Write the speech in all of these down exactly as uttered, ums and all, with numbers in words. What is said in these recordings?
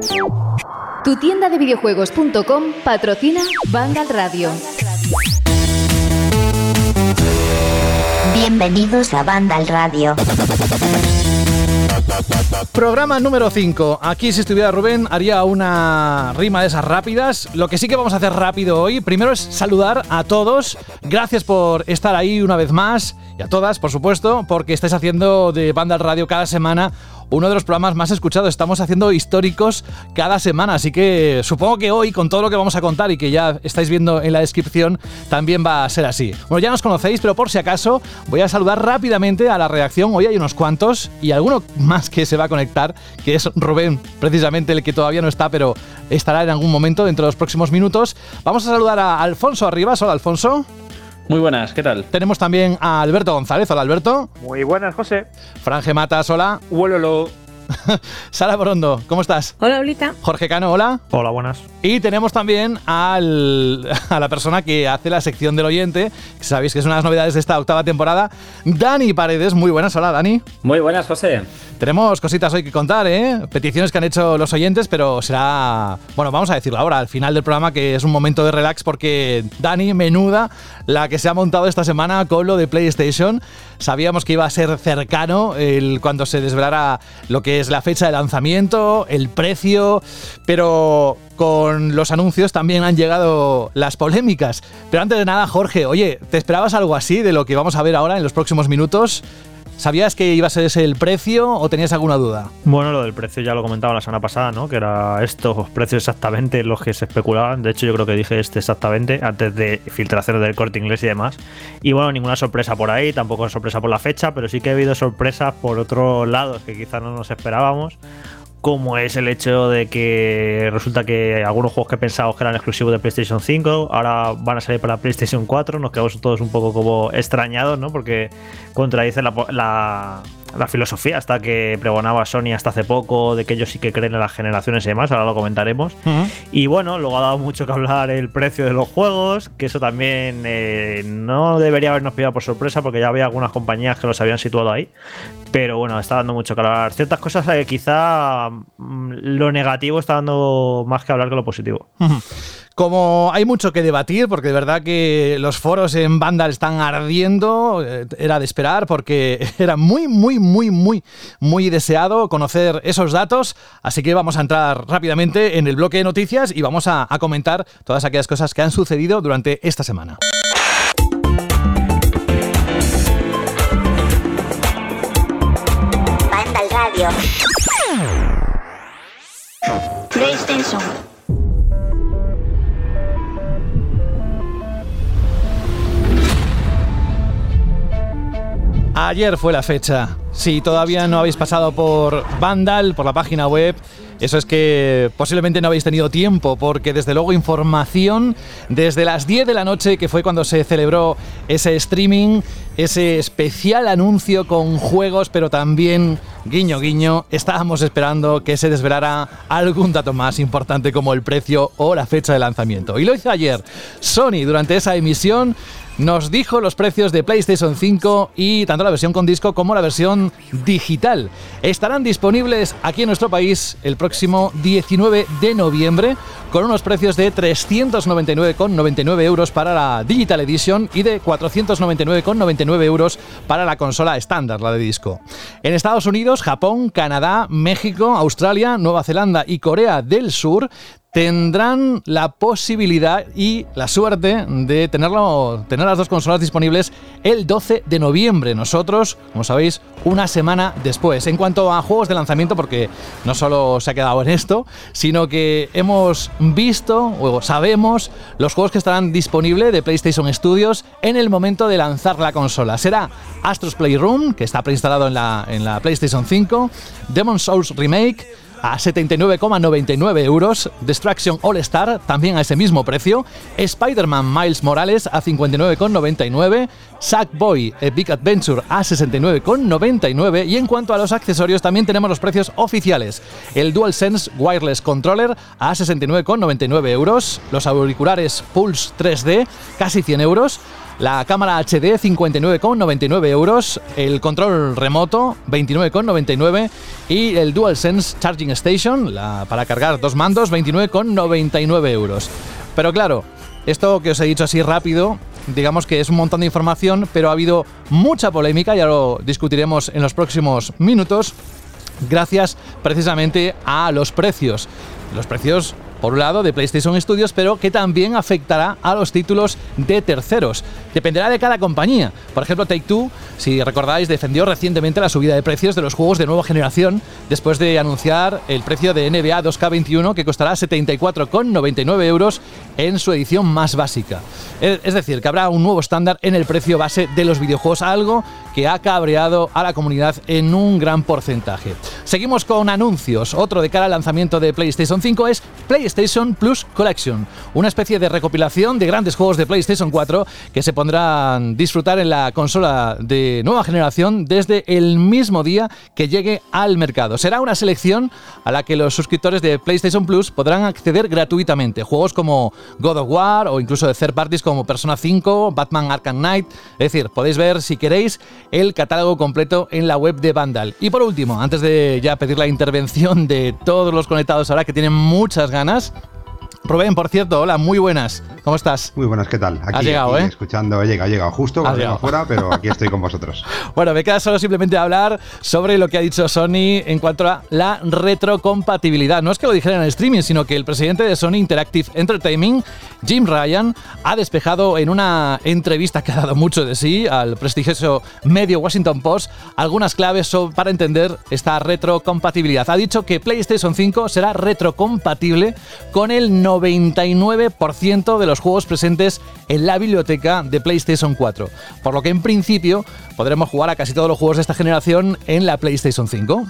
Tu tienda de videojuegos punto com patrocina Vandal Radio. Bienvenidos a Vandal Radio. Programa número cinco. Aquí, si estuviera Rubén, haría una rima de esas rápidas. Lo que sí que vamos a hacer rápido hoy, primero es saludar a todos. Gracias por estar ahí una vez más. Y a todas, por supuesto, porque estáis haciendo de Vandal Radio cada semana uno de los programas más escuchados. Estamos haciendo históricos cada semana, así que supongo que hoy, con todo lo que vamos a contar y que ya estáis viendo en la descripción, también va a ser así. Bueno, ya nos conocéis, pero por si acaso voy a saludar rápidamente a la redacción. Hoy hay unos cuantos y alguno más que se va a conectar, que es Rubén, precisamente el que todavía no está, pero estará en algún momento dentro de los próximos minutos. Vamos a saludar a Alfonso Arribas. Hola, Alfonso. Muy buenas, ¿qué tal? Tenemos también a Alberto González. Hola, Alberto. Muy buenas, José. Franje Matas, hola. Huélolo. Sara Borondo, ¿cómo estás? Hola, Olita. Jorge Cano, hola. Hola, buenas. Y tenemos también al, a la persona que hace la sección del oyente, que sabéis que es una de las novedades de esta octava temporada, Dani Paredes. Muy buenas, hola, Dani. Muy buenas, José. Tenemos cositas hoy que contar, ¿eh? Peticiones que han hecho los oyentes, pero será... Bueno, vamos a decirlo ahora, al final del programa, que es un momento de relax, porque Dani, menuda, la que se ha montado esta semana con lo de PlayStation. Sabíamos que iba a ser cercano el, cuando se desvelara lo que es la fecha de lanzamiento, el precio, pero con los anuncios también han llegado las polémicas. Pero antes de nada, Jorge, oye, ¿te esperabas algo así de lo que vamos a ver ahora en los próximos minutos? ¿Sabías que iba a ser ese el precio o tenías alguna duda? Bueno, lo del precio ya lo comentaba la semana pasada, ¿no? Que era estos precios exactamente los que se especulaban. De hecho, yo creo que dije este exactamente antes de filtraciones del Corte Inglés y demás. Y bueno, ninguna sorpresa por ahí, tampoco sorpresa por la fecha, pero sí que ha habido sorpresas por otros lados que quizás no nos esperábamos. Como es el hecho de que resulta que algunos juegos que pensábamos que eran exclusivos de PlayStation cinco ahora van a salir para PlayStation cuatro. Nos quedamos todos un poco como extrañados, ¿no? Porque contradice la, la, la filosofía hasta que pregonaba Sony hasta hace poco, de que ellos sí que creen en las generaciones y demás. Ahora lo comentaremos. Uh-huh. Y bueno, luego ha dado mucho que hablar el precio de los juegos, que eso también eh, no debería habernos pillado por sorpresa, porque ya había algunas compañías que los habían situado ahí. Pero bueno, está dando mucho que hablar. Ciertas cosas que quizá mmm, lo negativo está dando más que hablar que lo positivo. Como hay mucho que debatir, porque de verdad que los foros en Vandal están ardiendo, era de esperar, porque era muy, muy, muy, muy, muy deseado conocer esos datos. Así que vamos a entrar rápidamente en el bloque de noticias y vamos a, a comentar todas aquellas cosas que han sucedido durante esta semana. Radio. PlayStation. Ayer fue la fecha. Si todavía no habéis pasado por Vandal, por la página web, eso es que posiblemente no habéis tenido tiempo, porque desde luego información desde las diez de la noche, que fue cuando se celebró ese streaming, ese especial anuncio con juegos, pero también, guiño guiño, estábamos esperando que se desvelara algún dato más importante como el precio o la fecha de lanzamiento. Y lo hizo ayer. Sony, durante esa emisión, nos dijo los precios de PlayStation cinco y tanto la versión con disco como la versión digital. Estarán disponibles aquí en nuestro país el próximo diecinueve de noviembre con unos precios de trescientos noventa y nueve con noventa y nueve euros para la Digital Edition y de cuatrocientos noventa y nueve con noventa y nueve euros para la consola estándar, la de disco. En Estados Unidos, Japón, Canadá, México, Australia, Nueva Zelanda y Corea del Sur tendrán la posibilidad y la suerte de tenerlo, tener las dos consolas disponibles el doce de noviembre. Nosotros, como sabéis, una semana después. En cuanto a juegos de lanzamiento, porque no solo se ha quedado en esto, sino que hemos visto o sabemos los juegos que estarán disponibles de PlayStation Studios en el momento de lanzar la consola. Será Astro's Playroom, que está preinstalado en la, en la PlayStation cinco, Demon's Souls Remake a setenta y nueve con noventa y nueve euros, Destruction All Star también a ese mismo precio, Spider-Man Miles Morales a cincuenta y nueve con noventa y nueve, Sackboy A Big Adventure a sesenta y nueve con noventa y nueve, y en cuanto a los accesorios también tenemos los precios oficiales. El DualSense Wireless Controller a sesenta y nueve con noventa y nueve euros, los auriculares Pulse tres D casi cien euros, La cámara H D, cincuenta y nueve con noventa y nueve euros. El control remoto, veintinueve con noventa y nueve. Y el DualSense Charging Station, la, para cargar dos mandos, veintinueve con noventa y nueve euros. Pero claro, esto que os he dicho así rápido, digamos que es un montón de información, pero ha habido mucha polémica, ya lo discutiremos en los próximos minutos, gracias precisamente a los precios. Los precios, por un lado, de PlayStation Studios, pero que también afectará a los títulos de terceros. Dependerá de cada compañía. Por ejemplo, Take-Two, si recordáis, defendió recientemente la subida de precios de los juegos de nueva generación después de anunciar el precio de N B A dos K veintiuno, que costará setenta y cuatro con noventa y nueve euros en su edición más básica. Es decir, que habrá un nuevo estándar en el precio base de los videojuegos, algo que ha cabreado a la comunidad en un gran porcentaje. Seguimos con anuncios. Otro de cara al lanzamiento de PlayStation cinco es PlayStation Plus Collection, una especie de recopilación de grandes juegos de PlayStation cuatro que se podrán disfrutar en la consola de nueva generación desde el mismo día que llegue al mercado. Será una selección a la que los suscriptores de PlayStation Plus podrán acceder gratuitamente. Juegos como God of War o incluso de third parties como Persona cinco, Batman Arkham Knight. Es decir, podéis ver, si queréis, el catálogo completo en la web de Vandal. Y por último, antes de ya pedir la intervención de todos los conectados ahora que tienen muchas ganas, Rubén, por cierto, hola, muy buenas. ¿Cómo estás? Muy buenas, ¿qué tal? Aquí, Has llegado, aquí ¿eh? escuchando, he llegado, he llegado justo cuando vengo afuera, pero aquí estoy con vosotros. Bueno, me queda solo simplemente hablar sobre lo que ha dicho Sony en cuanto a la retrocompatibilidad. No es que lo dijera en el streaming, sino que el presidente de Sony Interactive Entertainment, Jim Ryan, ha despejado en una entrevista que ha dado mucho de sí al prestigioso medio Washington Post algunas claves para entender esta retrocompatibilidad. Ha dicho que PlayStation cinco será retrocompatible con el noventa y nueve por ciento de los juegos presentes en la biblioteca de PlayStation cuatro, por lo que en principio podremos jugar a casi todos los juegos de esta generación en la PlayStation cinco.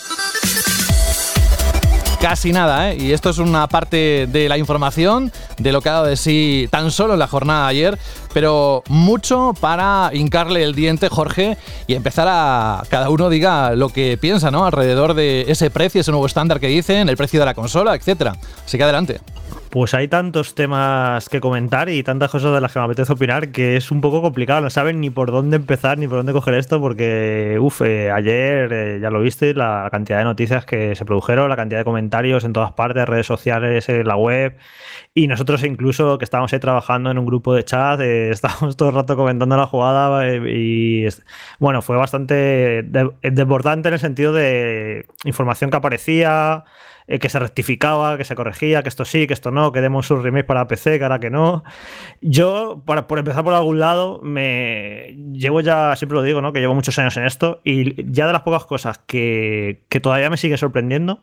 Casi nada, ¿eh? Y esto es una parte de la información de lo que ha dado de sí tan solo en la jornada de ayer, pero mucho para hincarle el diente, Jorge, y empezar a cada uno diga lo que piensa, ¿no? Alrededor de ese precio, ese nuevo estándar que dicen, el precio de la consola, etcétera. Así que adelante. Pues hay tantos temas que comentar y tantas cosas de las que me apetece opinar que es un poco complicado. No saben ni por dónde empezar ni por dónde coger esto porque, uff, eh, ayer eh, ya lo viste, la cantidad de noticias que se produjeron, la cantidad de comentarios en todas partes, redes sociales, en la web. Y nosotros incluso que estábamos ahí trabajando en un grupo de chat, eh, estábamos todo el rato comentando la jugada eh, y bueno, fue bastante de- desbordante en el sentido de información que aparecía, eh, que se rectificaba, que se corregía, que esto sí, que esto no, que demos un remake para P C, que ahora que no. Yo, para, por empezar por algún lado, me llevo ya, siempre lo digo, ¿no? Que llevo muchos años en esto y ya de las pocas cosas que, que todavía me sigue sorprendiendo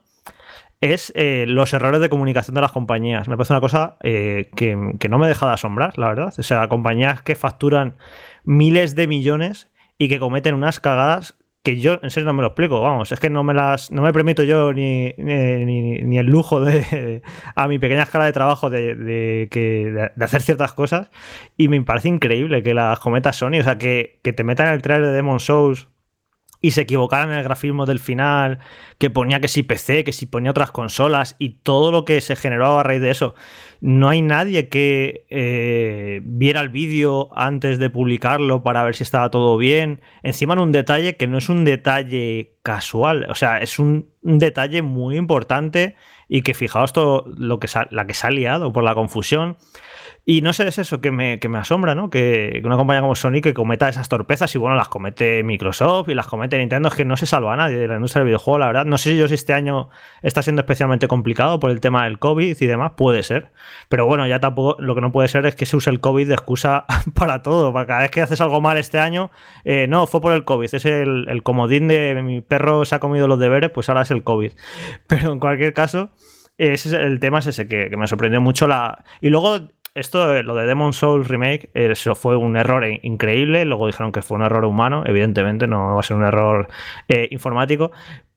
es eh, los errores de comunicación de las compañías. Me parece una cosa eh, que, que no me deja de asombrar, la verdad. O sea, compañías que facturan miles de millones y que cometen unas cagadas que yo en serio no me lo explico, vamos, es que no me las no me permito yo ni, ni, ni, ni el lujo de, de a mi pequeña escala de trabajo de, de, que, de, de hacer ciertas cosas y me parece increíble que las cometa Sony, o sea, que, que te metan el trailer de Demon's Souls y se equivocaran en el grafismo del final, que ponía que sí P C, que sí ponía otras consolas y todo lo que se generó a raíz de eso. No hay nadie que eh, viera el vídeo antes de publicarlo para ver si estaba todo bien. Encima en un detalle que no es un detalle casual, o sea, es un, un detalle muy importante y que fijaos todo lo que se, la que se ha liado por la confusión. Y no sé, es eso que me, que me asombra, ¿no? Que, que una compañía como Sony que cometa esas torpezas y bueno, las comete Microsoft y las comete Nintendo, es que no se salva a nadie de la industria del videojuego, la verdad. No sé yo si este año está siendo especialmente complicado por el tema del COVID y demás, puede ser. Pero bueno, ya tampoco, lo que no puede ser es que se use el COVID de excusa para todo. Para cada vez que haces algo mal este año, eh, no, fue por el COVID, es el, el comodín de mi perro se ha comido los deberes, pues ahora es el COVID. Pero en cualquier caso, ese es el tema es ese, que, que me sorprendió mucho la... Y luego... Esto, lo de Demon's Souls Remake, eso fue un error increíble. Luego dijeron que fue un error humano. Evidentemente no va a ser un error eh, informático.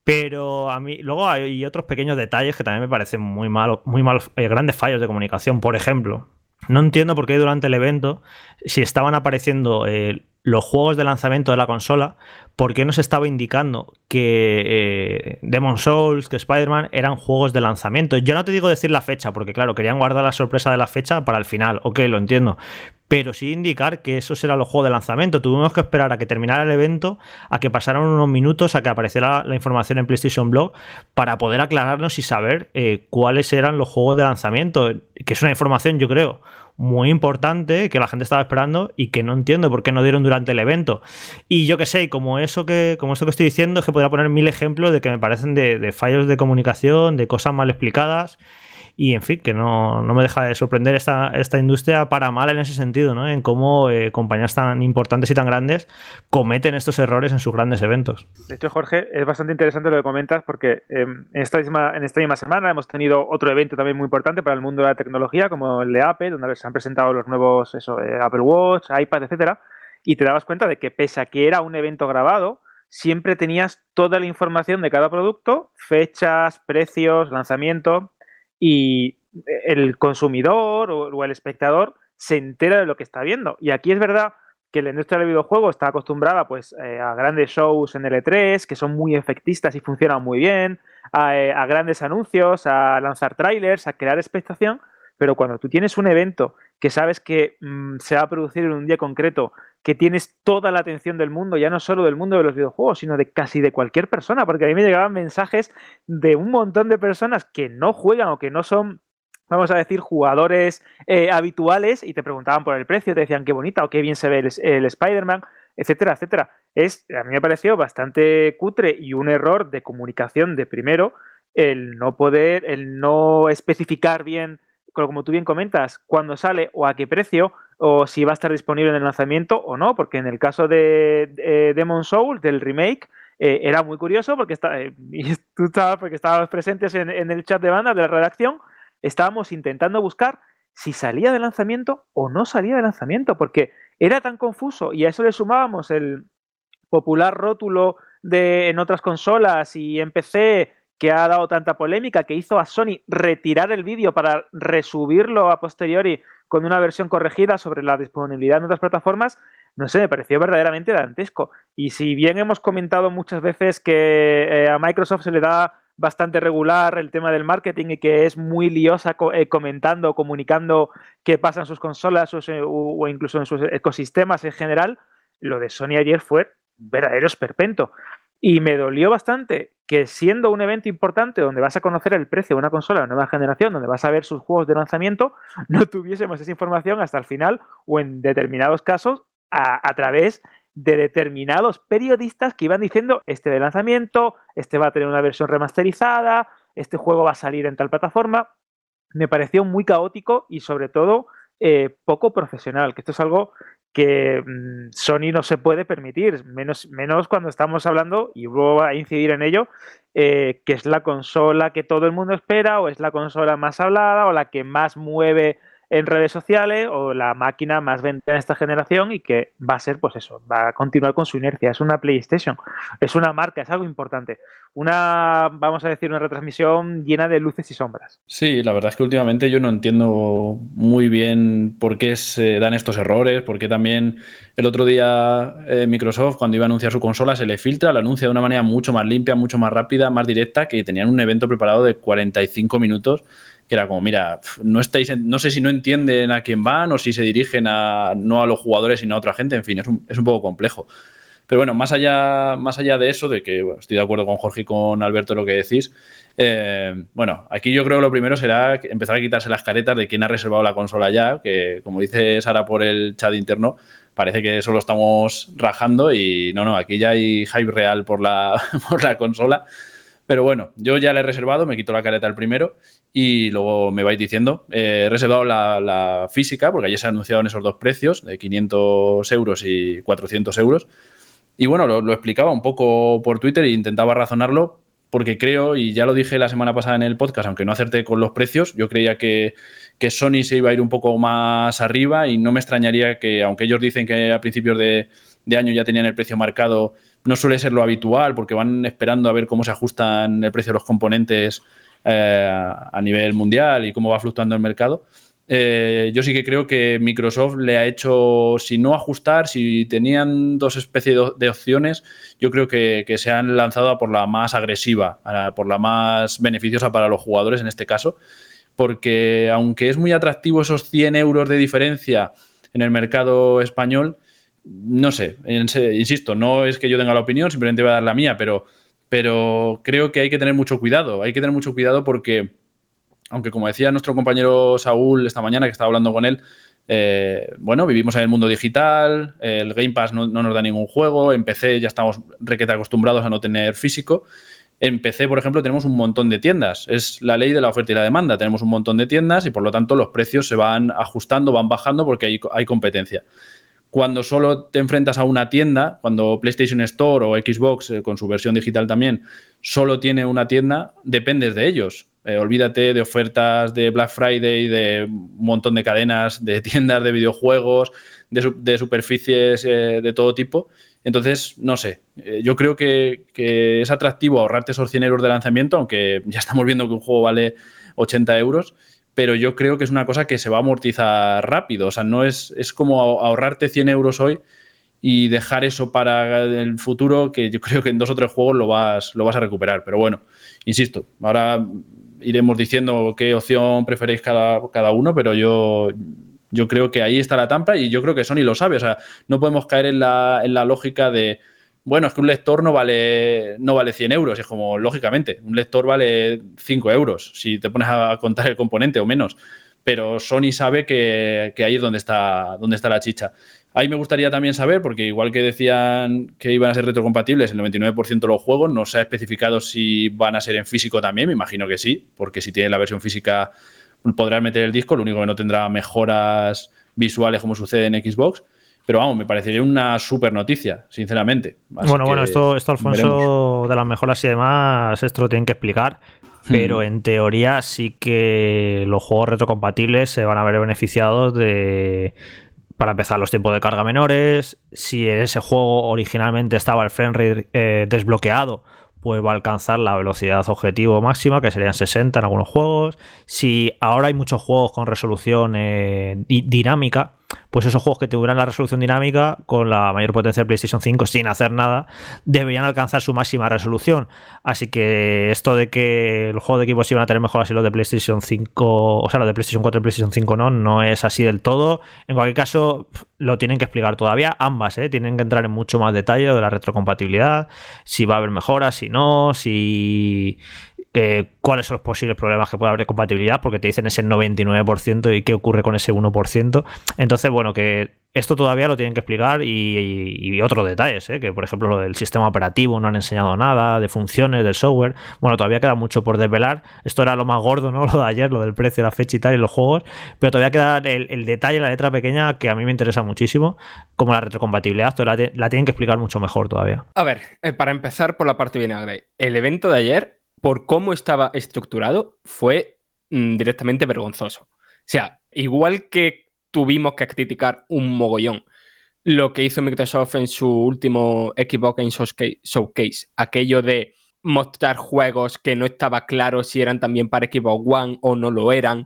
Pero a mí, luego hay otros pequeños detalles que también me parecen muy malos, muy malos, eh, grandes fallos de comunicación. Por ejemplo, no entiendo por qué durante el evento, si estaban apareciendo eh, los juegos de lanzamiento de la consola, ¿por qué no se estaba indicando que eh, Demon's Souls, que Spider-Man eran juegos de lanzamiento? Yo no te digo decir la fecha, porque claro, querían guardar la sorpresa de la fecha para el final, ok, lo entiendo. pero sí indicar que eso será los juegos de lanzamiento. Tuvimos que esperar a que terminara el evento, a que pasaran unos minutos, a que apareciera la información en PlayStation Blog para poder aclararnos y saber eh, cuáles eran los juegos de lanzamiento, que es una información, yo creo, muy importante, que la gente estaba esperando y que no entiendo por qué no dieron durante el evento. Y yo que sé, como eso que, como esto que estoy diciendo, es que podría poner mil ejemplos de que me parecen de, de fallos de comunicación, de cosas mal explicadas. Y, en fin, que no, no me deja de sorprender esta, esta industria para mal en ese sentido, ¿no? En cómo eh, compañías tan importantes y tan grandes cometen estos errores en sus grandes eventos. De hecho, Jorge, es bastante interesante lo que comentas porque eh, en, esta misma, en esta misma semana hemos tenido otro evento también muy importante para el mundo de la tecnología, como el de Apple, donde se han presentado los nuevos eso, eh, Apple Watch, iPad, etcétera, y te dabas cuenta de que pese a que era un evento grabado, siempre tenías toda la información de cada producto, fechas, precios, lanzamiento, y el consumidor o, o el espectador se entera de lo que está viendo. Y aquí es verdad que la industria del videojuego está acostumbrada pues, eh, a grandes shows en el E tres, que son muy efectistas y funcionan muy bien, a, eh, a grandes anuncios, a lanzar trailers, a crear expectación, pero cuando tú tienes un evento que sabes que mmm, se va a producir en un día concreto, que tienes toda la atención del mundo, ya no solo del mundo de los videojuegos, sino de casi de cualquier persona, porque a mí me llegaban mensajes de un montón de personas que no juegan o que no son, vamos a decir, jugadores eh, habituales y te preguntaban por el precio, te decían qué bonita o qué bien se ve el, el Spider-Man, etcétera, etcétera. Es, a mí me pareció bastante cutre y un error de comunicación de primero el no poder, el no especificar bien, como tú bien comentas, cuándo sale o a qué precio, o si va a estar disponible en el lanzamiento o no, porque en el caso de, de Demon's Souls, del remake, eh, era muy curioso porque está, eh, y tú estabas, porque estábamos presentes en, en el chat de banda de la redacción, estábamos intentando buscar si salía de lanzamiento o no salía de lanzamiento, porque era tan confuso y a eso le sumábamos el popular rótulo de en otras consolas y en P C que ha dado tanta polémica, que hizo a Sony retirar el vídeo para resubirlo a posteriori con una versión corregida sobre la disponibilidad en otras plataformas, no sé, me pareció verdaderamente dantesco. Y si bien hemos comentado muchas veces que eh, a Microsoft se le da bastante regular el tema del marketing y que es muy liosa co eh, comentando, comunicando qué pasa en sus consolas o, o incluso en sus ecosistemas en general, lo de Sony ayer fue verdadero esperpento. Y me dolió bastante que siendo un evento importante donde vas a conocer el precio de una consola de nueva generación, donde vas a ver sus juegos de lanzamiento, no tuviésemos esa información hasta el final o en determinados casos a, a través de determinados periodistas que iban diciendo este de lanzamiento, este va a tener una versión remasterizada, este juego va a salir en tal plataforma. Me pareció muy caótico y sobre todo eh, poco profesional, que esto es algo que mmm, Sony no se puede permitir, menos, menos cuando estamos hablando, y voy a incidir en ello, eh, que es la consola que todo el mundo espera, o es la consola más hablada, o la que más mueve en redes sociales, o la máquina más vendida en esta generación, y que va a ser, pues eso, va a continuar con su inercia. Es una PlayStation, es una marca, es algo importante. Una, vamos a decir, una retransmisión llena de luces y sombras. Sí, la verdad es que últimamente yo no entiendo muy bien por qué se dan estos errores, por qué también el otro día eh, Microsoft, cuando iba a anunciar su consola, se le filtra, la anuncia de una manera mucho más limpia, mucho más rápida, más directa, que tenían un evento preparado de cuarenta y cinco minutos, que era como, mira, no estáis, en, no sé si no entienden a quién van o si se dirigen a, no a los jugadores sino a otra gente, en fin, es un, es un poco complejo. Pero bueno, más allá, más allá de eso, de que bueno, estoy de acuerdo con Jorge y con Alberto en lo que decís, eh, bueno, aquí yo creo que lo primero será empezar a quitarse las caretas de quién ha reservado la consola ya, que como dice Sara por el chat interno, parece que eso lo estamos rajando y no, no, aquí ya hay hype real por la, por la consola. Pero bueno, yo ya la he reservado, me quito la careta el primero y luego me vais diciendo. Eh, he reservado la, la física porque ayer se anunciaron esos dos precios de quinientos euros y cuatrocientos euros. Y bueno, lo, lo explicaba un poco por Twitter e intentaba razonarlo porque creo, y ya lo dije la semana pasada en el podcast, aunque no acerté con los precios, yo creía que, que Sony se iba a ir un poco más arriba y no me extrañaría que, aunque ellos dicen que a principios de, de año ya tenían el precio marcado, no suele ser lo habitual porque van esperando a ver cómo se ajustan el precio de los componentes eh, a nivel mundial y cómo va fluctuando el mercado. Eh, yo sí que creo que Microsoft le ha hecho, si no ajustar, si tenían dos especies de opciones, yo creo que, que se han lanzado a por la más agresiva, a por la más beneficiosa para los jugadores en este caso, porque aunque es muy atractivo esos cien euros de diferencia en el mercado español, no sé, insisto, no es que yo tenga la opinión, simplemente voy a dar la mía, pero, pero creo que hay que tener mucho cuidado, hay que tener mucho cuidado porque, aunque como decía nuestro compañero Saúl esta mañana, que estaba hablando con él, Eh, bueno, vivimos en el mundo digital, el Game Pass no, no nos da ningún juego, en P C ya estamos requete acostumbrados a no tener físico. En P C, por ejemplo, tenemos un montón de tiendas. Es la ley de la oferta y la demanda. Tenemos un montón de tiendas y, por lo tanto, los precios se van ajustando, van bajando porque hay, hay competencia. Cuando solo te enfrentas a una tienda, cuando PlayStation Store o Xbox, eh, con su versión digital también, solo tiene una tienda, dependes de ellos. Eh, olvídate de ofertas de Black Friday, de un montón de cadenas, de tiendas de videojuegos, de, de superficies eh, de todo tipo. Entonces, no sé, eh, yo creo que, que es atractivo ahorrarte esos cien euros de lanzamiento, aunque ya estamos viendo que un juego vale ochenta euros, pero yo creo que es una cosa que se va a amortizar rápido. O sea, no es, es como ahorrarte cien euros hoy y dejar eso para el futuro, que yo creo que en dos o tres juegos lo vas, lo vas a recuperar. Pero bueno, insisto, ahora iremos diciendo qué opción preferéis cada, cada uno, pero yo, yo creo que ahí está la trampa y yo creo que Sony lo sabe. O sea, no podemos caer en la, en la lógica de, bueno, es que un lector no vale, no vale cien euros. Es como, lógicamente, un lector vale cinco euros si te pones a contar el componente o menos. Pero Sony sabe que, que ahí es donde está, donde está la chicha. Ahí me gustaría también saber, porque igual que decían que iban a ser retrocompatibles el noventa y nueve por ciento de los juegos, no se ha especificado si van a ser en físico también, me imagino que sí, porque si tiene la versión física podrás meter el disco, lo único que no tendrá mejoras visuales como sucede en Xbox. Pero vamos, me parecería una súper noticia, sinceramente. Así bueno, bueno, esto, esto Alfonso, veremos. De las mejoras y demás, esto lo tienen que explicar. Pero en teoría sí que los juegos retrocompatibles se van a ver beneficiados de, para empezar, los tiempos de carga menores. Si en ese juego originalmente estaba el frame rate eh, desbloqueado, pues va a alcanzar la velocidad objetivo máxima, que serían sesenta en algunos juegos. Si ahora hay muchos juegos con resolución eh, dinámica, pues esos juegos que tuvieran la resolución dinámica con la mayor potencia del PlayStation cinco sin hacer nada, deberían alcanzar su máxima resolución. Así que esto de que los juegos de Xbox iban a tener mejoras y los de PlayStation cinco, o sea, los de PlayStation cuatro y PlayStation cinco no, no es así del todo. En cualquier caso, lo tienen que explicar todavía, ambas, ¿eh? Tienen que entrar en mucho más detalle de la retrocompatibilidad, si va a haber mejoras, si no, si... Eh, cuáles son los posibles problemas que puede haber de compatibilidad, porque te dicen ese noventa y nueve por ciento y qué ocurre con ese uno por ciento. Entonces, bueno, que esto todavía lo tienen que explicar y, y, y otros detalles, ¿eh? Que por ejemplo lo del sistema operativo no han enseñado nada, de funciones, del software. Bueno, todavía queda mucho por desvelar. Esto era lo más gordo, ¿no? Lo de ayer, lo del precio, la fecha y tal, y los juegos, pero todavía queda el, el detalle, la letra pequeña, que a mí me interesa muchísimo, como la retrocompatibilidad. Esto la, la tienen que explicar mucho mejor todavía. A ver, eh, para empezar por la parte vinagre, el evento de ayer, por cómo estaba estructurado, fue mmm, directamente vergonzoso. O sea, igual que tuvimos que criticar un mogollón lo que hizo Microsoft en su último Xbox Game Showcase, aquello de mostrar juegos que no estaba claro si eran también para Xbox One o no lo eran,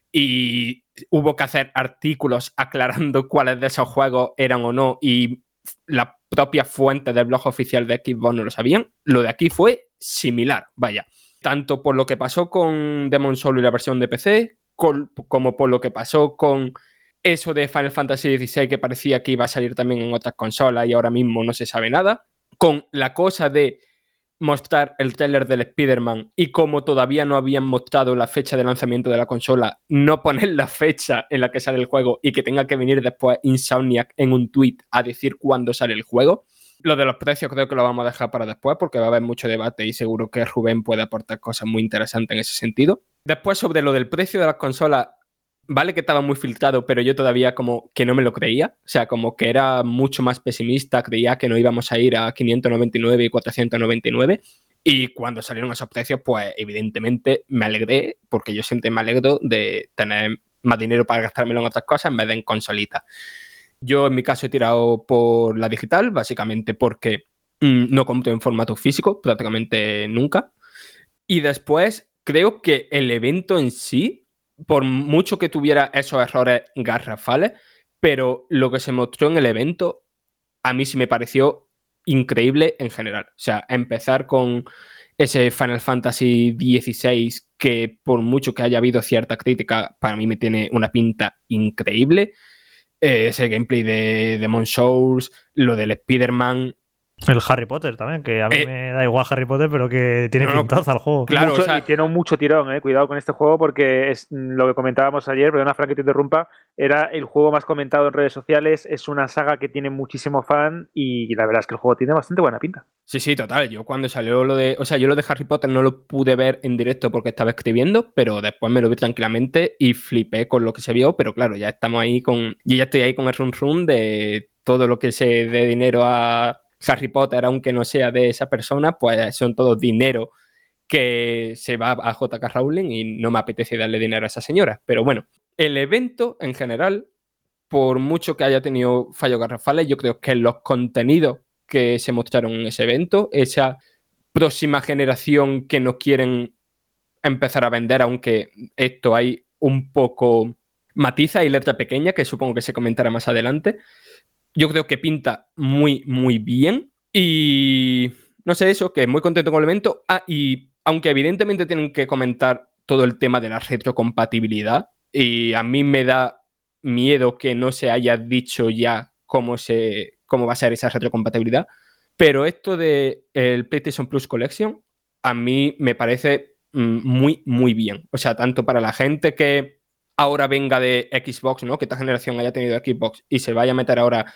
y hubo que hacer artículos aclarando cuáles de esos juegos eran o no, y la propia fuente del blog oficial de Xbox no lo sabían. Lo de aquí fue similar, vaya. Tanto por lo que pasó con Demon's Souls y la versión de P C, con, como por lo que pasó con eso de Final Fantasy dieciséis, que parecía que iba a salir también en otras consolas y ahora mismo no se sabe nada. Con la cosa de mostrar el tráiler del Spider-Man y como todavía no habían mostrado la fecha de lanzamiento de la consola, no poner la fecha en la que sale el juego y que tenga que venir después Insomniac en un tweet a decir cuándo sale el juego. Lo de los precios creo que lo vamos a dejar para después porque va a haber mucho debate y seguro que Rubén puede aportar cosas muy interesantes en ese sentido. Después, sobre lo del precio de las consolas, vale que estaba muy filtrado, pero yo todavía como que no me lo creía. O sea, como que era mucho más pesimista, creía que no íbamos a ir a quinientos noventa y nueve y cuatrocientos noventa y nueve. Y cuando salieron esos precios, pues evidentemente me alegré, porque yo siempre me alegro de tener más dinero para gastármelo en otras cosas en vez de en consolitas. Yo en mi caso he tirado por la digital, básicamente porque mmm, no compro en formato físico prácticamente nunca. Y después creo que el evento en sí, por mucho que tuviera esos errores garrafales, pero lo que se mostró en el evento a mí sí me pareció increíble en general. O sea, empezar con ese Final Fantasy dieciséis que por mucho que haya habido cierta crítica, para mí me tiene una pinta increíble. eh, ese gameplay de Demon Souls, lo del Spider-Man. El Harry Potter también, que a mí eh, me da igual Harry Potter, pero que tiene no, pintaza el juego. Claro, mucho, o sea, y tiene mucho tirón, eh. Cuidado con este juego porque es lo que comentábamos ayer, perdona Frank que te interrumpa, era el juego más comentado en redes sociales, es una saga que tiene muchísimo fan y la verdad es que el juego tiene bastante buena pinta. Sí, sí, total. Yo cuando salió lo de... O sea, yo lo de Harry Potter no lo pude ver en directo porque estaba escribiendo, pero después me lo vi tranquilamente y flipé con lo que se vio, pero claro, ya estamos ahí con... Yo ya estoy ahí con el run run de todo lo que se dé dinero a Harry Potter, aunque no sea de esa persona, pues son todo dinero que se va a J K Rowling y no me apetece darle dinero a esa señora. Pero bueno, el evento en general, por mucho que haya tenido fallos garrafales, yo creo que los contenidos que se mostraron en ese evento, esa próxima generación que no quieren empezar a vender, aunque esto hay un poco matiza y letra pequeña, que supongo que se comentará más adelante, yo creo que pinta muy, muy bien y no sé eso, que muy contento con el evento. Ah, y aunque evidentemente tienen que comentar todo el tema de la retrocompatibilidad y a mí me da miedo que no se haya dicho ya cómo, se, cómo va a ser esa retrocompatibilidad, pero esto de el PlayStation Plus Collection a mí me parece mm, muy, muy bien. O sea, tanto para la gente que ahora venga de Xbox, ¿no? Que esta generación haya tenido Xbox y se vaya a meter ahora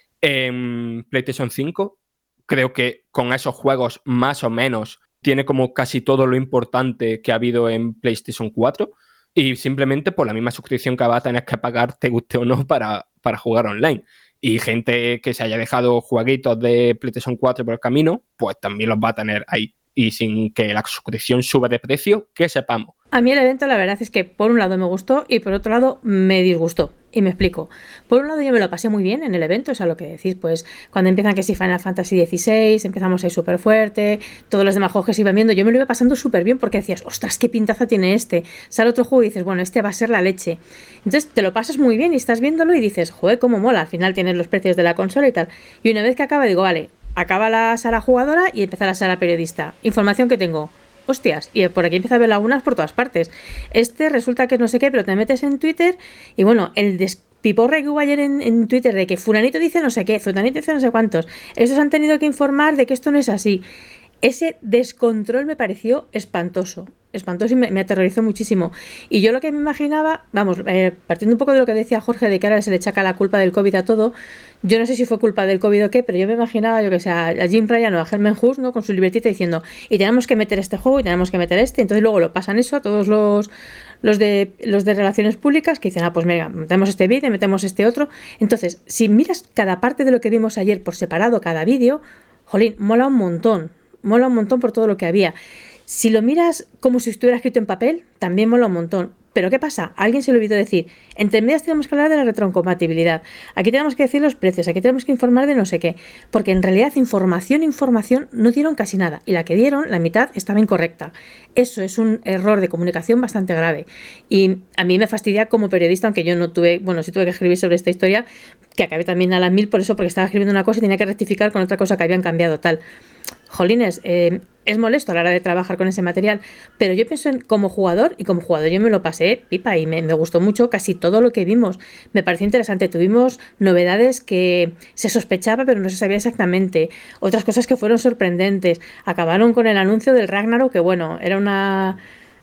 en PlayStation cinco, creo que con esos juegos más o menos tiene como casi todo lo importante que ha habido en PlayStation cuatro y simplemente por la misma suscripción que va a tener que pagar, te guste o no, para, para jugar online. Y gente que se haya dejado jueguitos de PlayStation cuatro por el camino, pues también los va a tener ahí. Y sin que la suscripción suba de precio, que sepamos. A mí el evento la verdad es que por un lado me gustó y por otro lado me disgustó. Y me explico. Por un lado yo me lo pasé muy bien en el evento, o sea, lo que decís, pues cuando empiezan que si Final Fantasy dieciséis, empezamos ahí súper fuerte, todos los demás juegos que se iban viendo, yo me lo iba pasando súper bien porque decías, ostras, qué pintaza tiene este. Sale otro juego y dices, bueno, este va a ser la leche. Entonces te lo pasas muy bien y estás viéndolo y dices, joder, cómo mola, al final tienes los precios de la consola y tal. Y una vez que acaba digo, vale, acaba la sala jugadora y empieza la sala periodista. Información que tengo. Hostias, y por aquí empieza a ver lagunas por todas partes. Este resulta que no sé qué, pero te metes en Twitter y bueno, el despiporre que hubo ayer en, en Twitter de que fulanito dice no sé qué, fulanito dice no sé cuántos, esos han tenido que informar de que esto no es así. Ese descontrol me pareció espantoso, espantoso y me, me aterrorizó muchísimo. Y yo lo que me imaginaba, vamos, eh, partiendo un poco de lo que decía Jorge, de que ahora se le echaca la culpa del COVID a todo, yo no sé si fue culpa del COVID o qué, pero yo me imaginaba, yo que sé, a Jim Ryan o a Herman Hus, ¿no? Con su libretita diciendo, y tenemos que meter este juego y tenemos que meter este, entonces luego lo pasan eso a todos los, los, de, los de relaciones públicas que dicen, ah, pues mira, metemos este vídeo, metemos este otro. Entonces, si miras cada parte de lo que vimos ayer por separado, cada vídeo, jolín, mola un montón. Mola un montón por todo lo que había. Si lo miras como si estuviera escrito en papel, también mola un montón. Pero ¿qué pasa? A alguien se le olvidó decir, entre medias tenemos que hablar de la retrocompatibilidad. Aquí tenemos que decir los precios, aquí tenemos que informar de no sé qué. Porque en realidad información, información no dieron casi nada. Y la que dieron, la mitad, estaba incorrecta. Eso es un error de comunicación bastante grave. Y a mí me fastidia como periodista, aunque yo no tuve, bueno, sí tuve que escribir sobre esta historia, que acabé también a las mil por eso, porque estaba escribiendo una cosa y tenía que rectificar con otra cosa que habían cambiado tal. Jolines, eh, es molesto a la hora de trabajar con ese material, pero yo pienso en como jugador y como jugador yo me lo pasé pipa y me, me gustó mucho casi todo lo que vimos. Me pareció interesante. Tuvimos novedades que se sospechaba pero no se sabía exactamente. Otras cosas que fueron sorprendentes. Acabaron con el anuncio del Ragnarok, que bueno, era una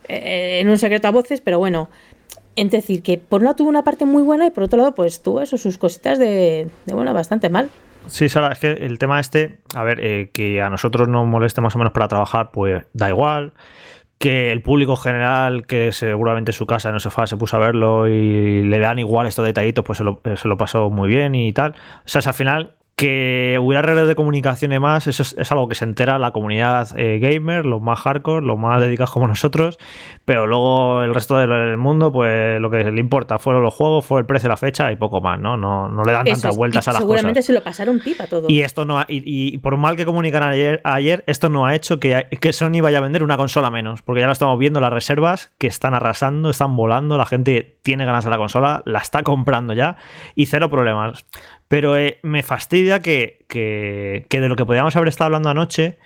eh, en un secreto a voces, pero bueno. Es decir, que por un lado tuvo una parte muy buena y por otro lado pues tuvo eso, sus cositas de, de bueno, bastante mal. Sí, Sara, es que el tema este, a ver, eh, que a nosotros nos moleste más o menos para trabajar, pues da igual. Que el público general, que seguramente en su casa en el sofá se puso a verlo y le dan igual estos detallitos, pues se lo, se lo pasó muy bien y tal. O sea, es al final que hubiera redes de comunicación y demás, eso es, es algo que se entera la comunidad eh, gamer, los más hardcore, los más dedicados como nosotros, pero luego el resto del mundo, pues lo que le importa fueron los juegos, fue el precio, la fecha y poco más, ¿no? No, no le dan eso tantas es, vueltas a las seguramente cosas. Se lo pasaron pipa todo. Y esto no ha, y, y por mal que comunicaran ayer, ayer, esto no ha hecho que, que Sony vaya a vender una consola menos, porque ya lo estamos viendo, las reservas que están arrasando, están volando, la gente tiene ganas de la consola, la está comprando ya y cero problemas. Pero eh, me fastidia que, que, que de lo que podíamos haber estado hablando anoche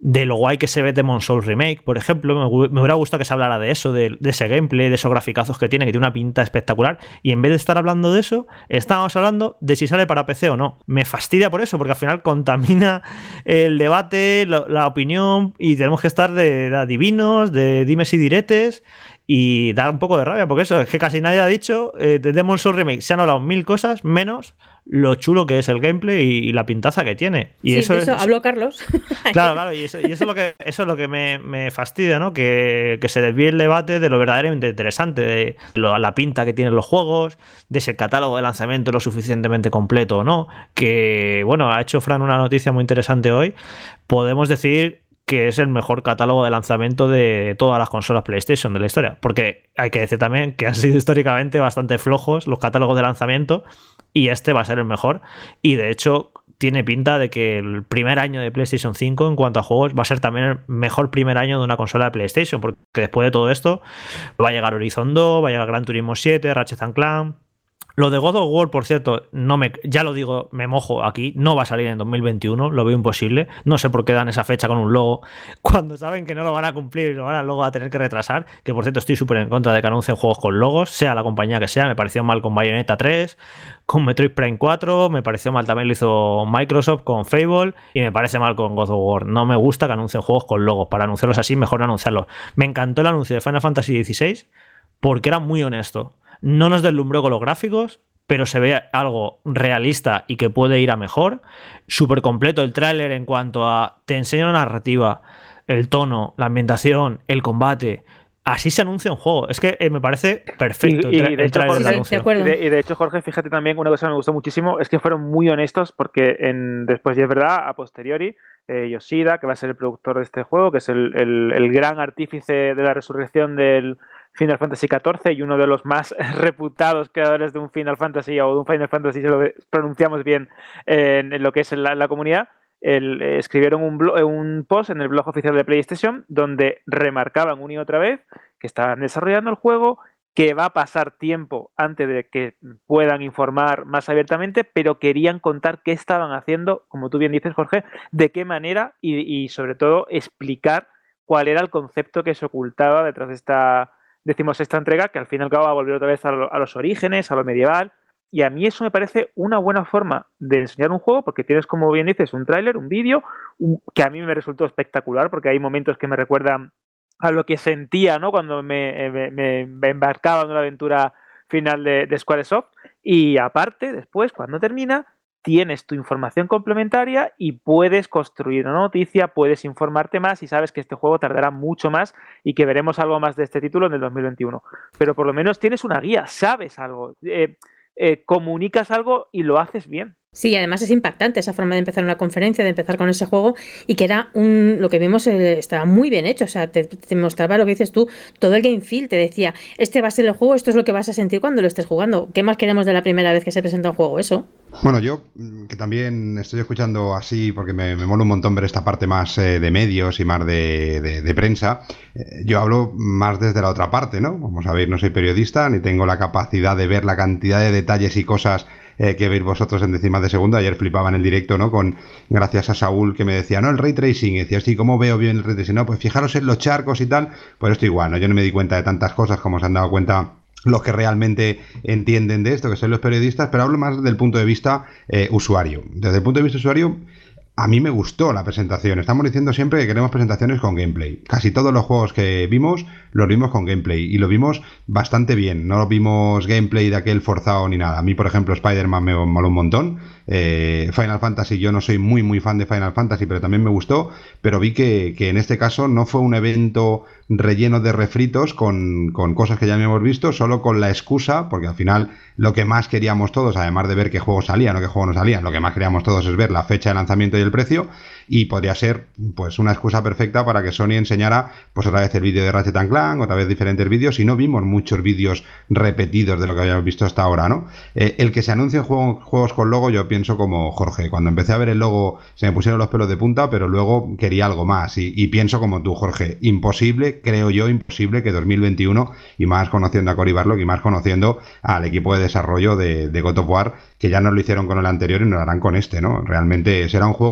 de lo guay que se ve Demon's Souls Remake, por ejemplo. Me, me hubiera gustado que se hablara de eso, de, de ese gameplay, de esos graficazos que tiene, que tiene una pinta espectacular, y en vez de estar hablando de eso, estábamos hablando de si sale para P C o no. Me fastidia por eso, porque al final contamina el debate, la, la opinión, y tenemos que estar de, de adivinos, de dimes y diretes, y da un poco de rabia, porque eso es que casi nadie ha dicho eh, de Demon's Souls Remake. Se han hablado mil cosas, menos lo chulo que es el gameplay y, y la pintaza que tiene. Y sí, eso, eso es, habló Carlos. Claro, claro, y eso, y eso es lo que eso es lo que me, me fastidia, ¿no? Que, que se desvíe el debate de lo verdaderamente interesante, de lo, la pinta que tienen los juegos, de si el catálogo de lanzamiento es lo suficientemente completo o no. Que, bueno, ha hecho Fran una noticia muy interesante hoy. Podemos decir que es el mejor catálogo de lanzamiento de todas las consolas PlayStation de la historia, porque hay que decir también que han sido históricamente bastante flojos los catálogos de lanzamiento, y este va a ser el mejor, y de hecho tiene pinta de que el primer año de PlayStation cinco en cuanto a juegos va a ser también el mejor primer año de una consola de PlayStation, porque después de todo esto va a llegar Horizon dos, va a llegar Gran Turismo siete, Ratchet and Clank. Lo de God of War, por cierto, no me, ya lo digo, me mojo aquí, no va a salir en dos mil veintiuno, lo veo imposible. No sé por qué dan esa fecha con un logo cuando saben que no lo van a cumplir y lo van a luego a tener que retrasar. Que por cierto, estoy súper en contra de que anuncien juegos con logos, sea la compañía que sea. Me pareció mal con Bayonetta tres, con Metroid Prime cuatro, me pareció mal también lo hizo Microsoft con Fable, y me parece mal con God of War. No me gusta que anuncien juegos con logos. Para anunciarlos así, mejor no anunciarlos. Me encantó el anuncio de Final Fantasy dieciséis porque era muy honesto. No nos deslumbró con los gráficos, pero se ve algo realista y que puede ir a mejor. Súper completo el tráiler en cuanto a te enseña la narrativa, el tono, la ambientación, el combate. Así se anuncia un juego. Es que eh, me parece perfecto y, y, el, de el hecho, tráiler Jorge, del anuncio. y, de, y de hecho, Jorge, fíjate también, una cosa que me gustó muchísimo es que fueron muy honestos, porque en, después, y es verdad, a posteriori, eh, Yoshida, que va a ser el productor de este juego, que es el, el, el gran artífice de la resurrección del Final Fantasy catorce y uno de los más reputados creadores de un Final Fantasy o de un Final Fantasy, si lo pronunciamos bien en, en lo que es la, la comunidad. El, eh, escribieron un, blog, un post en el blog oficial de PlayStation donde remarcaban una y otra vez que estaban desarrollando el juego, que va a pasar tiempo antes de que puedan informar más abiertamente, pero querían contar qué estaban haciendo, como tú bien dices, Jorge, de qué manera y, y sobre todo explicar cuál era el concepto que se ocultaba detrás de esta decimosexta entrega, que al fin y al cabo va a volver otra vez a, lo, a los orígenes, a lo medieval. Y a mí eso me parece una buena forma de enseñar un juego, porque tienes, como bien dices, un tráiler, un vídeo, que a mí me resultó espectacular, porque hay momentos que me recuerdan a lo que sentía, ¿no?, cuando me, me, me, me embarcaba en una aventura final de, de Squaresoft. Y aparte, después, cuando termina, tienes tu información complementaria y puedes construir una noticia, puedes informarte más y sabes que este juego tardará mucho más y que veremos algo más de este título en el dos mil veintiuno. Pero por lo menos tienes una guía, sabes algo. Eh, Eh, comunicas algo y lo haces bien. Sí, además es impactante esa forma de empezar una conferencia, de empezar con ese juego, y que era un, lo que vimos eh, estaba muy bien hecho, o sea, te, te mostraba lo que dices tú, todo el game feel, te decía, este va a ser el juego, esto es lo que vas a sentir cuando lo estés jugando. ¿Qué más queremos de la primera vez que se presenta un juego? Eso. Bueno, yo que también estoy escuchando así, porque me, me mola un montón ver esta parte más eh, de medios y más de, de, de prensa, eh, yo hablo más desde la otra parte, ¿no? Vamos a ver, no soy periodista, ni tengo la capacidad de ver la cantidad de detalles y cosas Eh, que veis vosotros en décimas de segundo. Ayer flipaba en el directo, ¿no? Con, gracias a Saúl, que me decía, no, el ray tracing. Y decía, sí, ¿cómo veo bien el ray tracing? No, pues fijaros en los charcos y tal. Pues esto igual, ¿no? Yo no me di cuenta de tantas cosas como se han dado cuenta los que realmente entienden de esto, que son los periodistas, pero hablo más desde el punto de vista eh, usuario. Desde el punto de vista usuario, a mí me gustó la presentación. Estamos diciendo siempre que queremos presentaciones con gameplay. Casi todos los juegos que vimos, los vimos con gameplay. Y lo vimos bastante bien. No vimos gameplay de aquel forzado ni nada. A mí, por ejemplo, Spider-Man me moló un montón. Eh, Final Fantasy, yo no soy muy muy fan de Final Fantasy, pero también me gustó. Pero vi que, que en este caso no fue un evento relleno de refritos con, con cosas que ya habíamos visto, solo con la excusa, porque al final lo que más queríamos todos, además de ver qué juegos salían o qué juegos no salían, lo que más queríamos todos es ver la fecha de lanzamiento y el precio, y podría ser pues una excusa perfecta para que Sony enseñara pues otra vez el vídeo de Ratchet and Clank, otra vez diferentes vídeos, y no vimos muchos vídeos repetidos de lo que habíamos visto hasta ahora, ¿no? Eh, el que se anuncien juego, juegos con logo, yo pienso como Jorge, cuando empecé a ver el logo se me pusieron los pelos de punta, pero luego quería algo más, y, y pienso como tú, Jorge, imposible, creo yo, imposible que dos mil veintiuno, y más conociendo a Cory Barlog y más conociendo al equipo de desarrollo de, de God of War, que ya no lo hicieron con el anterior y no lo harán con este, ¿no? Realmente será un juego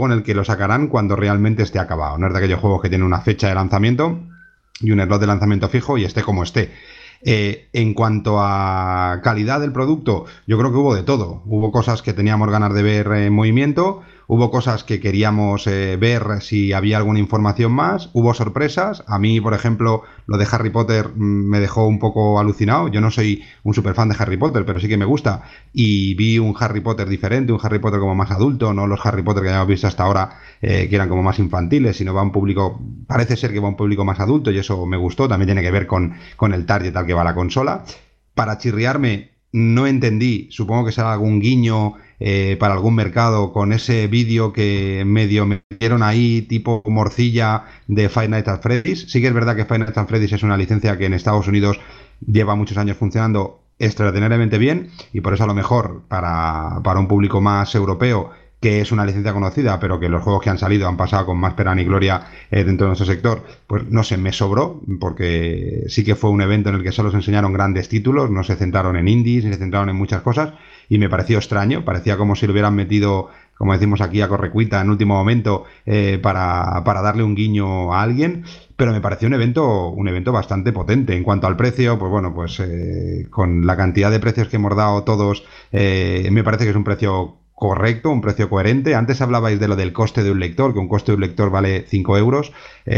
juego en el que lo sacarán cuando realmente esté acabado. No es de aquellos juegos que tienen una fecha de lanzamiento y un slot de lanzamiento fijo y esté como esté. Eh, en cuanto a calidad del producto, yo creo que hubo de todo. Hubo cosas que teníamos ganas de ver en movimiento, hubo cosas que queríamos eh, ver si había alguna información más, hubo sorpresas. A mí, por ejemplo, lo de Harry Potter mmm, me dejó un poco alucinado. Yo no soy un super fan de Harry Potter, pero sí que me gusta. Y vi un Harry Potter diferente, un Harry Potter como más adulto, no los Harry Potter que hayamos visto hasta ahora, eh, que eran como más infantiles, sino va a un público, parece ser que va a un público más adulto, y eso me gustó. También tiene que ver con, con el target al que va la consola. Para chirriarme, no entendí, supongo que será algún guiño eh, para algún mercado con ese vídeo que medio metieron ahí tipo morcilla de Five Nights at Freddy's. Sí que es verdad que Five Nights at Freddy's es una licencia que en Estados Unidos lleva muchos años funcionando extraordinariamente bien, y por eso a lo mejor para, para un público más europeo, que es una licencia conocida, pero que los juegos que han salido han pasado con más pena ni gloria eh, dentro de nuestro sector, pues no sé, me sobró, porque sí que fue un evento en el que solo se enseñaron grandes títulos, no se centraron en indies, ni se centraron en muchas cosas, y me pareció extraño, parecía como si lo hubieran metido, como decimos aquí, a correcuita en último momento eh, para, para darle un guiño a alguien, pero me pareció un evento, un evento bastante potente. En cuanto al precio, pues bueno, pues eh, con la cantidad de precios que hemos dado todos, eh, me parece que es un precio correcto, un precio coherente. Antes hablabais de lo del coste de un lector, que un coste de un lector vale cinco euros.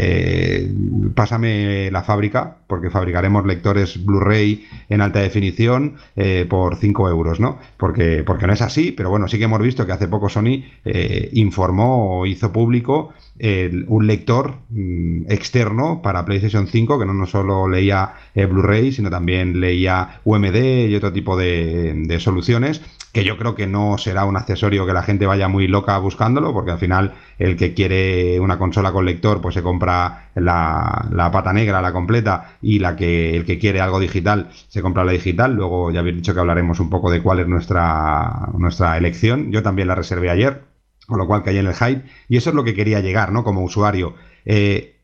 Eh, pásame la fábrica, porque fabricaremos lectores Blu-ray en alta definición eh, por cinco euros, ¿no? Porque, porque no es así, pero bueno, sí que hemos visto que hace poco Sony eh, informó o hizo público eh, un lector mm, externo para PlayStation cinco, que no, no solo leía eh, Blu-ray, sino también leía U M D y otro tipo de, de soluciones, que yo creo que no será un accesorio que la gente vaya muy loca buscándolo, porque al final el que quiere una consola con lector pues se compra la, la pata negra, la completa, y la que el que quiere algo digital se compra la digital. Luego ya habéis dicho que hablaremos un poco de cuál es nuestra, nuestra elección. Yo también la reservé ayer, con lo cual caí en el hype, y eso es lo que quería llegar, ¿no? Como usuario. Eh,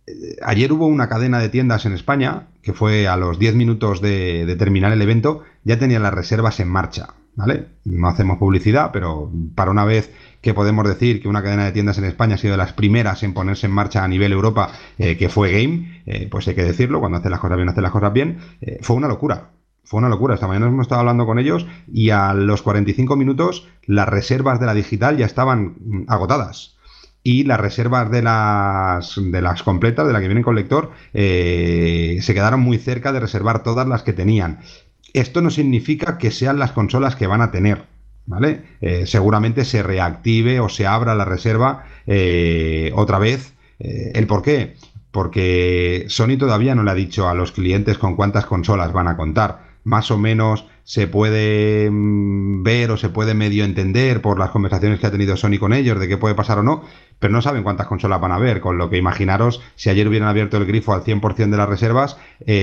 ayer hubo una cadena de tiendas en España que fue a los diez minutos de, de terminar el evento, ya tenía las reservas en marcha. ¿Vale? No hacemos publicidad, pero para una vez que podemos decir que una cadena de tiendas en España ha sido de las primeras en ponerse en marcha a nivel Europa, eh, que fue Game, eh, pues hay que decirlo, cuando hace las cosas bien, hace las cosas bien, eh, fue una locura. Fue una locura. Esta mañana hemos estado hablando con ellos y a los cuarenta y cinco minutos las reservas de la digital ya estaban agotadas. Y las reservas de las, de las completas, de la que vienen con lector, eh, se quedaron muy cerca de reservar todas las que tenían. Esto no significa que sean las consolas que van a tener, ¿vale? Eh, seguramente se reactive o se abra la reserva eh, otra vez. Eh, ¿El por qué? Porque Sony todavía no le ha dicho a los clientes con cuántas consolas van a contar. Más o menos se puede ver o se puede medio entender por las conversaciones que ha tenido Sony con ellos de qué puede pasar o no, pero no saben cuántas consolas van a haber, con lo que imaginaros si ayer hubieran abierto el grifo al cien por ciento de las reservas,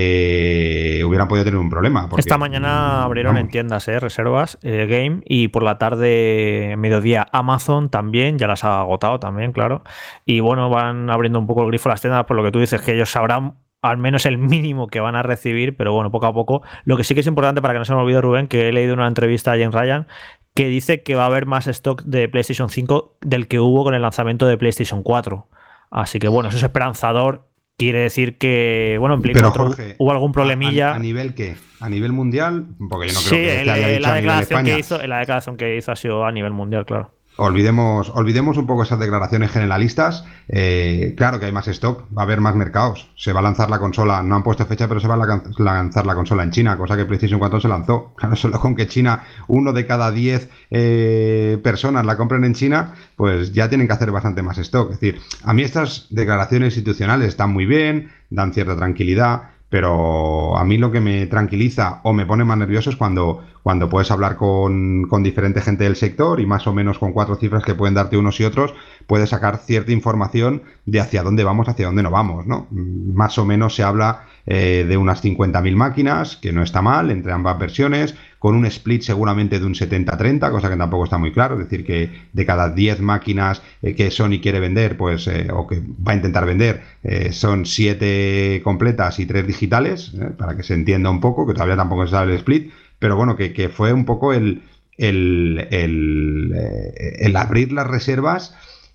eh, hubieran podido tener un problema. Porque, esta mañana abrieron vamos. en tiendas eh, reservas eh, Game, y por la tarde, mediodía, Amazon también, ya las ha agotado también, claro, y bueno, van abriendo un poco el grifo las tiendas, por lo que tú dices, que ellos sabrán al menos el mínimo que van a recibir, pero bueno, poco a poco. Lo que sí que es importante, para que no se me olvide, Rubén, que he leído una entrevista a James Ryan que dice que va a haber más stock de PlayStation cinco del que hubo con el lanzamiento de PlayStation cuatro. Así que bueno, eso es esperanzador. Quiere decir que, bueno, en Play Pero, cuatro Jorge, hubo algún problemilla. ¿A, a nivel qué? ¿A nivel mundial? Porque yo no creo sí, que el, haya dicho la, a nivel declaración España. que hizo, la declaración que hizo ha sido a nivel mundial, claro. Olvidemos, olvidemos un poco esas declaraciones generalistas. Eh, claro que hay más stock, va a haber más mercados. Se va a lanzar la consola, no han puesto fecha, pero se va a lanzar la consola en China, cosa que PlayStation cuatro se lanzó. Claro, solo con que China, uno de cada diez eh, personas la compren en China, pues ya tienen que hacer bastante más stock. Es decir, a mí estas declaraciones institucionales están muy bien, dan cierta tranquilidad, pero a mí lo que me tranquiliza o me pone más nervioso es cuando, cuando puedes hablar con, con diferente gente del sector y más o menos con cuatro cifras que pueden darte unos y otros, puedes sacar cierta información de hacia dónde vamos, hacia dónde no vamos, ¿no? Más o menos se habla eh, de unas cincuenta mil máquinas, que no está mal, entre ambas versiones, con un split seguramente de un setenta treinta, cosa que tampoco está muy claro, es decir, que de cada diez máquinas eh, que Sony quiere vender, pues eh, o que va a intentar vender, eh, son siete completas y tres digitales, eh, para que se entienda un poco, que todavía tampoco se sabe el split, pero bueno, que, que fue un poco el, el, el, eh, el abrir las reservas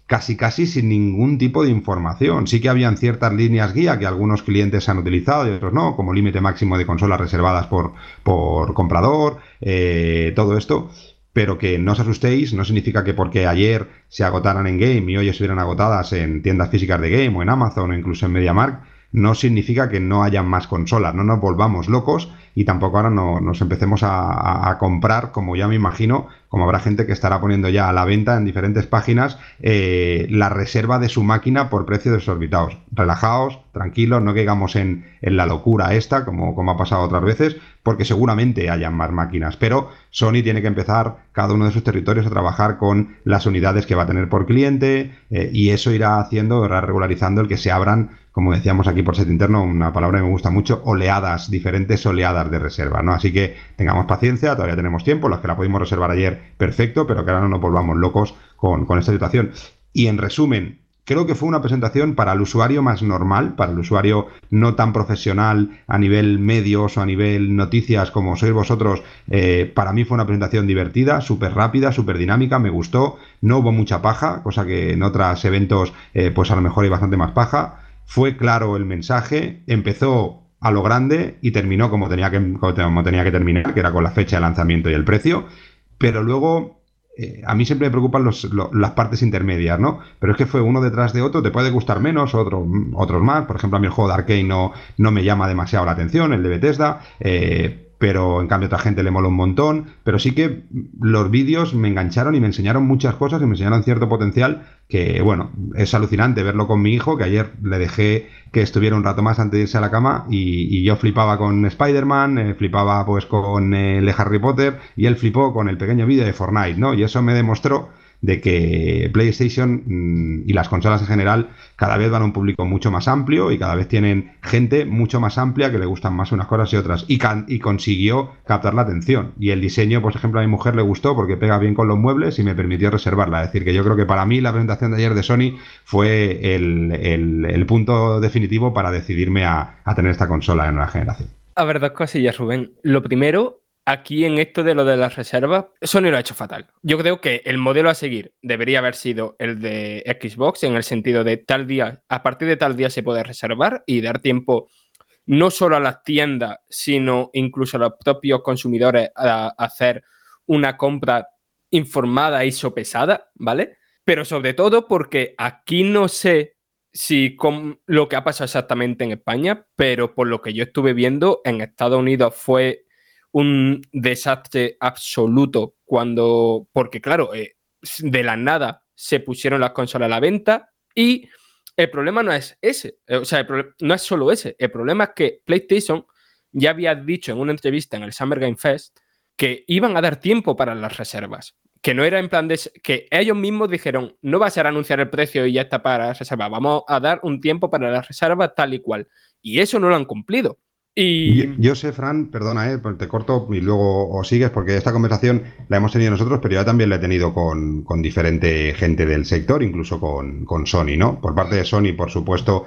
casi casi sin ningún tipo de información. Sí que habían ciertas líneas guía que algunos clientes han utilizado y otros no, como límite máximo de consolas reservadas por, por comprador, eh, todo esto. Pero que no os asustéis, no significa que porque ayer se agotaran en Game y hoy estuvieran agotadas en tiendas físicas de Game o en Amazon o incluso en MediaMarkt, no significa que no haya más consolas, no nos volvamos locos y tampoco ahora no, nos empecemos a, a, a comprar, como ya me imagino, como habrá gente que estará poniendo ya a la venta en diferentes páginas eh, la reserva de su máquina por precios desorbitados. Relajaos, tranquilos, no caigamos en, en la locura esta, como, como ha pasado otras veces, porque seguramente hayan más máquinas, pero Sony tiene que empezar cada uno de sus territorios a trabajar con las unidades que va a tener por cliente eh, y eso irá haciendo, irá regularizando el que se abran, como decíamos aquí por set interno, una palabra que me gusta mucho, oleadas, diferentes oleadas de reserva, ¿no? Así que tengamos paciencia, todavía tenemos tiempo, los que la pudimos reservar ayer, perfecto, pero que ahora no nos volvamos locos con, con esta situación. Y en resumen, creo que fue una presentación para el usuario más normal, para el usuario no tan profesional a nivel medios o a nivel noticias como sois vosotros. Eh, para mí fue una presentación divertida, súper rápida, súper dinámica, me gustó, no hubo mucha paja, cosa que en otros eventos eh, pues a lo mejor hay bastante más paja. Fue claro el mensaje, empezó a lo grande y terminó como tenía que, como tenía que terminar, que era con la fecha de lanzamiento y el precio, pero luego eh, a mí siempre me preocupan los, lo, las partes intermedias, ¿no? Pero es que fue uno detrás de otro, te puede gustar menos, otro, otros más. Por ejemplo, a mí el juego de Arcane no, no me llama demasiado la atención, el de Bethesda, eh, pero en cambio a otra gente le mola un montón. Pero sí que los vídeos me engancharon y me enseñaron muchas cosas y me enseñaron cierto potencial que, bueno, es alucinante verlo con mi hijo, que ayer le dejé que estuviera un rato más antes de irse a la cama y, y yo flipaba con Spider-Man, eh, flipaba pues con eh, el de Harry Potter y él flipó con el pequeño vídeo de Fortnite, ¿no? Y eso me demostró de que PlayStation mmm, y las consolas en general cada vez van a un público mucho más amplio y cada vez tienen gente mucho más amplia que le gustan más unas cosas y otras y, can y consiguió captar la atención y el diseño, por ejemplo, a mi mujer le gustó porque pega bien con los muebles y me permitió reservarla. Es decir, que yo creo que para mí la presentación de ayer de Sony fue el, el, el punto definitivo para decidirme a, a tener esta consola de nueva generación. A ver, dos cosillas, Rubén. Lo primero, aquí en esto de lo de las reservas, Sony lo ha hecho fatal. Yo creo que el modelo a seguir debería haber sido el de Xbox, en el sentido de tal día, a partir de tal día se puede reservar y dar tiempo no solo a las tiendas, sino incluso a los propios consumidores a hacer una compra informada y sopesada, ¿vale? Pero sobre todo porque aquí no sé si con lo que ha pasado exactamente en España, pero por lo que yo estuve viendo, en Estados Unidos fue un desastre absoluto cuando, porque claro, eh, de la nada se pusieron las consolas a la venta y el problema no es ese, eh, o sea, el pro- no es solo ese, el problema es que PlayStation ya había dicho en una entrevista en el Summer Game Fest que iban a dar tiempo para las reservas, que no era en plan de, que ellos mismos dijeron, no va a ser anunciar el precio y ya está para las reservas, vamos a dar un tiempo para las reservas tal y cual, y eso no lo han cumplido. Y yo, yo sé, Fran, perdona, eh, te corto y luego o sigues, porque esta conversación la hemos tenido nosotros, pero yo también la he tenido con, con diferente gente del sector, incluso con, con Sony, ¿no? Por parte de Sony, por supuesto,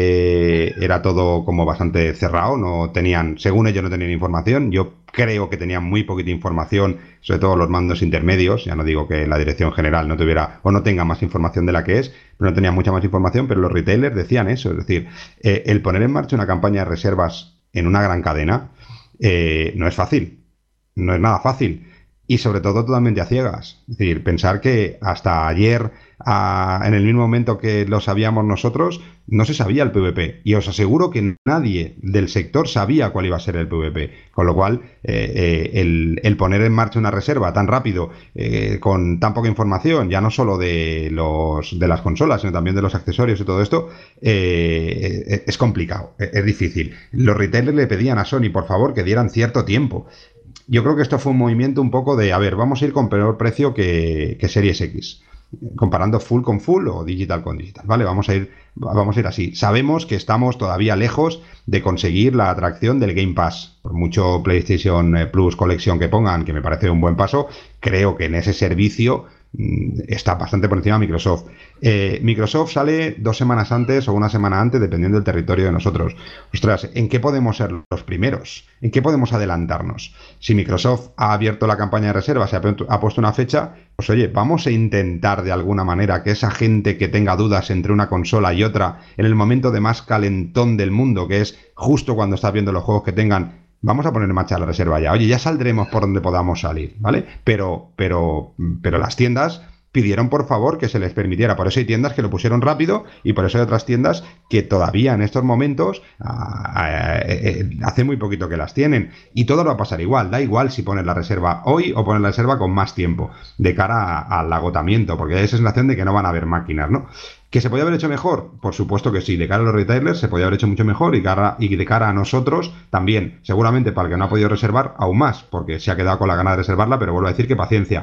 eh, era todo como bastante cerrado, no tenían, según ellos no tenían información, yo creo que tenían muy poquita información, sobre todo los mandos intermedios, ya no digo que la dirección general no tuviera o no tenga más información de la que es, pero no tenía mucha más información, pero los retailers decían eso, es decir, eh, el poner en marcha una campaña de reservas en una gran cadena eh, no es fácil, no es nada fácil y sobre todo totalmente a ciegas. Es decir, pensar que hasta ayer, a, en el mismo momento que lo sabíamos nosotros, no se sabía el PvP y os aseguro que nadie del sector sabía cuál iba a ser el PvP, con lo cual eh, eh, el, el poner en marcha una reserva tan rápido, eh, con tan poca información, ya no solo de, los, de las consolas, sino también de los accesorios y todo esto, eh, es complicado, es difícil. Los retailers le pedían a Sony, por favor, que dieran cierto tiempo. Yo creo que esto fue un movimiento un poco de, a ver, vamos a ir con peor precio que, que Series X, comparando full con full o digital con digital, ¿vale? Vamos a ir, vamos a ir así. Sabemos que estamos todavía lejos de conseguir la atracción del Game Pass. Por mucho PlayStation Plus Collection que pongan, que me parece un buen paso, creo que en ese servicio está bastante por encima de Microsoft. Eh, Microsoft sale dos semanas antes o una semana antes, dependiendo del territorio de nosotros. Ostras, ¿en qué podemos ser los primeros? ¿En qué podemos adelantarnos? Si Microsoft ha abierto la campaña de reservas y ha, ha puesto una fecha, pues oye, vamos a intentar de alguna manera que esa gente que tenga dudas entre una consola y otra, en el momento de más calentón del mundo, que es justo cuando estás viendo los juegos que tengan, vamos a poner en marcha la reserva ya. Oye, ya saldremos por donde podamos salir, ¿vale? Pero, pero, pero las tiendas pidieron por favor que se les permitiera. Por eso hay tiendas que lo pusieron rápido y por eso hay otras tiendas que todavía en estos momentos a, a, a, a, hace muy poquito que las tienen. Y todo va a pasar igual. Da igual si pones la reserva hoy o pones la reserva con más tiempo de cara a, al agotamiento, porque hay esa sensación de que no van a haber máquinas, ¿no? ¿Que se podía haber hecho mejor? Por supuesto que sí. De cara a los retailers se podía haber hecho mucho mejor y, cara, y de cara a nosotros también. Seguramente para el que no ha podido reservar aún más, porque se ha quedado con la gana de reservarla, pero vuelvo a decir que paciencia.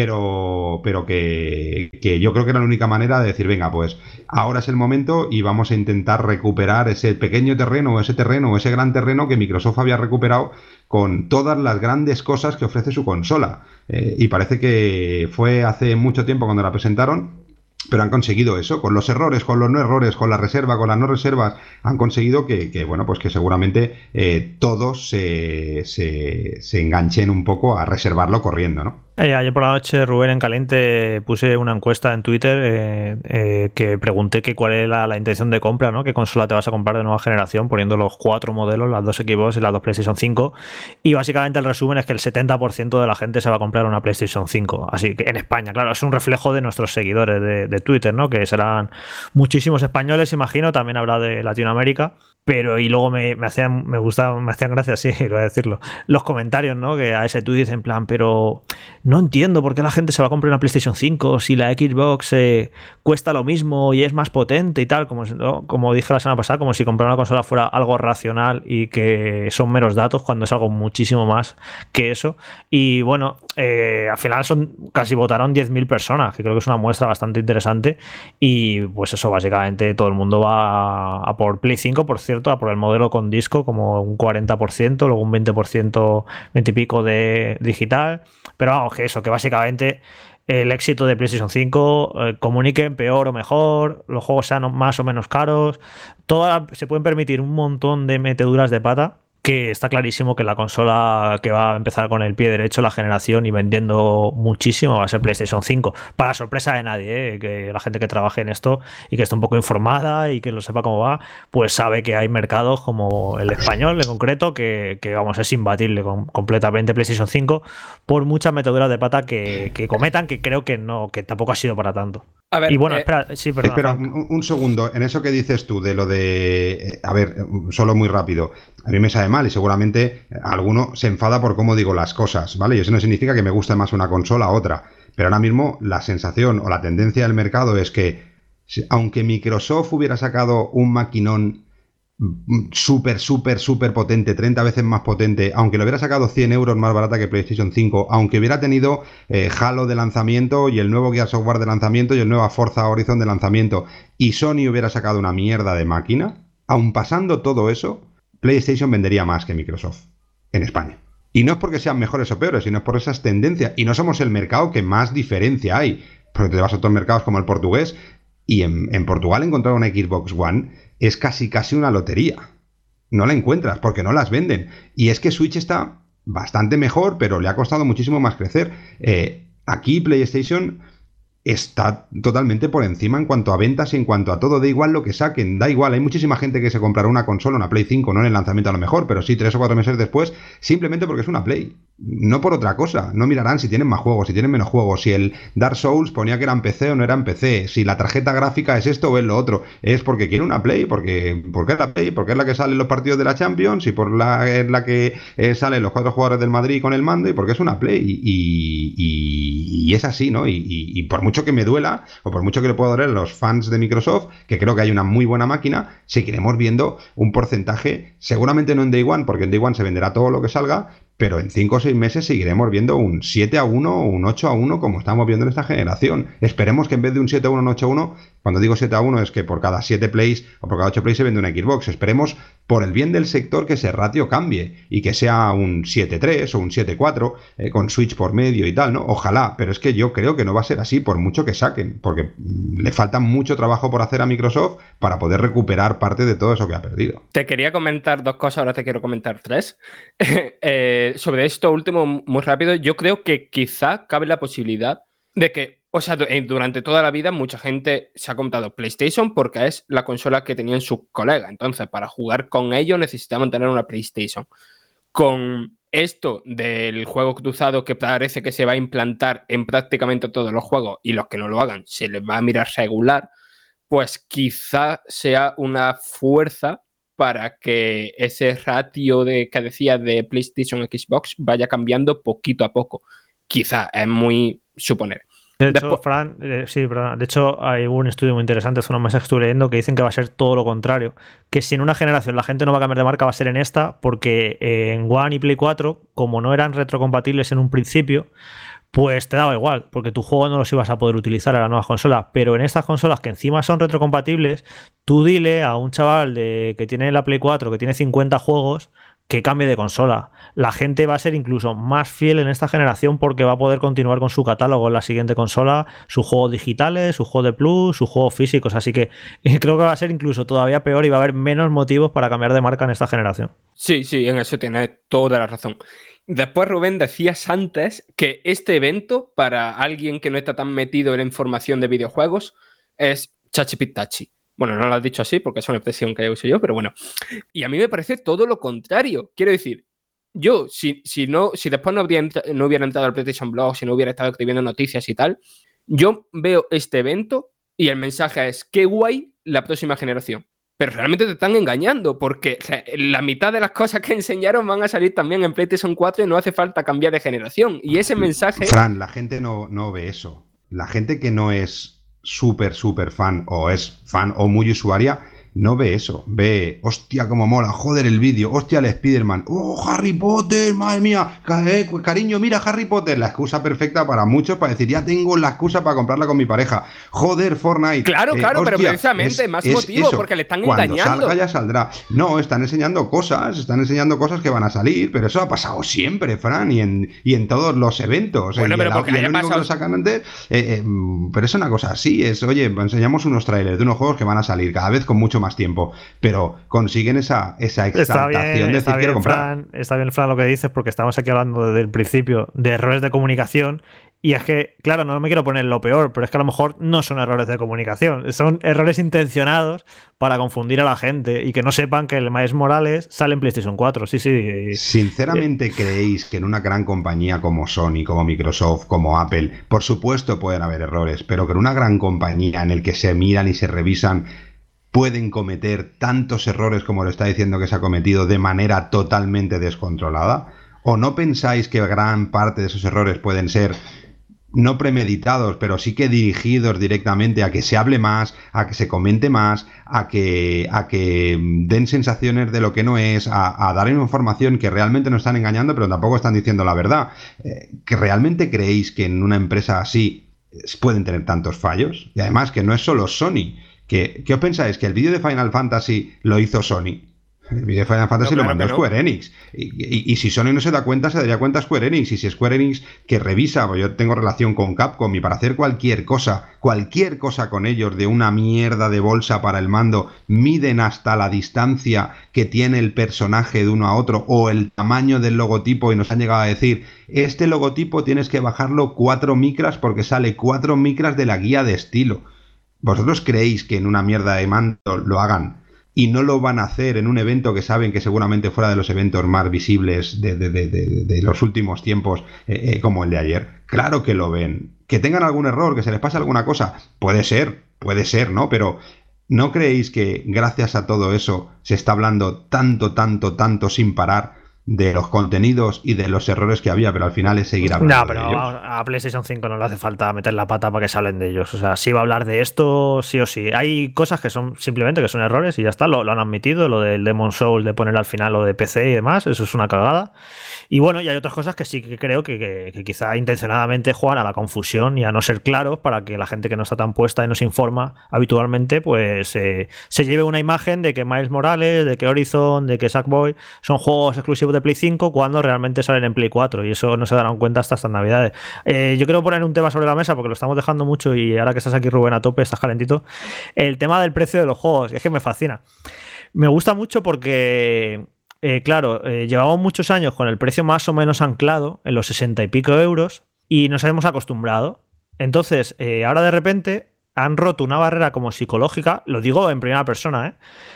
Pero, pero que, que yo creo que era la única manera de decir, venga, pues ahora es el momento y vamos a intentar recuperar ese pequeño terreno o ese terreno o ese gran terreno que Microsoft había recuperado con todas las grandes cosas que ofrece su consola. Eh, y parece que fue hace mucho tiempo cuando la presentaron, pero han conseguido eso, con los errores, con los no errores, con la reserva, con las no reservas, han conseguido que, que bueno, pues que seguramente eh, todos se, se, se enganchen un poco a reservarlo corriendo, ¿no? Eh, ayer por la noche, Rubén, en Caliente, puse una encuesta en Twitter eh, eh, que pregunté que cuál era la, la intención de compra, ¿no? ¿Qué consola te vas a comprar de nueva generación? Poniendo los cuatro modelos, las dos Xbox y las dos PlayStation cinco. Y básicamente el resumen es que el setenta por ciento de la gente se va a comprar una PlayStation cinco. Así que en España, claro, es un reflejo de nuestros seguidores de, de Twitter, ¿no? Que serán muchísimos españoles, imagino. También habrá de Latinoamérica. Pero y luego me, me hacían me gustaba, me hacían gracia, sí, voy a decirlo, los comentarios, ¿no? Que a ese tweet dicen en plan, pero no entiendo por qué la gente se va a comprar una PlayStation cinco si la Xbox eh, cuesta lo mismo y es más potente y tal, como, ¿no? Como dije la semana pasada, como si comprar una consola fuera algo racional y que son meros datos, cuando es algo muchísimo más que eso. Y bueno, eh, al final son casi votaron diez mil personas, que creo que es una muestra bastante interesante. Y pues eso, básicamente todo el mundo va a, a por Play cinco, por cierto, a por el modelo con disco, como un cuarenta por ciento, luego un veinte por ciento, veinte y pico de digital. Pero vamos, que eso, que básicamente el éxito de PlayStation cinco, eh, comuniquen peor o mejor, los juegos sean más o menos caros, toda, se pueden permitir un montón de meteduras de pata, que está clarísimo que la consola que va a empezar con el pie derecho la generación y vendiendo muchísimo va a ser PlayStation cinco, para sorpresa de nadie, ¿eh? Que la gente que trabaje en esto y que esté un poco informada y que lo sepa cómo va, pues sabe que hay mercados como el español en concreto que, que vamos, es imbatible con, completamente PlayStation cinco, por muchas meteduras de pata que, que cometan, que creo que no, que tampoco ha sido para tanto. A ver, y bueno, eh, espera, sí, perdón. Espera un, un segundo, en eso que dices tú de lo de, a ver, solo muy rápido, a mí me sabe mal y seguramente alguno se enfada por cómo digo las cosas, ¿vale? Y eso no significa que me guste más una consola u otra, pero ahora mismo la sensación o la tendencia del mercado es que aunque Microsoft hubiera sacado un maquinón súper, súper, súper potente, treinta veces más potente, aunque lo hubiera sacado cien euros más barata que PlayStation cinco, aunque hubiera tenido eh, Halo de lanzamiento y el nuevo Gears of War de lanzamiento y el nuevo Forza Horizon de lanzamiento, y Sony hubiera sacado una mierda de máquina, aun pasando todo eso, PlayStation vendería más que Microsoft en España. Y no es porque sean mejores o peores, sino por esas tendencias. Y no somos el mercado que más diferencia hay, porque te vas a otros mercados como el portugués, y en, en Portugal encontrar una Xbox One es casi casi una lotería. No la encuentras porque no las venden. Y es que Switch está bastante mejor, pero le ha costado muchísimo más crecer. Eh, aquí PlayStation está totalmente por encima en cuanto a ventas y en cuanto a todo. Da igual lo que saquen, da igual. Hay muchísima gente que se comprará una consola, una Play cinco, no en el lanzamiento a lo mejor, pero sí tres o cuatro meses después, simplemente porque es una Play. No por otra cosa. No mirarán si tienen más juegos, si tienen menos juegos, si el Dark Souls ponía que era en P C o no era en P C, si la tarjeta gráfica es esto o es lo otro. Es porque quiere una Play, porque, porque es la Play, porque es la que sale en los partidos de la Champions y por la es la que eh, salen los cuatro jugadores del Madrid con el mando y porque es una Play. Y, y, y es así, ¿no? Y, y, y por mucho que me duela, o por mucho que le pueda doler a los fans de Microsoft, que creo que hay una muy buena máquina, seguiremos viendo un porcentaje, seguramente no en Day One, porque en Day One se venderá todo lo que salga, pero en cinco o seis meses seguiremos viendo un siete a uno o un ocho a uno como estamos viendo en esta generación. Esperemos que en vez de un siete a uno, un ocho a uno, cuando digo siete a uno es que por cada siete plays o por cada ocho plays se vende una Xbox. Esperemos, por el bien del sector, que ese ratio cambie y que sea un siete a tres o un siete a cuatro eh, con Switch por medio y tal, ¿no? Ojalá, pero es que yo creo que no va a ser así por mucho que saquen, porque le falta mucho trabajo por hacer a Microsoft para poder recuperar parte de todo eso que ha perdido. Te quería comentar dos cosas, ahora te quiero comentar tres. eh, sobre esto último, muy rápido, yo creo que quizá cabe la posibilidad de que, o sea, durante toda la vida mucha gente se ha comprado PlayStation porque es la consola que tenían sus colegas. Entonces, para jugar con ellos necesitaban tener una PlayStation. Con esto del juego cruzado que parece que se va a implantar en prácticamente todos los juegos y los que no lo hagan se les va a mirar regular, pues quizá sea una fuerza para que ese ratio de, que decía de PlayStation Xbox vaya cambiando poquito a poco. Quizá, es muy suponer. De hecho, Después, Fran, eh, sí, perdón. De hecho, hay un estudio muy interesante hace unos meses que estuve leyendo que dicen que va a ser todo lo contrario. Que si en una generación la gente no va a cambiar de marca, va a ser en esta, porque eh, en One y Play cuatro, como no eran retrocompatibles en un principio, pues te daba igual, porque tu juego no los ibas a poder utilizar en las nuevas consolas. Pero en estas consolas que encima son retrocompatibles, tú dile a un chaval de, que tiene la Play cuatro, que tiene cincuenta juegos, que cambie de consola. La gente va a ser incluso más fiel en esta generación porque va a poder continuar con su catálogo en la siguiente consola, sus juegos digitales, sus juegos de Plus, sus juegos físicos. Así que creo que va a ser incluso todavía peor y va a haber menos motivos para cambiar de marca en esta generación. Sí, sí, en eso tienes toda la razón. Después, Rubén, decías antes que este evento, para alguien que no está tan metido en la información de videojuegos, es chachipitachi. Bueno, no lo has dicho así porque es una expresión que uso yo, pero bueno. Y a mí me parece todo lo contrario. Quiero decir, yo, si, si, no, si después no, habría entra, no hubiera entrado al PlayStation Blog, si no hubiera estado escribiendo noticias y tal, yo veo este evento y el mensaje es, qué guay la próxima generación. Pero realmente te están engañando porque o sea, la mitad de las cosas que enseñaron van a salir también en PlayStation cuatro y no hace falta cambiar de generación. Y ese mensaje... Fran, la gente no, no ve eso. La gente que no es súper, súper fan o es fan o muy usuaria, no ve eso. Ve, hostia, cómo mola, joder el vídeo, hostia, el Spider-Man, oh, Harry Potter, madre mía, eh, cariño, mira Harry Potter, la excusa perfecta para muchos para decir, ya tengo la excusa para comprarla con mi pareja. Joder, Fortnite. Claro, eh, claro, hostia, pero precisamente es, más es motivo, eso. porque le están Cuando engañando. Salga ya saldrá. No, están enseñando cosas, están enseñando cosas que van a salir, pero eso ha pasado siempre, Fran, y en, y en todos los eventos. Bueno, y pero el, porque y el haya único pasado... que lo sacan antes, eh, eh, pero es una cosa así, es, oye, enseñamos unos trailers de unos juegos que van a salir cada vez con mucho más tiempo, pero consiguen esa, esa exaltación está bien, de decir está bien, quiero comprar. Fran, está bien, Fran, lo que dices, porque estamos aquí hablando desde el principio de errores de comunicación. Y es que, claro, no me quiero poner lo peor, pero es que a lo mejor no son errores de comunicación, son errores intencionados para confundir a la gente y que no sepan que el Miles Morales sale en PlayStation cuatro. Sí, sí. ¿Sinceramente creéis que en una gran compañía como Sony, como Microsoft, como Apple, por supuesto pueden haber errores, pero que en una gran compañía en el que se miran y se revisan pueden cometer tantos errores como lo está diciendo que se ha cometido de manera totalmente descontrolada? ¿O no pensáis que gran parte de esos errores pueden ser no premeditados, pero sí que dirigidos directamente a que se hable más, a que se comente más, a que, a que den sensaciones de lo que no es, a, a dar información que realmente no están engañando, pero tampoco están diciendo la verdad? Eh, ¿que realmente creéis que en una empresa así pueden tener tantos fallos? Y además que no es solo Sony. ¿Qué, ¿Qué os pensáis? ¿Que el vídeo de Final Fantasy lo hizo Sony? El vídeo de Final Fantasy no, claro, lo mandó no. Square Enix. Y, y, y si Sony no se da cuenta, se daría cuenta Square Enix. Y si Square Enix, que revisa, pues yo tengo relación con Capcom, y para hacer cualquier cosa, cualquier cosa con ellos, de una mierda de bolsa para el mando, miden hasta la distancia que tiene el personaje de uno a otro, o el tamaño del logotipo, y nos han llegado a decir, este logotipo tienes que bajarlo cuatro micras porque sale cuatro micras de la guía de estilo. ¿Vosotros creéis que en una mierda de mando lo hagan y no lo van a hacer en un evento que saben que seguramente fuera de los eventos más visibles de, de, de, de, de los últimos tiempos, eh, eh, como el de ayer? Claro que lo ven. Que tengan algún error, que se les pase alguna cosa, puede ser, puede ser, ¿no? Pero ¿no creéis que gracias a todo eso se está hablando tanto, tanto, tanto sin parar de los contenidos y de los errores que había, pero al final es seguir hablando No, pero de ellos. a PlayStation cinco no le hace falta meter la pata para que se hablen de ellos. O sea, sí va a hablar de esto, sí o sí. Hay cosas que son simplemente que son errores y ya está, lo, lo han admitido, lo del Demon's Souls, de poner al final lo de P C y demás, eso es una cagada. Y bueno, y hay otras cosas que sí que creo que, que, que quizá intencionadamente juegan a la confusión y a no ser claros para que la gente que no está tan puesta y no se informa habitualmente, pues eh, se lleve una imagen de que Miles Morales, de que Horizon, de que Sackboy son juegos exclusivos de Play cinco cuando realmente salen en Play cuatro, y eso no se darán cuenta hasta estas navidades. Eh, yo quiero poner un tema sobre la mesa porque lo estamos dejando mucho y ahora que estás aquí, Rubén, a tope, estás calentito. El tema del precio de los juegos, es que me fascina. Me gusta mucho porque... Eh, claro, eh, llevamos muchos años con el precio más o menos anclado en los sesenta y pico euros y nos hemos acostumbrado. Entonces, eh, ahora de repente han roto una barrera como psicológica, lo digo en primera persona, ¿eh?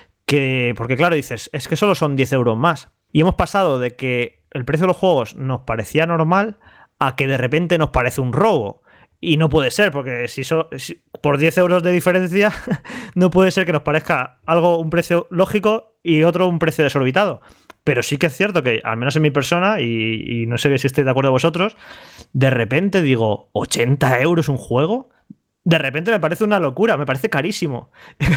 Que, porque claro, dices, es que solo son diez euros más. Y hemos pasado de que el precio de los juegos nos parecía normal a que de repente nos parece un robo. Y no puede ser, porque si, so, si por diez euros de diferencia no puede ser que nos parezca algo un precio lógico y otro un precio desorbitado. Pero sí que es cierto que, al menos en mi persona, y, y no sé si estáis de acuerdo vosotros, de repente digo, ¿ochenta euros un juego? De repente me parece una locura, me parece carísimo.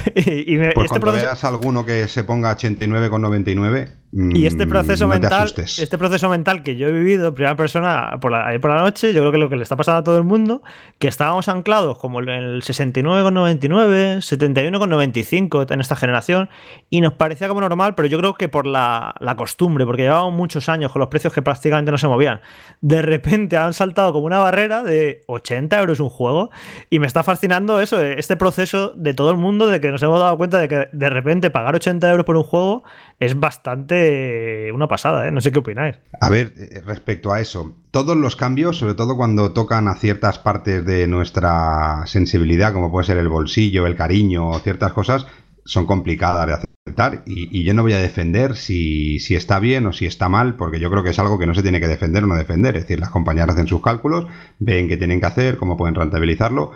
y me, pues este cuando proceso... veas alguno que se ponga ochenta y nueve con noventa y nueve, y este proceso no mental, este proceso mental que yo he vivido en primera persona por la, por la noche, yo creo que es lo que le está pasando a todo el mundo, que estábamos anclados como en el sesenta y nueve con noventa y nueve, setenta y uno con noventa y cinco en esta generación, y nos parecía como normal, pero yo creo que por la, la costumbre, porque llevábamos muchos años con los precios que prácticamente no se movían. De repente han saltado como una barrera de ochenta euros un juego, y me está fascinando eso, este proceso de todo el mundo, de que nos hemos dado cuenta de que de repente pagar ochenta euros por un juego es bastante una pasada, ¿eh? No sé qué opináis. A ver, respecto a eso, todos los cambios, sobre todo cuando tocan a ciertas partes de nuestra sensibilidad, como puede ser el bolsillo, el cariño o ciertas cosas, son complicadas de aceptar, y, y yo no voy a defender si, si está bien o si está mal, porque yo creo que es algo que no se tiene que defender o no defender. Es decir, las compañías hacen sus cálculos, ven qué tienen que hacer, cómo pueden rentabilizarlo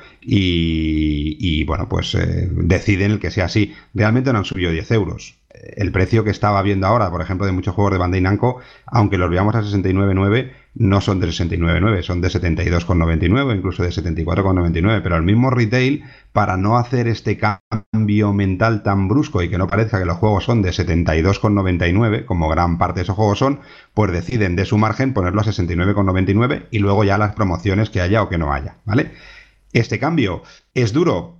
y, y bueno, pues eh, deciden el que sea así. Realmente no han subido diez euros. El precio que estaba viendo ahora, por ejemplo, de muchos juegos de Bandai Namco, aunque los veamos a sesenta y nueve con nueve, no son de sesenta y nueve con nueve, son de setenta y dos con noventa y nueve, incluso de setenta y cuatro con noventa y nueve, pero el mismo retail, para no hacer este cambio mental tan brusco y que no parezca que los juegos son de setenta y dos con noventa y nueve, como gran parte de esos juegos son, pues deciden de su margen ponerlo a sesenta y nueve con noventa y nueve y luego ya las promociones que haya o que no haya, ¿vale? Este cambio es duro,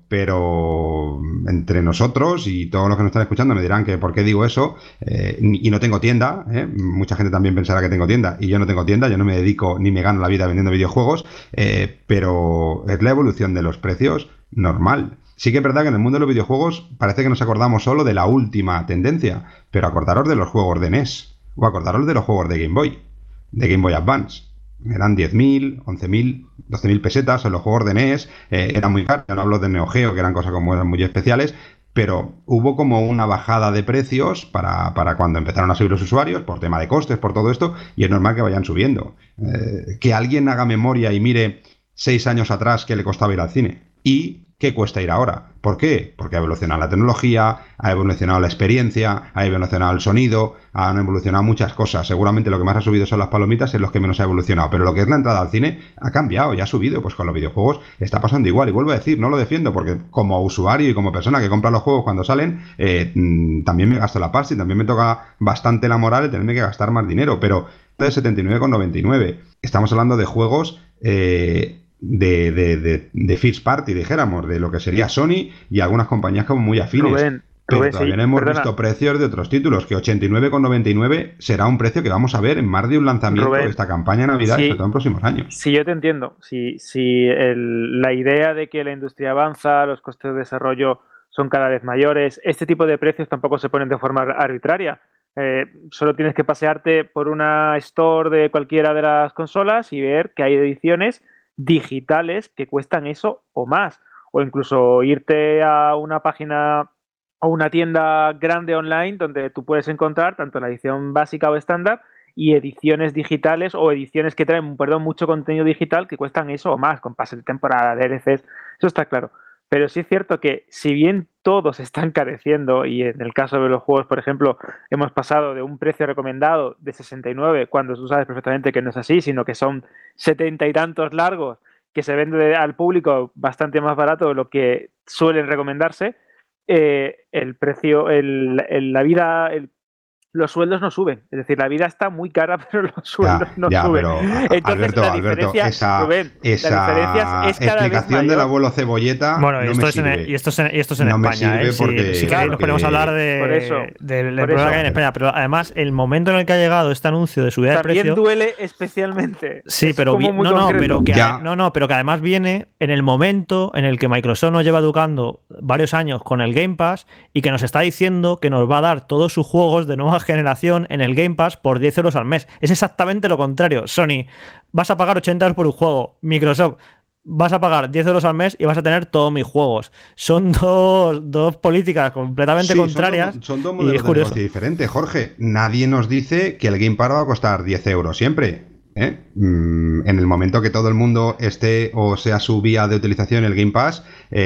pero entre nosotros y todos los que nos están escuchando me dirán que por qué digo eso, eh, y no tengo tienda, ¿eh? Mucha gente también pensará que tengo tienda, y yo no tengo tienda, yo no me dedico ni me gano la vida vendiendo videojuegos, eh, pero es la evolución de los precios normal. Sí que es verdad que en el mundo de los videojuegos parece que nos acordamos solo de la última tendencia, pero acordaros de los juegos de N E S, o acordaros de los juegos de Game Boy, de Game Boy Advance. Eran diez mil, once mil, doce mil pesetas en los juegos de N E S, eh, eran muy caros, no hablo de Neo Geo, que eran cosas como eran muy especiales, pero hubo como una bajada de precios para, para cuando empezaron a subir los usuarios, por tema de costes, por todo esto, y es normal que vayan subiendo. Eh, que alguien haga memoria y mire seis años atrás qué le costaba ir al cine, y qué cuesta ir ahora. ¿Por qué? Porque ha evolucionado la tecnología, ha evolucionado la experiencia, ha evolucionado el sonido, han evolucionado muchas cosas. Seguramente lo que más ha subido son las palomitas, es lo que menos ha evolucionado. Pero lo que es la entrada al cine ha cambiado y ha subido. Pues con los videojuegos está pasando igual. Y vuelvo a decir, no lo defiendo, porque como usuario y como persona que compra los juegos cuando salen, eh, también me gasto la pasta y también me toca bastante la moral de tenerme que gastar más dinero. Pero de setenta y nueve con noventa y nueve, estamos hablando de juegos... Eh, De, de, de, de first party, dijéramos, de lo que sería Sony y algunas compañías como muy afines. Rubén, pero Rubén, todavía sí, no hemos perdona. visto precios de otros títulos, que ochenta y nueve con noventa y nueve será un precio que vamos a ver en más de un lanzamiento Rubén, de esta campaña de Navidad sí, y sobre todo en próximos años. Sí, yo te entiendo. Si, si el, la idea de que la industria avanza, los costes de desarrollo son cada vez mayores, este tipo de precios tampoco se ponen de forma arbitraria. Eh, solo tienes que pasearte por una store de cualquiera de las consolas y ver que hay ediciones digitales que cuestan eso o más, o incluso irte a una página o una tienda grande online donde tú puedes encontrar tanto la edición básica o estándar y ediciones digitales o ediciones que traen, perdón, mucho contenido digital que cuestan eso o más, con pases de temporada, D L Cs, eso está claro. Pero sí es cierto que si bien todos están careciendo, y en el caso de los juegos, por ejemplo, hemos pasado de un precio recomendado de sesenta y nueve, cuando tú sabes perfectamente que no es así, sino que son setenta y tantos largos, que se vende al público bastante más barato de lo que suelen recomendarse. Eh, el precio, el, el, la vida, el, los sueldos no suben. Es decir, la vida está muy cara, pero los sueldos Ya, no ya, suben. pero Entonces, Alberto, la Alberto, diferencia, esa, Rubén, esa la diferencia es cada explicación vez del mayor. abuelo Cebolleta Bueno, y no esto, me es en, sirve. y esto es en, y esto es en No me España. sirve ¿eh? Si- porque- si, queréis, nos ponemos a hablar de, Por eso, del, del por problema eso. que hay en España. Pero además, el momento en el que ha llegado este anuncio de subida de También precio. duele especialmente. Sí, Es pero como vi- muy no, no, concreto. pero que Ya. no, no, pero que además viene en el momento en el que Microsoft nos lleva educando varios años con el Game Pass y que nos está diciendo que nos va a dar todos sus juegos de nueva generación en el Game Pass por diez euros al mes. Es exactamente lo contrario. Sony, vas a pagar ochenta euros por un juego. Microsoft, vas a pagar diez euros al mes y vas a tener todos mis juegos. Son dos, dos políticas completamente Sí, contrarias. Son dos, son dos y modelos es de curioso. negocio diferentes, Jorge. Nadie nos dice que el Game Pass va a costar diez euros siempre. ¿eh? Mm, en el momento que todo el mundo esté o sea su vía de utilización el Game Pass,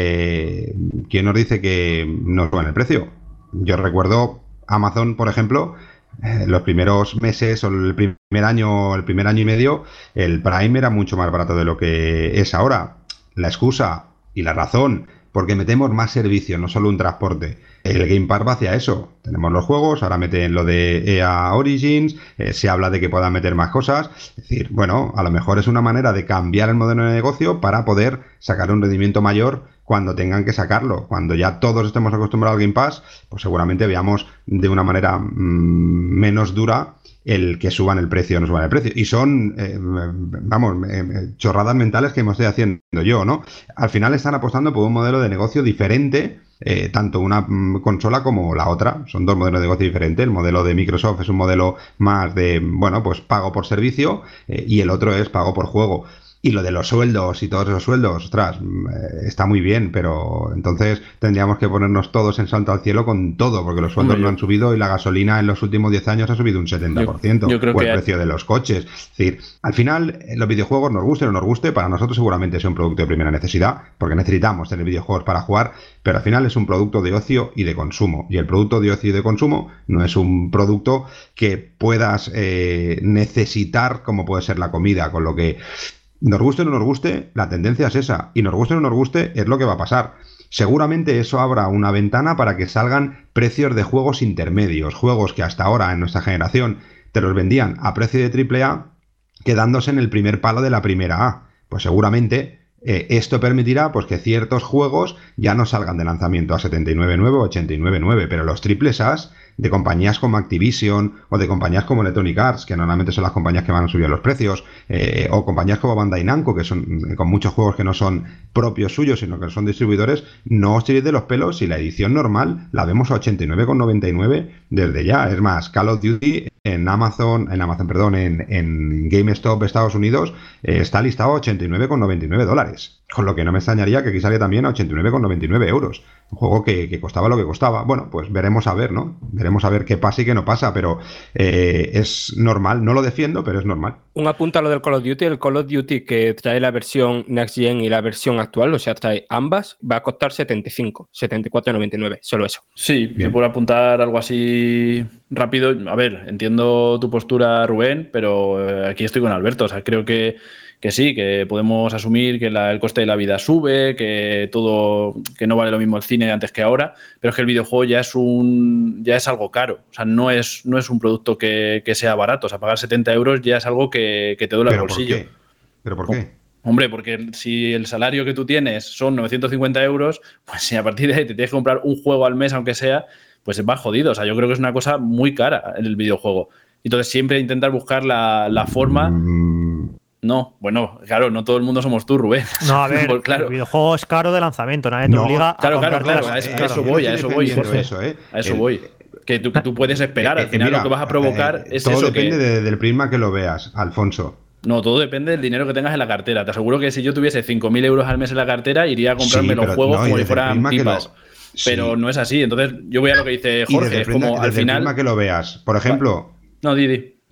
eh, ¿quién nos dice que no suban el precio? Yo recuerdo Amazon, por ejemplo, eh, los primeros meses o el primer año, el primer año y medio, el Prime era mucho más barato de lo que es ahora. La excusa y la razón, porque metemos más servicios, no solo un transporte. El Game Pass va hacia eso. Tenemos los juegos, ahora meten lo de E A Origins, eh, se habla de que puedan meter más cosas. Es decir, bueno, a lo mejor es una manera de cambiar el modelo de negocio para poder sacar un rendimiento mayor cuando tengan que sacarlo. Cuando ya todos estemos acostumbrados al Game Pass, pues seguramente veamos de una manera mmm, menos dura el que suban el precio o no suban el precio. Y son, eh, vamos, eh, chorradas mentales que me estoy haciendo yo, ¿no? Al final están apostando por un modelo de negocio diferente, eh, tanto una mm, consola como la otra. Son dos modelos de negocio diferentes. El modelo de Microsoft es un modelo más de, bueno, pues pago por servicio, eh, y el otro es pago por juego. Y lo de los sueldos y todos esos sueldos, ostras, eh, está muy bien, pero entonces tendríamos que ponernos todos en salto al cielo con todo, porque los sueldos Hombre, no yo- han subido y la gasolina en los últimos diez años ha subido un setenta por ciento. Yo- yo creo o el que- precio de los coches. Es decir, al final, eh, los videojuegos, nos guste o no nos guste, para nosotros seguramente es un producto de primera necesidad, porque necesitamos tener videojuegos para jugar, pero al final es un producto de ocio y de consumo. Y el producto de ocio y de consumo no es un producto que puedas eh, necesitar como puede ser la comida, con lo que nos guste o no nos guste, la tendencia es esa. Y nos guste o no nos guste, es lo que va a pasar. Seguramente eso abra una ventana para que salgan precios de juegos intermedios. Juegos que hasta ahora en nuestra generación te los vendían a precio de triple A, quedándose en el primer palo de la primera A. Pues seguramente eh, esto permitirá pues, que ciertos juegos ya no salgan de lanzamiento a setenta y nueve nueve o ochenta y nueve nueve, pero los triples A's de compañías como Activision o de compañías como Electronic Arts, que normalmente son las compañías que van a subir los precios, eh, o compañías como Bandai Namco, que son eh, con muchos juegos que no son propios suyos, sino que son distribuidores, no os tiréis de los pelos si la edición normal la vemos a ochenta y nueve con noventa y nueve desde ya. Es más, Call of Duty en Amazon, en Amazon, perdón, en, en GameStop Estados Unidos eh, está listado a ochenta y nueve con noventa y nueve dólares. Con lo que no me extrañaría que aquí sale también a ochenta y nueve con noventa y nueve euros. Un juego que, que costaba lo que costaba. Bueno, pues veremos a ver, ¿no? Veremos a ver qué pasa y qué no pasa, pero eh, es normal. No lo defiendo, pero es normal. Un apunto a lo del Call of Duty. El Call of Duty que trae la versión Next Gen y la versión actual, o sea, trae ambas, va a costar setenta y cinco, setenta y cuatro noventa y nueve, solo eso. Sí, Bien. yo por apuntar algo así rápido. A ver, entiendo tu postura, Rubén, pero eh, aquí estoy con Alberto. O sea, creo que, que sí, que podemos asumir que la- el coste de la vida sube, que todo, que no vale lo mismo el cine antes que ahora, pero es que el videojuego ya es un, ya es algo caro. O sea, no es, no es un producto que, que sea barato. O sea, pagar setenta euros ya es algo que, que te duele el ¿Pero por bolsillo. qué? ¿Pero por qué? Hombre, porque si el salario que tú tienes son novecientos cincuenta euros, pues si a partir de ahí te tienes que comprar un juego al mes, aunque sea, pues vas jodido. O sea, yo creo que es una cosa muy cara el videojuego. Entonces siempre intentar buscar la, la forma... Mm, No, bueno, claro, no todo el mundo somos tú, Rubén. No, a ver, Pues claro. el videojuego es caro de lanzamiento, nadie te No, obliga a Claro, claro, comprarte claro, las- a, eso- a claro. eso voy, a eso voy. defendiendo Jorge. eso, ¿eh? A eso El- voy. Que tú, que tú puedes esperar, al Eh, eh, final mira, lo que vas a provocar eh, es todo eso. depende que, de- del prisma que lo veas, Alfonso. No, todo depende del dinero que tengas en la cartera. Te aseguro que si yo tuviese cinco mil euros al mes en la cartera, iría a comprarme Sí, los pero juegos no, y como si desde el fueran prisma que lo- pipas. Sí. Pero no es así. Entonces, yo voy a lo que dice Y desde Jorge. el Es prisma- como al desde el final. prisma que lo veas. Por ejemplo, No, Didi.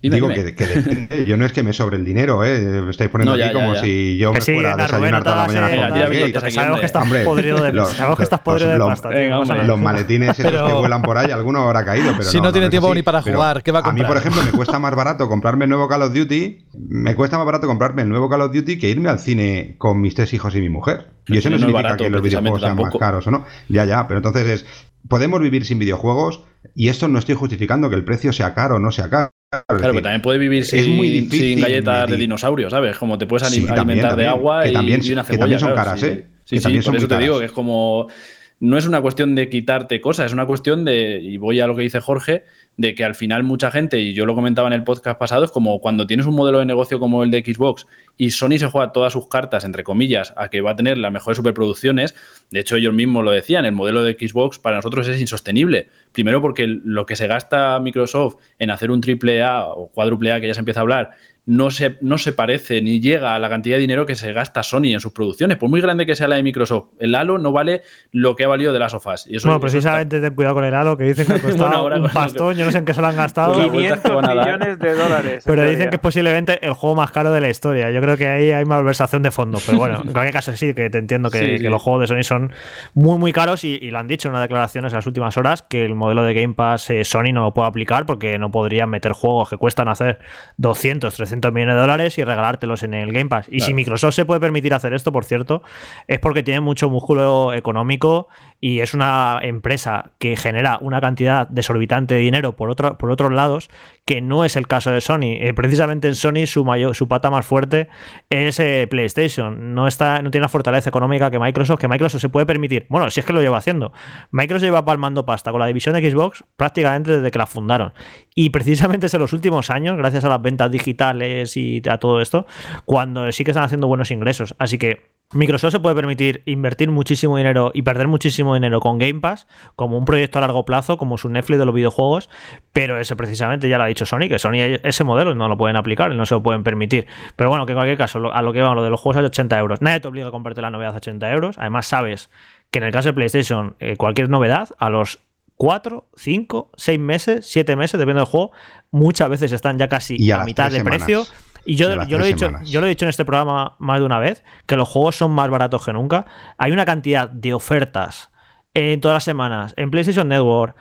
Dime, Digo dime. que, que depende. Yo no es que me sobre el dinero, ¿eh? Me estáis poniendo No, ya, aquí ya, como ya. si yo Que me sí, fuera a anda, Rubén, desayunar no te toda la hagas mañana el- con Venga, Bill tira Gates. billetes aquí, Sabemos que estás Hombre, podrido de los- sabemos que estás los- podrido de los- pasta. tío, venga, no pasa hombre. nada. Los maletines esos Pero- que vuelan por ahí, alguno habrá caído, pero Si no tiene es tiempo así. ni para Pero jugar, ¿qué va a A mí, comprar? por ejemplo, me cuesta más barato comprarme el nuevo Call of Duty, me cuesta más barato comprarme el nuevo Call of Duty que irme al cine con mis tres hijos y mi mujer. Y El eso no cine no es significa barato, que los precisamente, videojuegos sean más tampoco. caros o no. Ya, ya, pero entonces es, podemos vivir sin videojuegos y esto no estoy justificando que el precio sea caro o no sea caro. Es Claro, decir, pero también puedes vivir es sin, muy difícil sin galletas de medir. dinosaurio, ¿sabes? Como te puedes Sí, ali- también, alimentar de también. agua Que y, también- y una que cebolla. también son claro, caras, sí, ¿eh? Sí, Que sí, también por son eso muy te digo caras. que es como... No es una cuestión de quitarte cosas, es una cuestión de, y voy a lo que dice Jorge, de que al final mucha gente, y yo lo comentaba en el podcast pasado, es como cuando tienes un modelo de negocio como el de Xbox y Sony se juega todas sus cartas, entre comillas, a que va a tener las mejores superproducciones. De hecho, ellos mismos lo decían, el modelo de Xbox para nosotros es insostenible. Primero porque lo que se gasta Microsoft en hacer un triple A o cuádruple A, que ya se empieza a hablar, no se, no se parece ni llega a la cantidad de dinero que se gasta Sony en sus producciones. Por muy grande que sea la de Microsoft, el Halo no vale lo que ha valido de las sofás. Y eso, Bueno, eso precisamente ten cuidado con el Halo, que dicen que ha costado Bueno, ahora un con lo pastón, yo no sé en qué se lo han gastado. Pues la vuelta que quinientos van a dar. millones de dólares. Pero en dicen que es teoría. posiblemente el juego más caro de la historia. Yo creo que ahí hay malversación de fondo. Pero bueno, en cualquier caso sí, que te entiendo que, Sí, que sí. los juegos de Sony son muy, muy caros y, y lo han dicho en unas declaraciones en las últimas horas, que el modelo de Game Pass eh, Sony no lo puede aplicar porque no podrían meter juegos que cuestan hacer doscientos, trescientos millones de dólares y regalártelos en el Game Pass. Y Claro. si Microsoft se puede permitir hacer esto, por cierto, es porque tiene mucho músculo económico y es una empresa que genera una cantidad desorbitante de dinero por, otro, por otros lados, que no es el caso de Sony. Eh, precisamente en Sony su, mayor, su pata más fuerte es eh, PlayStation. No, está, no tiene la fortaleza económica que Microsoft, que Microsoft se puede permitir. Bueno, si es que lo lleva haciendo. Microsoft lleva palmando pasta con la división de Xbox prácticamente desde que la fundaron. Y precisamente es en los últimos años, gracias a las ventas digitales y a todo esto, cuando sí que están haciendo buenos ingresos. Así que Microsoft se puede permitir invertir muchísimo dinero y perder muchísimo dinero con Game Pass como un proyecto a largo plazo, como su Netflix de los videojuegos, pero ese precisamente ya lo ha dicho Sony, que Sony ese modelo no lo pueden aplicar, no se lo pueden permitir. Pero bueno, que en cualquier caso, a lo que va, lo de los juegos es de ochenta euros. Nadie te obliga a comprarte la novedad a ochenta euros. Además sabes que en el caso de PlayStation, eh, cualquier novedad a los cuatro, cinco, seis meses, siete meses, depende del juego, muchas veces están ya casi Y a a las mitad tres de semanas. precio. Y yo, Y a las yo, lo he tres dicho, semanas. yo lo he dicho en este programa más de una vez, que los juegos son más baratos que nunca. Hay una cantidad de ofertas en todas las semanas, en PlayStation Network,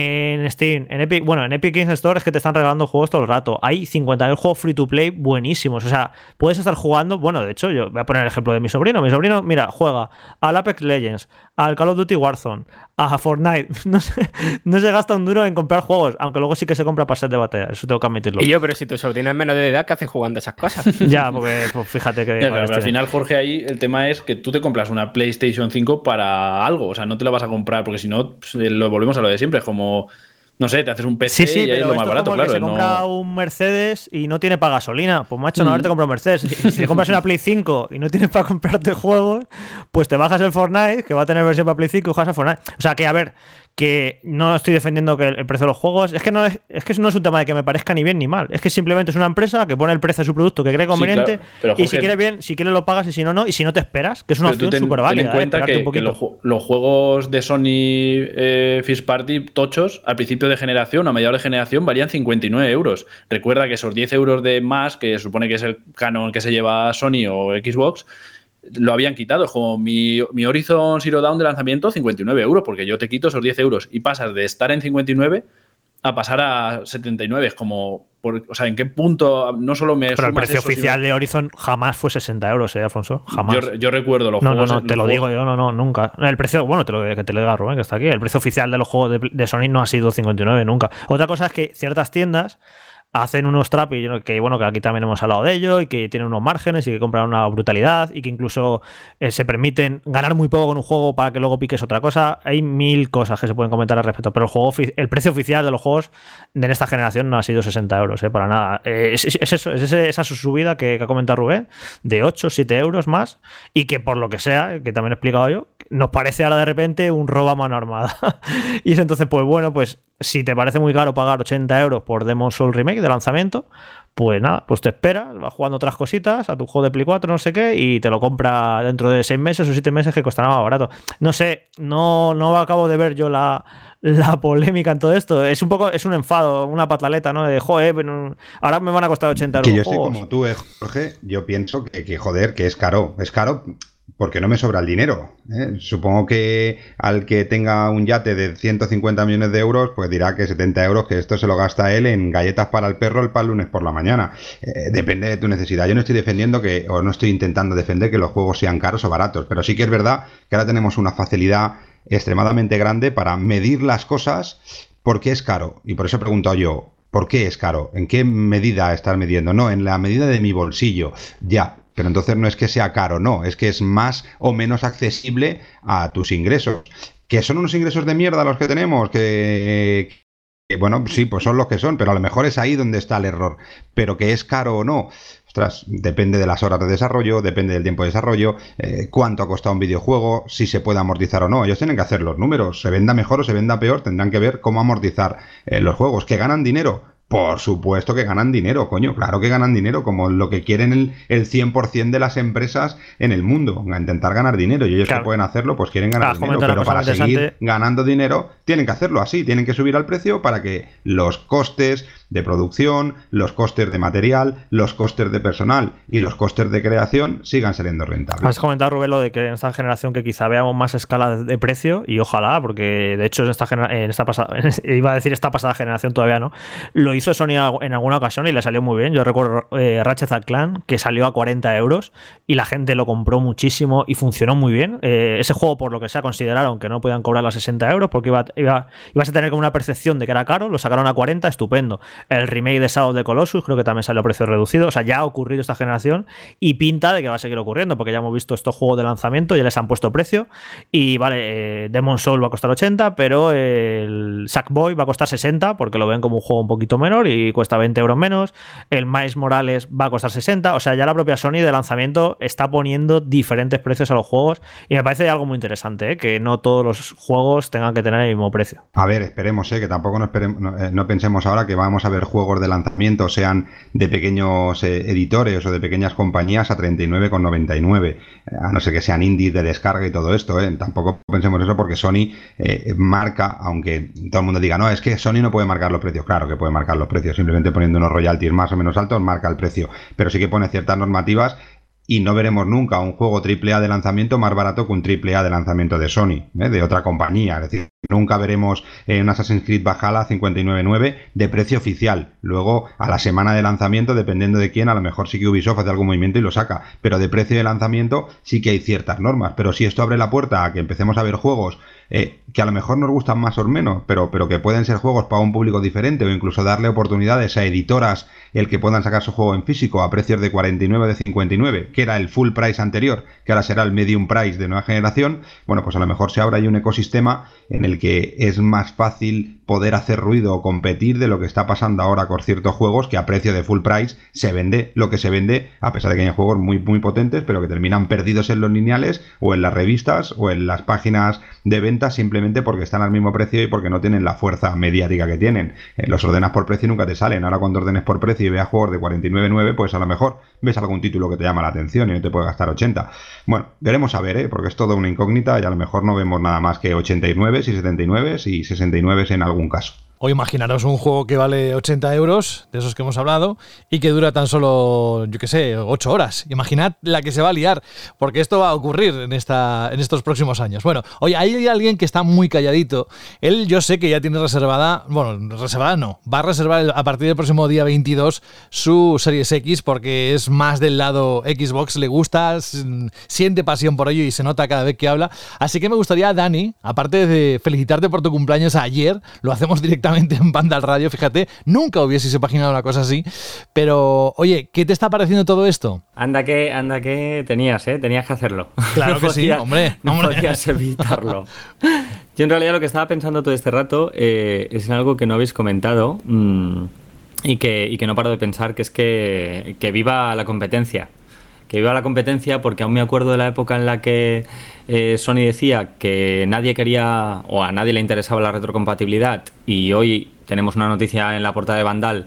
en Steam, en Epic, bueno, en Epic Games Store es que te están regalando juegos todo el rato. Hay cincuenta mil juegos free to play buenísimos. O sea, puedes estar jugando, bueno, de hecho, yo voy a poner el ejemplo de mi sobrino. Mi sobrino, mira, juega al Apex Legends, al Call of Duty Warzone, a Fortnite. No se, no se gasta un duro en comprar juegos, aunque luego sí que se compra pases de batalla. Eso tengo que admitirlo. Y yo, pero si tu sobrino es menor de edad, ¿qué hace jugando esas cosas? Ya, porque pues, fíjate que. Ya, claro, pero al final, Jorge, ahí el tema es que tú te compras una PlayStation cinco para algo. O sea, no te la vas a comprar porque si no, pues, lo volvemos a lo de siempre. Es como, no sé, te haces un P C Sí, sí, y ahí es pero lo esto más es barato, como el que claro. se no- compra un Mercedes y no tiene para gasolina. Pues macho, no Mm. haberte comprado un Mercedes. Si, si te compras una Play cinco y no tienes para comprarte juegos, pues te bajas el Fortnite, que va a tener versión para Play cinco y juegas a Fortnite. O sea que, a ver, que no estoy defendiendo que el, el precio de los juegos, es que no es, es que no es un tema de que me parezca ni bien ni mal. Es que simplemente es una empresa que pone el precio de su producto que cree conveniente, claro, pero, y si Jorge, quieres bien, si quieres lo pagas y si no, no. Y si no te esperas, que es una Pero tú opción ten, súper ten válida. en cuenta que, que los, ju- los juegos de Sony eh, First Party tochos al principio de generación, a mediados de generación, valían cincuenta y nueve euros. Recuerda que esos diez euros de más, que se supone que es el canon que se lleva Sony o Xbox, lo habían quitado. Es como mi, mi Horizon Zero Dawn de lanzamiento, cincuenta y nueve euros, porque yo te quito esos diez euros y pasas de estar en cincuenta y nueve a pasar a setenta y nueve. Es como, por, o sea, ¿en qué punto no solo me Pero el sumas precio eso, oficial sino- de Horizon jamás fue sesenta euros, ¿eh, Alfonso? Jamás. Yo, yo recuerdo los No, no, juegos. no, te los lo juegos- digo yo, no, no, nunca. El precio, bueno, te lo, que te lo diga Rubén, que está aquí. El precio oficial de los juegos de, de Sony no ha sido cincuenta y nueve nunca. Otra cosa es que ciertas tiendas hacen unos trapis, que bueno, que aquí también hemos hablado de ello, y que tienen unos márgenes y que compran una brutalidad y que incluso eh, se permiten ganar muy poco con un juego para que luego piques otra cosa. Hay mil cosas que se pueden comentar al respecto, pero el juego, el precio oficial de los juegos de esta generación no ha sido sesenta euros, eh, para nada. Eh, es, es eso, es ese, esa subida que, que ha comentado Rubén, de ocho, siete euros más, y que por lo que sea, que también he explicado yo, nos parece ahora de repente un robo a mano armada. Y es entonces, pues bueno, pues si te parece muy caro pagar ochenta euros por Demon's Souls Remake de lanzamiento, pues nada, pues te esperas, vas jugando otras cositas a tu juego de Play cuatro, no sé qué, y te lo compra dentro de seis meses o siete meses, que costará más barato. No sé, no, no acabo de ver yo la, la polémica en todo esto. Es un poco, es un enfado, una pataleta, ¿no? De, joder, pero ahora me van a costar ochenta euros. Que yo estoy como tú, eh, Jorge, yo pienso que, que, joder, que es caro. Es caro porque no me sobra el dinero, ¿eh? Supongo que al que tenga un yate de ciento cincuenta millones de euros, pues dirá que setenta euros, que esto se lo gasta él en galletas para el perro el pan lunes por la mañana. Eh, depende de tu necesidad. Yo no estoy defendiendo que, o no estoy intentando defender que los juegos sean caros o baratos, pero sí que es verdad que ahora tenemos una facilidad extremadamente grande para medir las cosas porque es caro. Y por eso he preguntado yo, ¿por qué es caro? ¿En qué medida estás midiendo? No, en la medida de mi bolsillo. Ya. Pero entonces no es que sea caro, no, es que es más o menos accesible a tus ingresos. ¿Que son unos ingresos de mierda los que tenemos? Que, que, bueno, sí, pues son los que son, pero a lo mejor es ahí donde está el error. Pero que es caro o no, ostras, depende de las horas de desarrollo, depende del tiempo de desarrollo, eh, cuánto ha costado un videojuego, si se puede amortizar o no. Ellos tienen que hacer los números, se venda mejor o se venda peor, tendrán que ver cómo amortizar eh, los juegos. ¿Que ganan dinero? Por supuesto que ganan dinero, coño, claro que ganan dinero, como lo que quieren el, el cien por ciento de las empresas en el mundo, a intentar ganar dinero, y ellos claro. que pueden hacerlo, pues quieren ganar ah, dinero, pero para seguir ganando dinero tienen que hacerlo así, tienen que subir al precio para que los costes de producción, los costes de material, los costes de personal y los costes de creación sigan saliendo rentables. Has comentado, Rubén, lo de que en esta generación que quizá veamos más escala de precio, y ojalá, porque de hecho en esta, en esta pasada, iba a decir esta pasada generación todavía no, lo hizo Sony en alguna ocasión y le salió muy bien. Yo recuerdo eh, Ratchet and Clank, que salió a cuarenta euros y la gente lo compró muchísimo y funcionó muy bien. Eh, ese juego, por lo que sea, consideraron que no podían cobrar los sesenta euros porque iba, iba, ibas a tener como una percepción de que era caro, lo sacaron a cuarenta, estupendo. El remake de Shadow of the Colossus creo que también salió a precio reducido, o sea, ya ha ocurrido esta generación y pinta de que va a seguir ocurriendo porque ya hemos visto estos juegos de lanzamiento, ya les han puesto precio y vale, eh, Demon's Souls va a costar ochenta, pero el Sackboy va a costar sesenta porque lo ven como un juego un poquito menor y cuesta veinte euros menos. El Miles Morales va a costar sesenta. O sea, ya la propia Sony de lanzamiento está poniendo diferentes precios a los juegos y me parece algo muy interesante, ¿eh? Que no todos los juegos tengan que tener el mismo precio. A ver, esperemos, ¿eh? Que tampoco no, esperemos, no, eh, no pensemos ahora que vamos a ver juegos de lanzamiento, sean de pequeños eh, editores o de pequeñas compañías a treinta y nueve con noventa y nueve, a no ser que sean indies de descarga y todo esto, ¿eh? Tampoco pensemos eso porque Sony eh, marca, aunque todo el mundo diga, no, es que Sony no puede marcar los precios. Claro que puede marcar los precios, simplemente poniendo unos royalties más o menos altos marca el precio, pero sí que pone ciertas normativas y no veremos nunca un juego triple A de lanzamiento más barato que un triple A de lanzamiento de Sony, ¿eh? De otra compañía. Es decir, nunca veremos eh, un Assassin's Creed Valhalla cincuenta y nueve con nueve de precio oficial. Luego, a la semana de lanzamiento, dependiendo de quién, a lo mejor sí que Ubisoft hace algún movimiento y lo saca, pero de precio de lanzamiento sí que hay ciertas normas. Pero si esto abre la puerta a que empecemos a ver juegos Eh, que a lo mejor nos gustan más o menos, pero, pero que pueden ser juegos para un público diferente, o incluso darle oportunidades a editoras el que puedan sacar su juego en físico a precios de cuarenta y nueve o de cincuenta y nueve, que era el full price anterior, que ahora será el medium price de nueva generación. Bueno, pues a lo mejor se abre ahí un ecosistema en el que es más fácil poder hacer ruido o competir de lo que está pasando ahora con ciertos juegos que a precio de full price se vende lo que se vende, a pesar de que hay juegos muy, muy potentes, pero que terminan perdidos en los lineales o en las revistas o en las páginas de venta simplemente porque están al mismo precio y porque no tienen la fuerza mediática que tienen. Eh, los ordenas por precio y nunca te salen. Ahora cuando ordenes por precio y veas juegos de cuarenta y nueve con nueve, pues a lo mejor ves algún título que te llama la atención y no te puede gastar ochenta. Bueno, veremos a ver, ¿eh? Porque es todo una incógnita y a lo mejor no vemos nada más que ochenta y nueve, y setenta y nueve y sesenta y nueve en algún caso. O imaginaros un juego que vale ochenta euros, de esos que hemos hablado, y que dura tan solo, yo qué sé, ocho horas. Imaginad la que se va a liar, porque esto va a ocurrir en, esta, en estos próximos años. Bueno, oye, hay alguien que está muy calladito. Él, yo sé que ya tiene reservada, bueno, reservada no, va a reservar a partir del próximo día veintidós su Series X, porque es más del lado Xbox, le gusta, siente pasión por ello y se nota cada vez que habla. Así que me gustaría, Dani, aparte de felicitarte por tu cumpleaños ayer, lo hacemos directamente en Vandal Radio, fíjate, nunca hubiese imaginado una cosa así, pero oye, ¿qué te está pareciendo todo esto? Anda que, anda que tenías, ¿eh? Tenías que hacerlo. Claro no que podías, sí, hombre. No hombre. podías evitarlo. Yo en realidad lo que estaba pensando todo este rato eh, es en algo que no habéis comentado mmm, y, que, y que no paro de pensar, que es que, que viva la competencia. Que viva la competencia, porque aún me acuerdo de la época en la que eh, Sony decía que nadie quería o a nadie le interesaba la retrocompatibilidad, y hoy tenemos una noticia en la portada de Vandal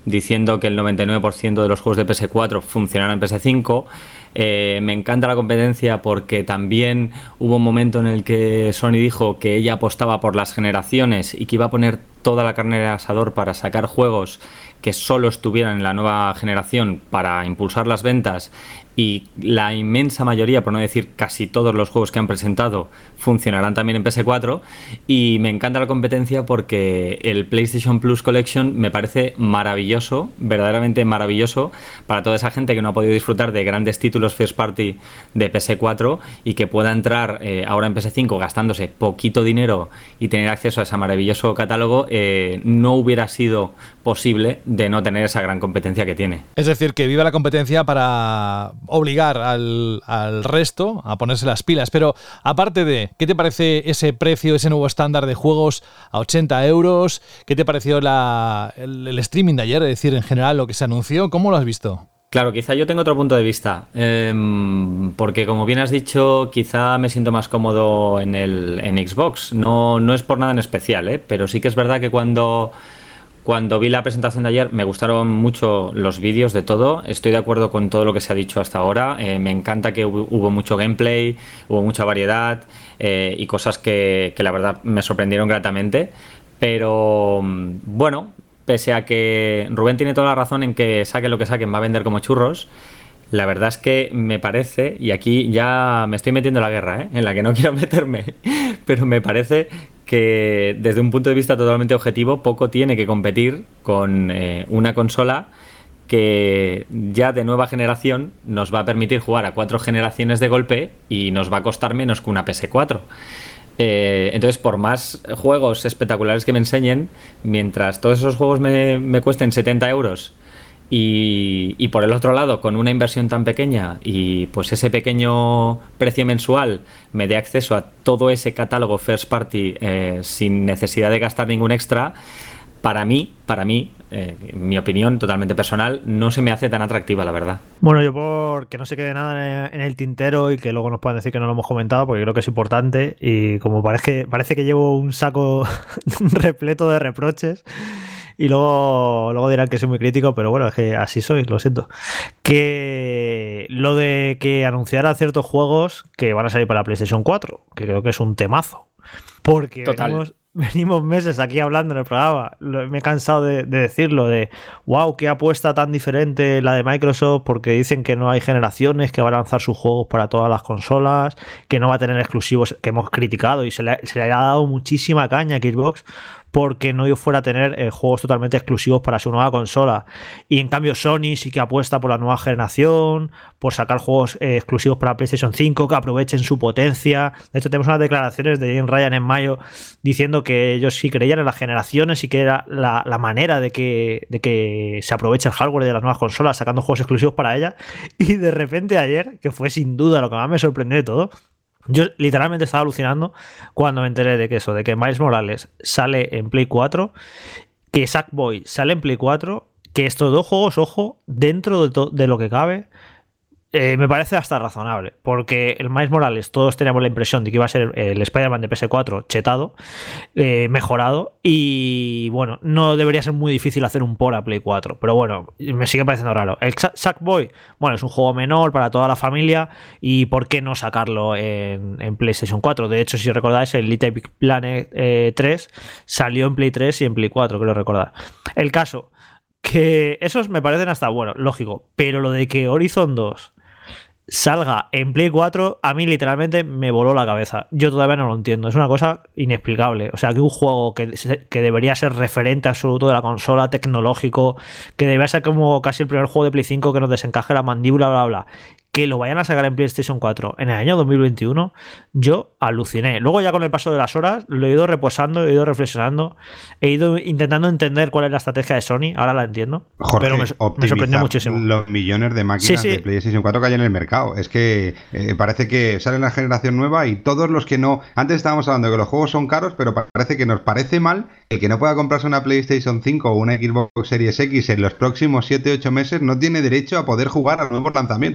diciendo que el noventa y nueve por ciento de los juegos de P S cuatro funcionarán en P S cinco. Eh, me encanta la competencia porque también hubo un momento en el que Sony dijo que ella apostaba por las generaciones y que iba a poner toda la carne en el asador para sacar juegos que solo estuvieran en la nueva generación para impulsar las ventas, y la inmensa mayoría, por no decir casi todos los juegos que han presentado, funcionarán también en P S cuatro. Y me encanta la competencia porque el PlayStation Plus Collection me parece maravilloso, verdaderamente maravilloso, para toda esa gente que no ha podido disfrutar de grandes títulos first party de P S cuatro y que pueda entrar eh, ahora en P S cinco gastándose poquito dinero y tener acceso a ese maravilloso catálogo. eh, no hubiera sido posible de no tener esa gran competencia que tiene. Es decir, que viva la competencia para obligar al, al resto a ponerse las pilas. Pero aparte de, ¿qué te parece ese precio, ese nuevo estándar de juegos a ochenta euros? ¿Qué te pareció la, el, el streaming de ayer? Es decir, en general, lo que se anunció, ¿cómo lo has visto? Claro, quizá yo tengo otro punto de vista, eh, porque como bien has dicho, quizá me siento más cómodo en el en Xbox. No, no es por nada en especial, ¿eh? Pero sí que es verdad que cuando... Cuando vi la presentación de ayer me gustaron mucho los vídeos de todo. Estoy de acuerdo con todo lo que se ha dicho hasta ahora. Eh, me encanta que hubo, hubo mucho gameplay, hubo mucha variedad eh, y cosas que, que la verdad me sorprendieron gratamente. Pero bueno, pese a que Rubén tiene toda la razón en que saque lo que saquen va a vender como churros, la verdad es que me parece, y aquí ya me estoy metiendo en la guerra, ¿eh? En la que no quiero meterme, pero me parece que desde un punto de vista totalmente objetivo, poco tiene que competir con eh, una consola que ya de nueva generación nos va a permitir jugar a cuatro generaciones de golpe y nos va a costar menos que una P S cuatro. Eh, entonces, por más juegos espectaculares que me enseñen, mientras todos esos juegos me, me cuesten setenta euros, Y, y por el otro lado, con una inversión tan pequeña y pues ese pequeño precio mensual me dé acceso a todo ese catálogo first party eh, sin necesidad de gastar ningún extra, para mí, para mí, eh, mi opinión totalmente personal, no se me hace tan atractiva, la verdad. Bueno, yo por que no se quede nada en el tintero y que luego nos puedan decir que no lo hemos comentado, porque creo que es importante, y como parece, parece que llevo un saco repleto de reproches, y luego, luego dirán que soy muy crítico, pero bueno, es que así soy, lo siento. Que lo de que anunciara ciertos juegos que van a salir para la PlayStation cuatro, que creo que es un temazo. Porque venimos, venimos meses aquí hablando en el programa, lo, me he cansado de, de decirlo, de wow, qué apuesta tan diferente la de Microsoft, porque dicen que no hay generaciones, que va a lanzar sus juegos para todas las consolas, que no va a tener exclusivos, que hemos criticado y se le, se le ha dado muchísima caña a Xbox porque no fuera a tener eh, juegos totalmente exclusivos para su nueva consola. Y en cambio Sony sí que apuesta por la nueva generación, por sacar juegos eh, exclusivos para PlayStation cinco, que aprovechen su potencia. De hecho, tenemos unas declaraciones de Jim Ryan en mayo diciendo que ellos sí creían en las generaciones y que era la, la manera de que, de que se aproveche el hardware de las nuevas consolas, sacando juegos exclusivos para ellas. Y de repente ayer, que fue sin duda lo que más me sorprendió de todo, yo literalmente estaba alucinando cuando me enteré de que eso, de que Miles Morales sale en Play cuatro, que Sackboy sale en Play cuatro, que estos dos juegos, ojo, dentro de, to- de lo que cabe, eh, me parece hasta razonable, porque el Miles Morales todos teníamos la impresión de que iba a ser el Spider-Man de P S cuatro chetado, eh, mejorado, y bueno, no debería ser muy difícil hacer un port a Play cuatro, pero bueno, me sigue pareciendo raro. El Sackboy, bueno, es un juego menor para toda la familia, y ¿por qué no sacarlo en, en PlayStation cuatro? De hecho, si recordáis, el Little Big Planet eh, tres salió en Play tres y en Play cuatro, creo recordar. El caso, que esos me parecen hasta, bueno, lógico, pero lo de que Horizon dos salga en Play cuatro, a mí literalmente me voló la cabeza. Yo todavía no lo entiendo, es una cosa inexplicable. O sea, que un juego que, que debería ser referente absoluto de la consola, tecnológico, que debería ser como casi el primer juego de Play cinco que nos desencaje la mandíbula, bla, bla, que lo vayan a sacar en PlayStation cuatro en el año dos mil veintiuno, yo aluciné. Luego ya con el paso de las horas lo he ido reposando, he ido reflexionando, he ido intentando entender cuál es la estrategia de Sony, ahora la entiendo, Jorge, pero me, me sorprendió muchísimo. Los millones de máquinas sí, sí. de PlayStation cuatro que hay en el mercado. Es que eh, parece que sale la generación nueva y todos los que no... Antes estábamos hablando de que los juegos son caros, pero parece que nos parece mal el que no pueda comprarse una PlayStation cinco o una Xbox Series X en los próximos siete u ocho meses no tiene derecho a poder jugar a los nuevos lanzamientos. Es decir, sí,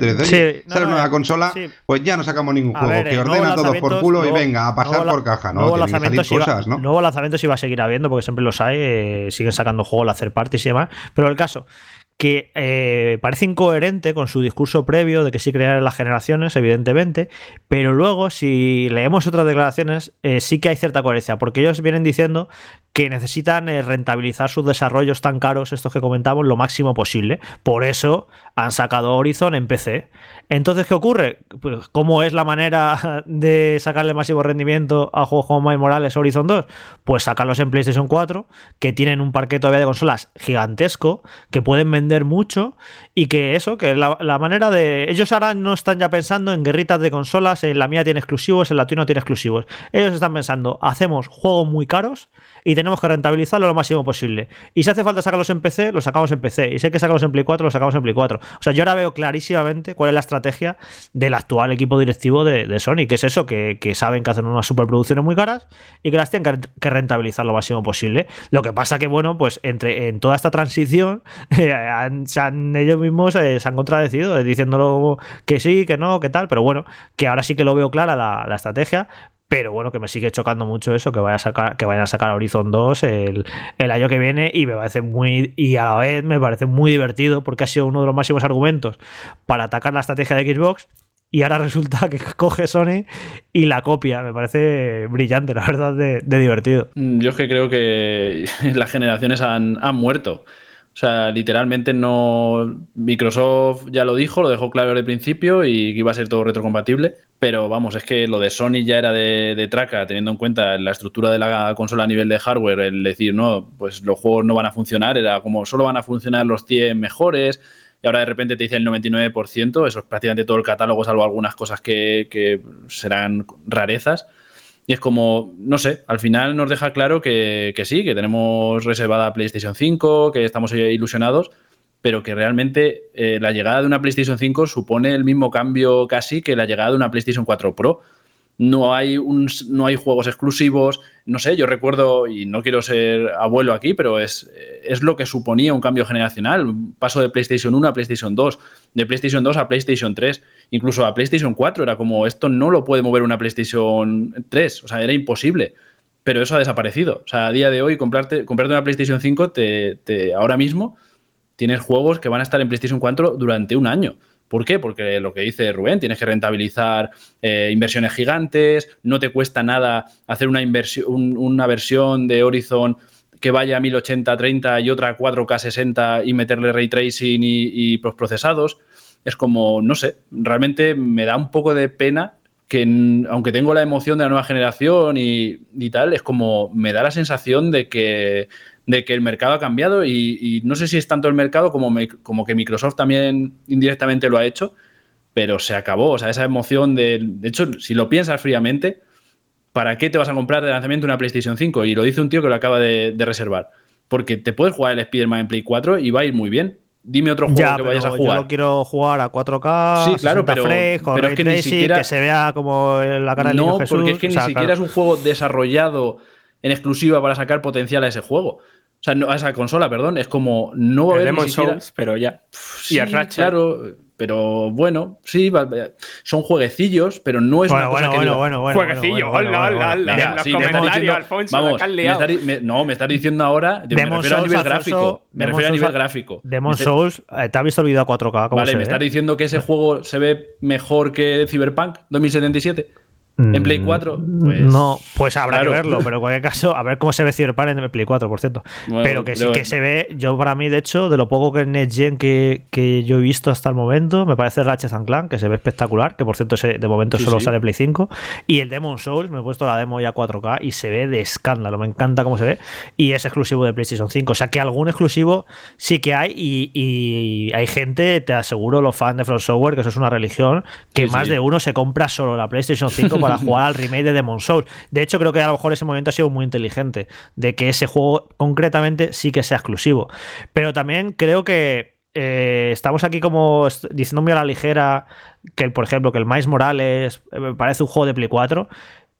Sí, no, sale no, una nueva consola, sí. pues ya no sacamos ningún A juego, ver, que eh, ordena nuevos todos por lanzamientos, culo y nuevo- venga, a pasar nuevo por la- caja, ¿no? nuevos Tienen que salir lanzamientos iba- cosas, ¿no? Nuevos lanzamientos iba a seguir habiendo porque siempre los hay, eh, siguen sacando juegos, hacer parties y demás. Pero el caso, que eh, parece incoherente con su discurso previo de que sí crean las generaciones, evidentemente, pero luego, si leemos otras declaraciones, eh, sí que hay cierta coherencia, porque ellos vienen diciendo que necesitan eh, rentabilizar sus desarrollos tan caros, estos que comentamos, lo máximo posible. Por eso han sacado Horizon en P C. Entonces, ¿qué ocurre? Pues, ¿cómo es la manera de sacarle máximo rendimiento a juegos como Miles Morales o Horizon dos? Pues sacarlos en PlayStation cuatro, que tienen un parque todavía de consolas gigantesco, que pueden vender mucho y que eso, que la, la manera de... Ellos ahora no están ya pensando en guerritas de consolas, en la mía tiene exclusivos, en la tuya no tiene exclusivos. Ellos están pensando, hacemos juegos muy caros y tenemos que rentabilizarlo lo máximo posible. Y si hace falta sacarlos en P C, los sacamos en P C. Y si hay que sacarlos en Play cuatro, los sacamos en Play cuatro. O sea, yo ahora veo clarísimamente cuál es la estrategia del actual equipo directivo de, de Sony, que es eso, que, que saben que hacen unas superproducciones muy caras y que las tienen que, que rentabilizar lo máximo posible. Lo que pasa que, bueno, pues entre en toda esta transición eh, han, se han, ellos mismos eh, se han contradecido, eh, diciéndolo que sí, que no, que tal, pero bueno, que ahora sí que lo veo clara la, la estrategia. Pero bueno, que me sigue chocando mucho eso, que vaya a sacar, que vayan a sacar Horizon dos el, el año que viene, y me parece muy, y a la vez me parece muy divertido, porque ha sido uno de los máximos argumentos para atacar la estrategia de Xbox, y ahora resulta que coge Sony y la copia. Me parece brillante, la verdad, de, de divertido. Yo es que creo que las generaciones han, han muerto. O sea, literalmente no... Microsoft ya lo dijo, lo dejó claro al principio y que iba a ser todo retrocompatible. Pero vamos, es que lo de Sony ya era de, de traca, teniendo en cuenta la estructura de la consola a nivel de hardware, el decir, no, pues los juegos no van a funcionar, era como solo van a funcionar los cien mejores, y ahora de repente te dice el noventa y nueve por ciento, eso es prácticamente todo el catálogo, salvo algunas cosas que, que serán rarezas. Y es como, no sé, al final nos deja claro que, que sí, que tenemos reservada PlayStation cinco, que estamos ilusionados, pero que realmente eh, la llegada de una PlayStation cinco supone el mismo cambio casi que la llegada de una PlayStation cuatro Pro. No hay, un, no hay juegos exclusivos, no sé, yo recuerdo, y no quiero ser abuelo aquí, pero es, es lo que suponía un cambio generacional, un paso de PlayStation uno a PlayStation dos, de PlayStation dos a PlayStation tres, incluso a PlayStation cuatro, era como, esto no lo puede mover una PlayStation tres, o sea, era imposible, pero eso ha desaparecido. O sea, a día de hoy, comprarte, comprarte una PlayStation cinco, te, te, ahora mismo tienes juegos que van a estar en PlayStation cuatro durante un año. ¿Por qué? Porque lo que dice Rubén, tienes que rentabilizar eh, inversiones gigantes, no te cuesta nada hacer una, inversión, un, una versión de Horizon que vaya a mil ochenta treinta y otra a cuatro K sesenta y meterle ray tracing y, y procesados. Es como, no sé, realmente me da un poco de pena que, aunque tengo la emoción de la nueva generación y, y tal, es como, me da la sensación de que... de que el mercado ha cambiado y, y no sé si es tanto el mercado como, me, como que Microsoft también indirectamente lo ha hecho, pero se acabó. O sea, esa emoción de... De hecho, si lo piensas fríamente, ¿para qué te vas a comprar de lanzamiento una PlayStation cinco? Y lo dice un tío que lo acaba de, de reservar. Porque te puedes jugar el Spider-Man en Play cuatro y va a ir muy bien. Dime otro juego ya, que vayas a jugar. Yo lo quiero jugar a cuatro K, sí, claro, pero, frames, con pero es que ni siquiera... que se vea como la cara del niño Jesús. No, porque es que o ni sea, siquiera claro. es un juego desarrollado en exclusiva para sacar potencial a ese juego. O sea, no, a esa consola, perdón, es como no va a haber Demon ni siquiera... Souls, pero ya. Sí, y a Ratchet. Claro, pero bueno, sí, son jueguecillos, pero no es bueno, una cosa bueno, que... bueno, diga, bueno, bueno, Jueguecillo, bueno, bueno, hola, bueno, hola, bueno. hola. Mira, En los sí, me estás comentarios, diciendo, Alfonso, vamos, la que has me liado. estás, me, no, me estás diciendo ahora, me Demon refiero a Souls, nivel Alfonso, gráfico, me Demon refiero a nivel Souls, gráfico. Demon Me- Souls, eh, ¿te has visto el vídeo a cuatro K? ¿Cómo Vale, se me ve? estás diciendo que ese juego se ve mejor que Cyberpunk dos mil setenta y siete en Play cuatro. Pues, no, pues habrá claro. que verlo, pero en cualquier caso, a ver cómo se ve Cyberpunk en el Play cuatro, por cierto. Bueno, pero que sí pero- que se ve, yo para mí, de hecho, de lo poco que es Next Gen que, que yo he visto hasta el momento, me parece Ratchet and Clank, que se ve espectacular, que por cierto ese, de momento Sí, solo sí. sale Play cinco, y el Demon Souls, me he puesto la demo ya a cuatro K y se ve de escándalo, me encanta cómo se ve, y es exclusivo de PlayStation cinco, o sea que algún exclusivo sí que hay, y, y hay gente, te aseguro, los fans de From Software, que eso es una religión, que Sí, más sí. de uno se compra solo la PlayStation cinco para jugar al remake de Demon Souls. De hecho, creo que a lo mejor ese movimiento ha sido muy inteligente, de que ese juego concretamente sí que sea exclusivo. Pero también creo que eh, estamos aquí como est- diciendo muy a la ligera que, por ejemplo, que el Miles Morales eh, me parece un juego de Play cuatro.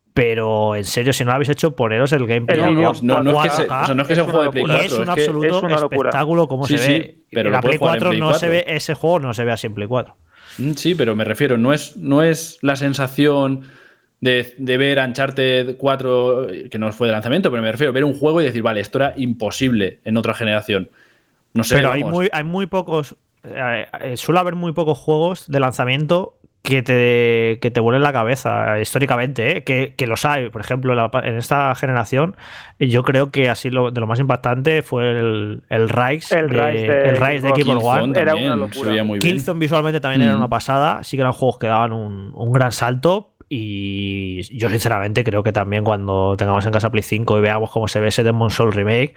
Pero en serio, si no lo habéis hecho, poneros el gameplay. No, no, no, no es que se- cuatro K, o sea, no es que sea un es juego de una Play locura. y cuatro, es un es que- absoluto es una locura. espectáculo como Sí, se sí, ve. pero En lo la puedes Play jugar en cuatro Play no cuatro. se ve, ese juego no se ve así en Play cuatro. Sí, pero me refiero, no es, no es la sensación de, de ver Uncharted cuatro, que no fue de lanzamiento, pero me refiero a ver un juego y decir, vale, esto era imposible en otra generación. No sé, pero hay vamos. muy, hay muy pocos, eh, eh, suele haber muy pocos juegos de lanzamiento que te, que te vuelen la cabeza históricamente, ¿eh? que, que los hay. Por ejemplo, en, la, en esta generación, yo creo que así lo, de lo más impactante fue el, el Rise el de, Rise de, el Rise de Xbox One. Era una locura. Killzone visualmente también mm. era una pasada. Sí que eran juegos que daban un, un gran salto. Y yo sinceramente creo que también cuando tengamos en casa Play cinco y veamos cómo se ve ese Demon's Souls Remake,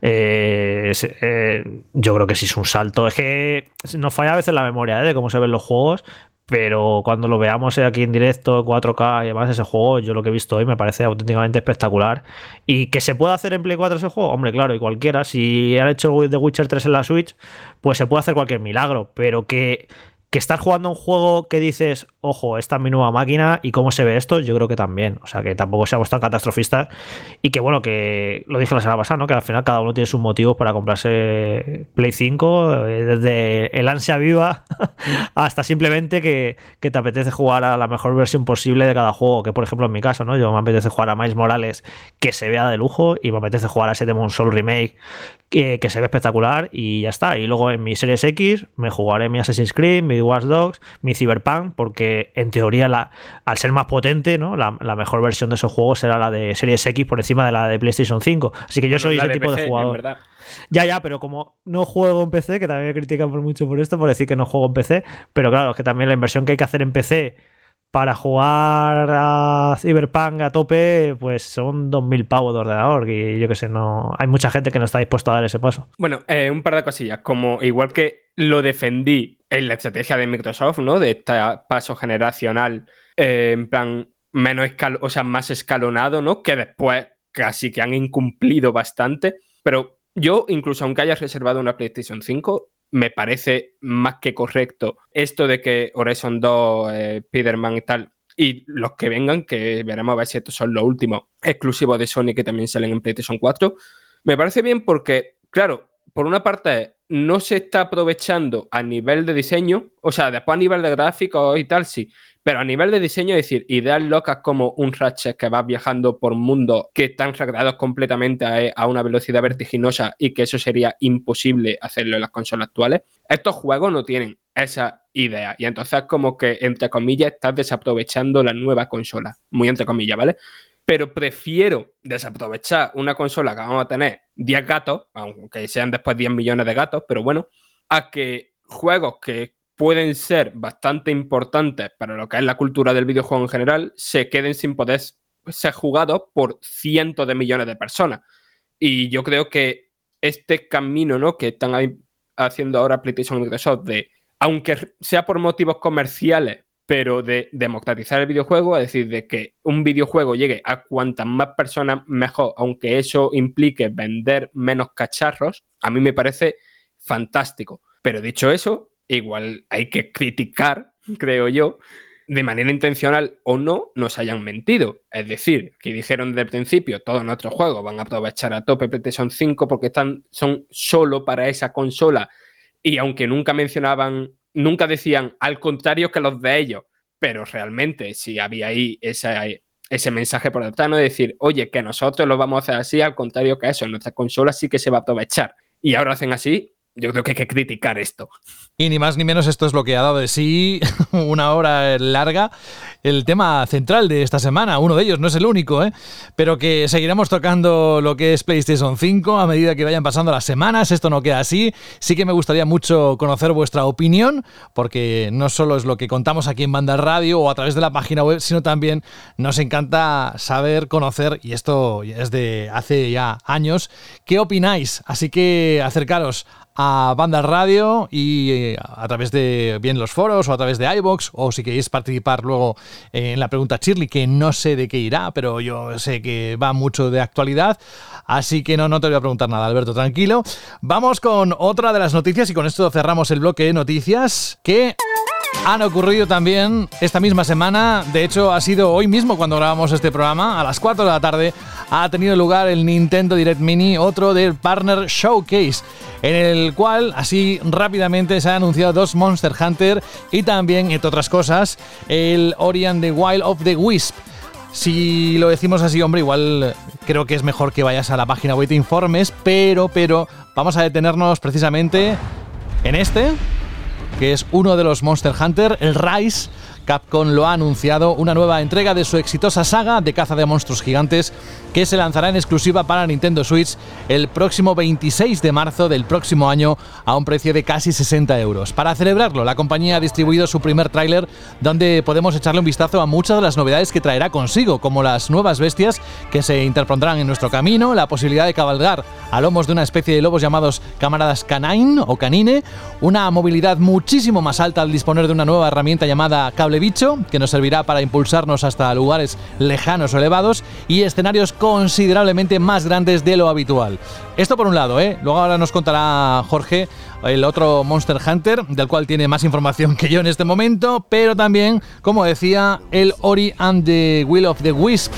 eh, eh, yo creo que sí es un salto. Es que nos falla a veces la memoria, ¿eh? de cómo se ven los juegos, pero cuando lo veamos aquí en directo, cuatro K y demás, ese juego, yo lo que he visto hoy me parece auténticamente espectacular. Y que se puede hacer en Play cuatro ese juego, hombre, claro, y cualquiera. Si han hecho The Witcher tres en la Switch, pues se puede hacer cualquier milagro, pero que... que estás jugando un juego que dices, ojo, esta es mi nueva máquina y cómo se ve esto, yo creo que también. O sea, que tampoco seamos tan catastrofistas y que, bueno, que lo dije la semana pasada, ¿no? Que al final cada uno tiene sus motivos para comprarse Play cinco, desde el ansia viva hasta simplemente que, que te apetece jugar a la mejor versión posible de cada juego, que por ejemplo en mi caso, ¿no? Yo me apetece jugar a Miles Morales, que se vea de lujo, y me apetece jugar a ese Demon's Souls Remake, que, que se ve espectacular, y ya está. Y luego en mi Series X me jugaré mi Assassin's Creed, mi Watch Dogs, mi Cyberpunk, porque en teoría la, al ser más potente, ¿no? La, la mejor versión de esos juegos será la de Series X por encima de la de PlayStation cinco. Así que yo soy ese tipo P C, de jugador. Ya, ya, pero como no juego en P C, que también me critican por mucho por esto, por decir que no juego en P C, pero claro, es que también la inversión que hay que hacer en P C para jugar a Cyberpunk a tope, pues son dos mil pavos de ordenador, y yo que sé, no hay mucha gente que no está dispuesta a dar ese paso. Bueno, eh, un par de cosillas, como igual que lo defendí en la estrategia de Microsoft, ¿no? De este paso generacional, eh, en plan, menos escal o sea, más escalonado, ¿no? Que después casi que han incumplido bastante, pero yo, incluso aunque haya reservado una PlayStation cinco, me parece más que correcto esto de que Horizon dos, eh, Spider-Man y tal, y los que vengan, que veremos a ver si estos son los últimos exclusivos de Sony que también salen en PlayStation cuatro, me parece bien porque, claro, por una parte no se está aprovechando a nivel de diseño, o sea, después a nivel de gráficos y tal, sí, pero a nivel de diseño, es decir, ideas locas como un Ratchet que va viajando por mundos que están recreados completamente a, a una velocidad vertiginosa y que eso sería imposible hacerlo en las consolas actuales. Estos juegos no tienen esa idea y entonces como que, entre comillas, estás desaprovechando la nueva consola. Muy entre comillas, ¿vale? Pero prefiero desaprovechar una consola que vamos a tener diez gatos, aunque sean después diez millones de gatos, pero bueno, a que juegos que pueden ser bastante importantes para lo que es la cultura del videojuego en general se queden sin poder ser jugados por cientos de millones de personas. Y yo creo que este camino, ¿no? que están haciendo ahora PlayStation y Microsoft, de, aunque sea por motivos comerciales, pero de democratizar el videojuego, es decir, de que un videojuego llegue a cuantas más personas mejor, aunque eso implique vender menos cacharros, a mí me parece fantástico. Pero dicho eso, igual hay que criticar, creo yo, de manera intencional o no, nos hayan mentido. Es decir, que dijeron desde el principio, todos nuestros juegos van a aprovechar a tope PlayStation cinco porque están, son solo para esa consola. Y aunque nunca mencionaban, nunca decían al contrario que los de ellos, pero realmente si había ahí esa, ese mensaje por detrás, no, de decir, oye, que nosotros lo vamos a hacer así, al contrario que eso, en nuestra consola sí que se va a aprovechar. Y ahora hacen así. Yo creo que hay que criticar esto. Y ni más ni menos esto es lo que ha dado de sí una hora larga el tema central de esta semana. Uno de ellos, no es el único, ¿eh? Pero que seguiremos tocando lo que es PlayStation cinco a medida que vayan pasando las semanas. Esto no queda así. Sí que me gustaría mucho conocer vuestra opinión, porque no solo es lo que contamos aquí en Banda Radio o a través de la página web, sino también nos encanta saber, conocer, y esto es de hace ya años, ¿qué opináis? Así que acercaros a Banda Radio y a través de bien los foros o a través de iVoox, o si queréis participar luego en la pregunta Shirley, que no sé de qué irá, pero yo sé que va mucho de actualidad, así que no, no te voy a preguntar nada, Alberto, tranquilo. Vamos con otra de las noticias y con esto cerramos el bloque de noticias, que han ocurrido también esta misma semana. De hecho, ha sido hoy mismo cuando grabamos este programa. A las cuatro de la tarde ha tenido lugar el Nintendo Direct Mini, otro del Partner Showcase, en el cual, así rápidamente, se han anunciado dos Monster Hunter y también, entre otras cosas, el Ori and the Will of the Wisp. Si lo decimos así, hombre, igual creo que es mejor que vayas a la página web de informes, pero, pero, vamos a detenernos precisamente en este, que es uno de los Monster Hunter, el Rise. Capcom lo ha anunciado, una nueva entrega de su exitosa saga de caza de monstruos gigantes que se lanzará en exclusiva para Nintendo Switch el próximo veintiséis de marzo del próximo año a un precio de casi sesenta euros. Para celebrarlo, la compañía ha distribuido su primer tráiler donde podemos echarle un vistazo a muchas de las novedades que traerá consigo, como las nuevas bestias que se interpondrán en nuestro camino, la posibilidad de cabalgar a lomos de una especie de lobos llamados camaradas canine o canine, una movilidad muchísimo más alta al disponer de una nueva herramienta llamada cable bicho, que nos servirá para impulsarnos hasta lugares lejanos o elevados, y escenarios considerablemente más grandes de lo habitual. Esto por un lado, ¿eh? Luego ahora nos contará Jorge el otro Monster Hunter, del cual tiene más información que yo en este momento, pero también, como decía, el Ori and the Will of the Wisp.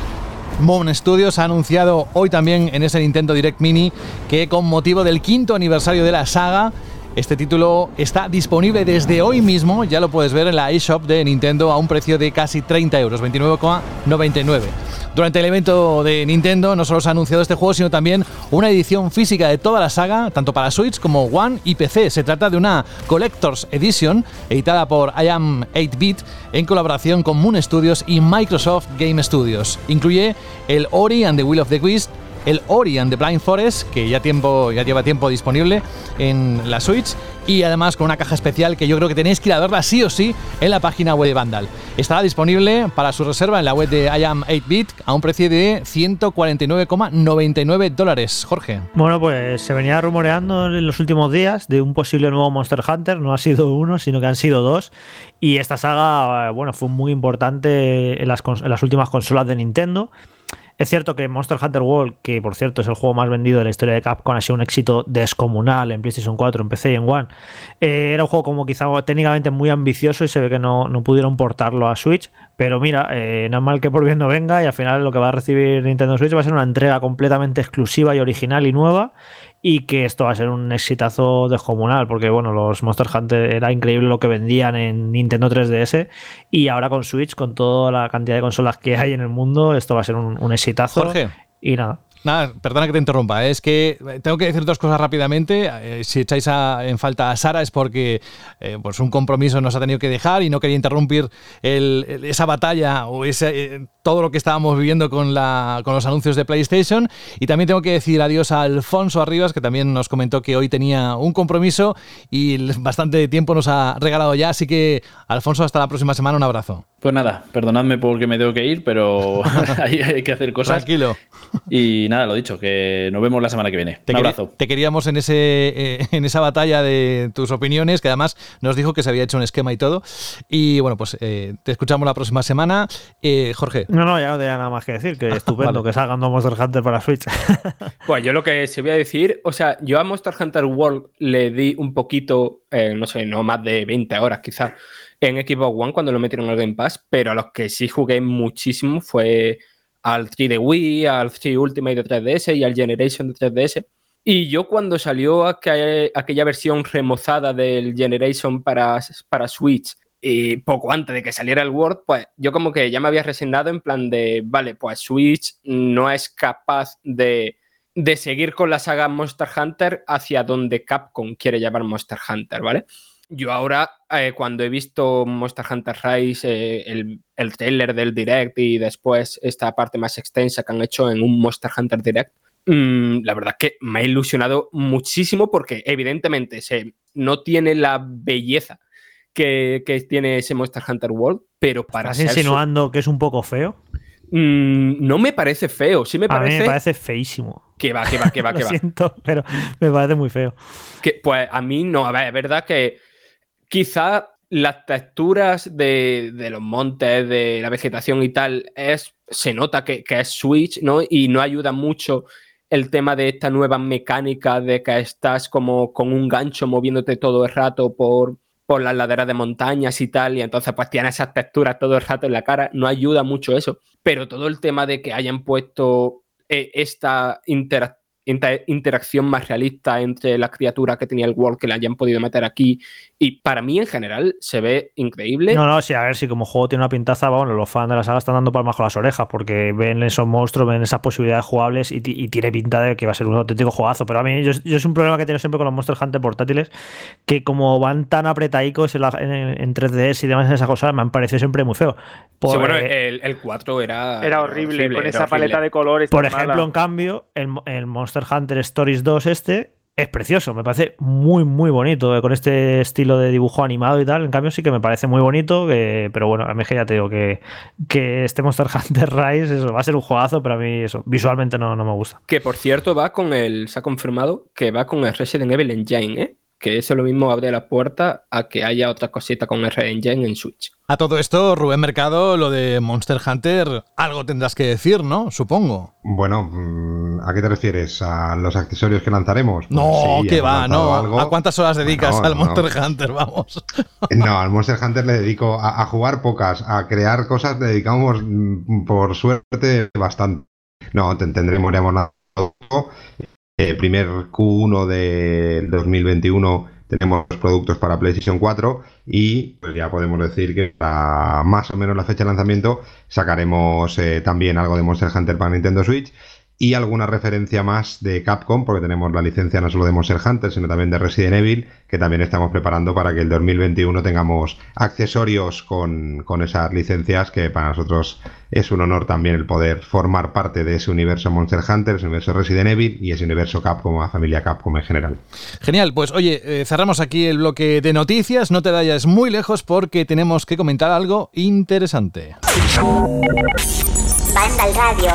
Moon Studios ha anunciado hoy también en ese Nintendo Direct Mini que con motivo del quinto aniversario de la saga, este título está disponible desde hoy mismo, ya lo puedes ver en la eShop de Nintendo a un precio de casi treinta euros, veintinueve con noventa y nueve. Durante el evento de Nintendo no solo se ha anunciado este juego, sino también una edición física de toda la saga, tanto para Switch como One y P C. Se trata de una Collector's Edition editada por I Am ocho bit en colaboración con Moon Studios y Microsoft Game Studios. Incluye el Ori and the Will of the Wisp, el Ori and the Blind Forest, que ya, tiempo, ya lleva tiempo disponible en la Switch, y además con una caja especial que yo creo que tenéis que ir a verla sí o sí en la página web de Vandal. Estará disponible para su reserva en la web de I Am ocho bit a un precio de ciento cuarenta y nueve con noventa y nueve dólares. Jorge. Bueno, pues se venía rumoreando en los últimos días de un posible nuevo Monster Hunter. No ha sido uno, sino que han sido dos. Y esta saga, bueno, fue muy importante en las, en las últimas consolas de Nintendo. Es cierto que Monster Hunter World, que por cierto es el juego más vendido de la historia de Capcom, ha sido un éxito descomunal en PlayStation cuatro, en P C y en One. Eh, era un juego como quizá técnicamente muy ambicioso y se ve que no, no pudieron portarlo a Switch. Pero mira, eh, no es mal que por bien no venga, y al final lo que va a recibir Nintendo Switch va a ser una entrega completamente exclusiva y original y nueva. Y que esto va a ser un exitazo descomunal, porque bueno, los Monster Hunter era increíble lo que vendían en Nintendo tres D S, y ahora con Switch, con toda la cantidad de consolas que hay en el mundo, esto va a ser un, un exitazo. Jorge. Y nada. Nada, perdona que te interrumpa, ¿eh? Es que tengo que decir dos cosas rápidamente. Eh, si echáis a, en falta a Sara es porque eh, pues un compromiso nos ha tenido que dejar y no quería interrumpir el, el, esa batalla o ese, eh, todo lo que estábamos viviendo con, la, con los anuncios de PlayStation. Y también tengo que decir adiós a Alfonso Arribas, que también nos comentó que hoy tenía un compromiso y bastante tiempo nos ha regalado ya. Así que, Alfonso, hasta la próxima semana. Un abrazo. Pues nada, perdonadme porque me tengo que ir, pero hay, hay que hacer cosas. Tranquilo. Y nada, lo dicho, que nos vemos la semana que viene. Te Un abrazo. Te queríamos en ese eh, en esa batalla de tus opiniones, que además nos dijo que se había hecho un esquema y todo. Y bueno, pues eh, te escuchamos la próxima semana. Eh, Jorge. No, no, ya no tenía nada más que decir, que estupendo vale. Que salgan dos Monster Hunter para Switch. Pues yo lo que se voy a decir, o sea, yo a Monster Hunter World le di un poquito, eh, no sé, no más de veinte horas quizás, en Xbox One cuando lo metieron al Game Pass, pero a los que sí jugué muchísimo fue al tres de Wii, al tres Ultimate de tres D S y al Generation de tres D S. Y yo cuando salió aqu- aquella versión remozada del Generation para, para Switch, y poco antes de que saliera el World, pues yo como que ya me había resignado en plan de, vale, pues Switch no es capaz de, de seguir con la saga Monster Hunter hacia donde Capcom quiere llevar Monster Hunter, ¿vale? Yo ahora, eh, cuando he visto Monster Hunter Rise, eh, el, el trailer del Direct y después esta parte más extensa que han hecho en un Monster Hunter Direct, mmm, la verdad es que me ha ilusionado muchísimo porque evidentemente se, no tiene la belleza que, que tiene ese Monster Hunter World, pero para ¿Estás ser insinuando su... que es un poco feo? Mm, no me parece feo, sí me parece... A mí me parece feísimo. Que va, que va, que va, que Lo va. siento, pero me parece muy feo. Que, pues a mí no, a ver, es verdad que quizá las texturas de, de los montes, de la vegetación y tal, es, se nota que, que es Switch, ¿no? Y no ayuda mucho el tema de esta nueva mecánica de que estás como con un gancho moviéndote todo el rato por, por las laderas de montañas y tal, y entonces pues tiene esas texturas todo el rato en la cara, no ayuda mucho eso. Pero todo el tema de que hayan puesto eh, esta interacción Inter- interacción más realista entre las criaturas que tenía el World, que le hayan podido meter aquí, y para mí en general se ve increíble. No, no, sí, a ver, si como juego tiene una pintaza, bueno, los fans de la saga están dando palmas con las orejas porque ven esos monstruos, ven esas posibilidades jugables y, y tiene pinta de que va a ser un auténtico juegazo. Pero a mí yo, yo es un problema que tengo siempre con los Monster Hunter portátiles, que como van tan apretadicos en, la, en, en tres D S y demás en esa cosa, me han parecido siempre muy feo. Por, sí, bueno, el, el cuatro era... Era horrible, horrible con esa horrible. paleta de colores. Por ejemplo, mala. En cambio, el, el Monster Hunter Stories dos este es precioso, me parece muy muy bonito, eh, con este estilo de dibujo animado y tal. En cambio sí que me parece muy bonito, eh, pero bueno, a mí ya te digo que, que este Monster Hunter Rise eso, va a ser un juegazo, pero a mí eso visualmente no, no me gusta. Que por cierto va con el, se ha confirmado que va con el Resident Evil Engine, ¿eh? Que eso lo mismo abre la puerta a que haya otra cosita con el Red Engine en Switch. A todo esto, Rubén Mercado, lo de Monster Hunter, algo tendrás que decir, ¿no? Supongo. Bueno, ¿a qué te refieres? ¿A los accesorios que lanzaremos? Pues no, sí, que va, no. Algo. ¿A cuántas horas dedicas bueno, al Monster no. Hunter? Vamos. No, al Monster Hunter le dedico a, a jugar pocas, a crear cosas le dedicamos, por suerte, bastante. No, tendremos, nada. Eh, primer Q uno de dos mil veintiuno tenemos productos para PlayStation cuatro y pues ya podemos decir que para más o menos la fecha de lanzamiento sacaremos eh, también algo de Monster Hunter para Nintendo Switch y alguna referencia más de Capcom, porque tenemos la licencia no solo de Monster Hunter, sino también de Resident Evil, que también estamos preparando para que el dos mil veintiuno tengamos accesorios con, con esas licencias, que para nosotros es un honor también el poder formar parte de ese universo Monster Hunter, ese universo Resident Evil y ese universo Capcom, la familia Capcom en general. Genial, pues oye, eh, cerramos aquí el bloque de noticias, no te vayas muy lejos porque tenemos que comentar algo interesante. Vandal Radio.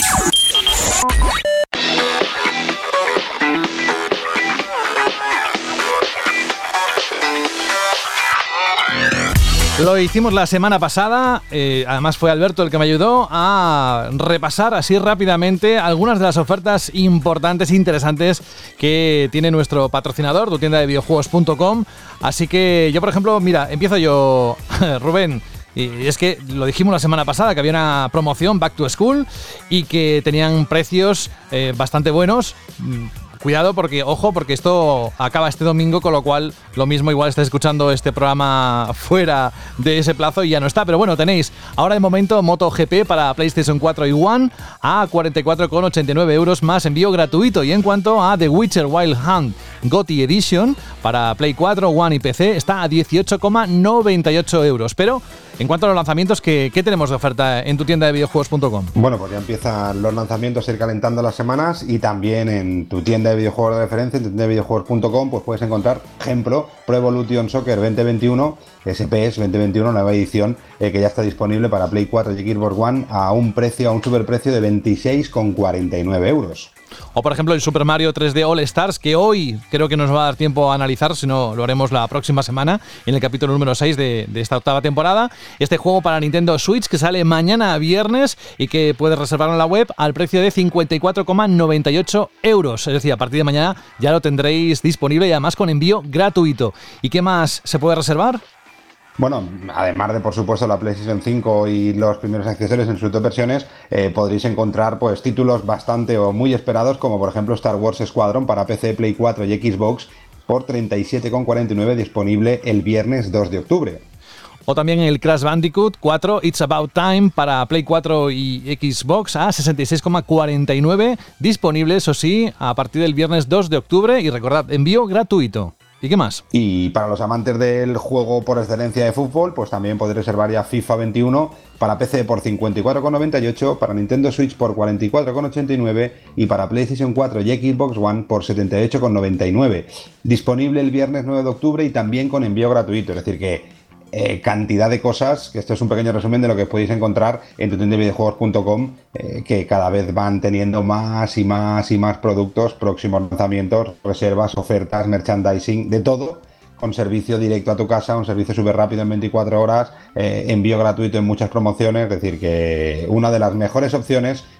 Lo hicimos la semana pasada, eh, además fue Alberto el que me ayudó a repasar así rápidamente algunas de las ofertas importantes e interesantes que tiene nuestro patrocinador, tu tienda de videojuegos punto com. Así que yo, por ejemplo, mira, empiezo yo, Rubén. Y es que lo dijimos la semana pasada, que había una promoción Back to School y que tenían precios eh, bastante buenos. Cuidado porque, ojo, porque esto acaba este domingo, con lo cual lo mismo igual estás escuchando este programa fuera de ese plazo y ya no está. Pero bueno, tenéis ahora de momento MotoGP para PlayStation cuatro y One a cuarenta y cuatro con ochenta y nueve euros más envío gratuito. Y en cuanto a The Witcher Wild Hunt G O T Y Edition para Play cuatro, One y P C está a dieciocho con noventa y ocho euros. Pero en cuanto a los lanzamientos, ¿qué, qué tenemos de oferta en tu tienda de videojuegos punto com? Bueno, pues ya empiezan los lanzamientos a ir calentando las semanas y también en tu tienda de videojuegos de referencia, en tu tienda de videojuegos punto com, pues puedes encontrar, ejemplo, Pro Evolution Soccer veinte veintiuno, S P S veinte veintiuno, nueva edición, eh, que ya está disponible para Play cuatro y Xbox One a un precio, a un superprecio de veintiséis con cuarenta y nueve euros. O por ejemplo el Super Mario tres D All Stars, que hoy creo que nos va a dar tiempo a analizar, si no lo haremos la próxima semana en el capítulo número seis de, de esta octava temporada. Este juego para Nintendo Switch que sale mañana viernes y que puedes reservar en la web al precio de cincuenta y cuatro con noventa y ocho euros. Es decir, a partir de mañana ya lo tendréis disponible y además con envío gratuito. ¿Y qué más se puede reservar? Bueno, además de, por supuesto, la PlayStation cinco y los primeros accesorios en sus dos versiones, eh, podréis encontrar pues títulos bastante o muy esperados, como por ejemplo Star Wars Squadron para P C, Play cuatro y Xbox por treinta y siete con cuarenta y nueve, disponible el viernes dos de octubre. O también el Crash Bandicoot cuatro It's About Time para Play cuatro y Xbox a sesenta y seis con cuarenta y nueve, disponible, eso sí, a partir del viernes dos de octubre. Y recordad, envío gratuito. ¿Y qué más? Y para los amantes del juego por excelencia de fútbol, pues también podéis reservar ya FIFA veintiuno para P C por cincuenta y cuatro con noventa y ocho, para Nintendo Switch por cuarenta y cuatro con ochenta y nueve y para PlayStation cuatro y Xbox One por setenta y ocho con noventa y nueve. Disponible el viernes nueve de octubre y también con envío gratuito, es decir que Eh, cantidad de cosas, que esto es un pequeño resumen de lo que podéis encontrar en tu tienda de videojuegos punto com, eh, que cada vez van teniendo más y más y más productos, próximos lanzamientos, reservas, ofertas, merchandising, de todo, con servicio directo a tu casa, un servicio súper rápido en veinticuatro horas, eh, envío gratuito en muchas promociones, es decir que una de las mejores opciones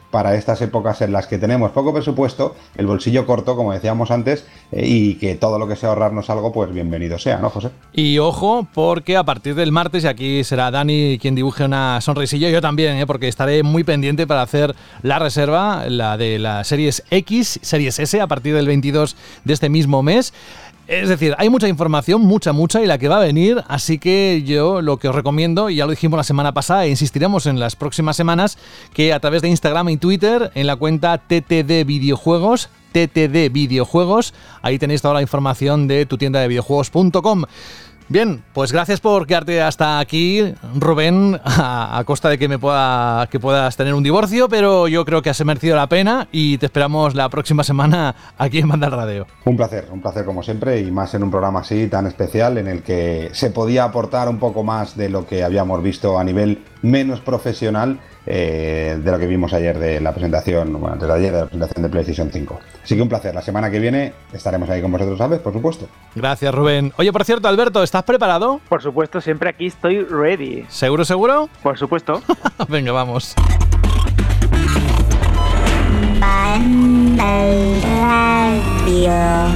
para estas épocas en las que tenemos poco presupuesto, el bolsillo corto, como decíamos antes, eh, y que todo lo que sea ahorrarnos algo, pues bienvenido sea, ¿no, José? Y ojo, porque a partir del martes, y aquí será Dani quien dibuje una sonrisilla, yo también, ¿eh? Porque estaré muy pendiente para hacer la reserva, la de las Series X, Series S, a partir del veintidós de este mismo mes. Es decir, hay mucha información, mucha, mucha, y la que va a venir, así que yo lo que os recomiendo, y ya lo dijimos la semana pasada e insistiremos en las próximas semanas, que a través de Instagram y Twitter, en la cuenta T T D Videojuegos, T T D Videojuegos, ahí tenéis toda la información de tu tienda de videojuegos punto com. Bien, pues gracias por quedarte hasta aquí, Rubén, a, a costa de que me pueda que puedas tener un divorcio, pero yo creo que has merecido la pena y te esperamos la próxima semana aquí en Banda al Radio. Un placer, un placer como siempre, y más en un programa así tan especial en el que se podía aportar un poco más de lo que habíamos visto a nivel menos profesional eh, de lo que vimos ayer de la presentación, bueno, antes de ayer de la presentación de PlayStation cinco. Así que un placer, la semana que viene estaremos ahí con vosotros, ¿sabes? Por supuesto. Gracias, Rubén. Oye, por cierto, Alberto, ¿estás preparado? Por supuesto, siempre aquí estoy ready. ¿Seguro, seguro? Por supuesto. Venga, vamos. Banda al Radio.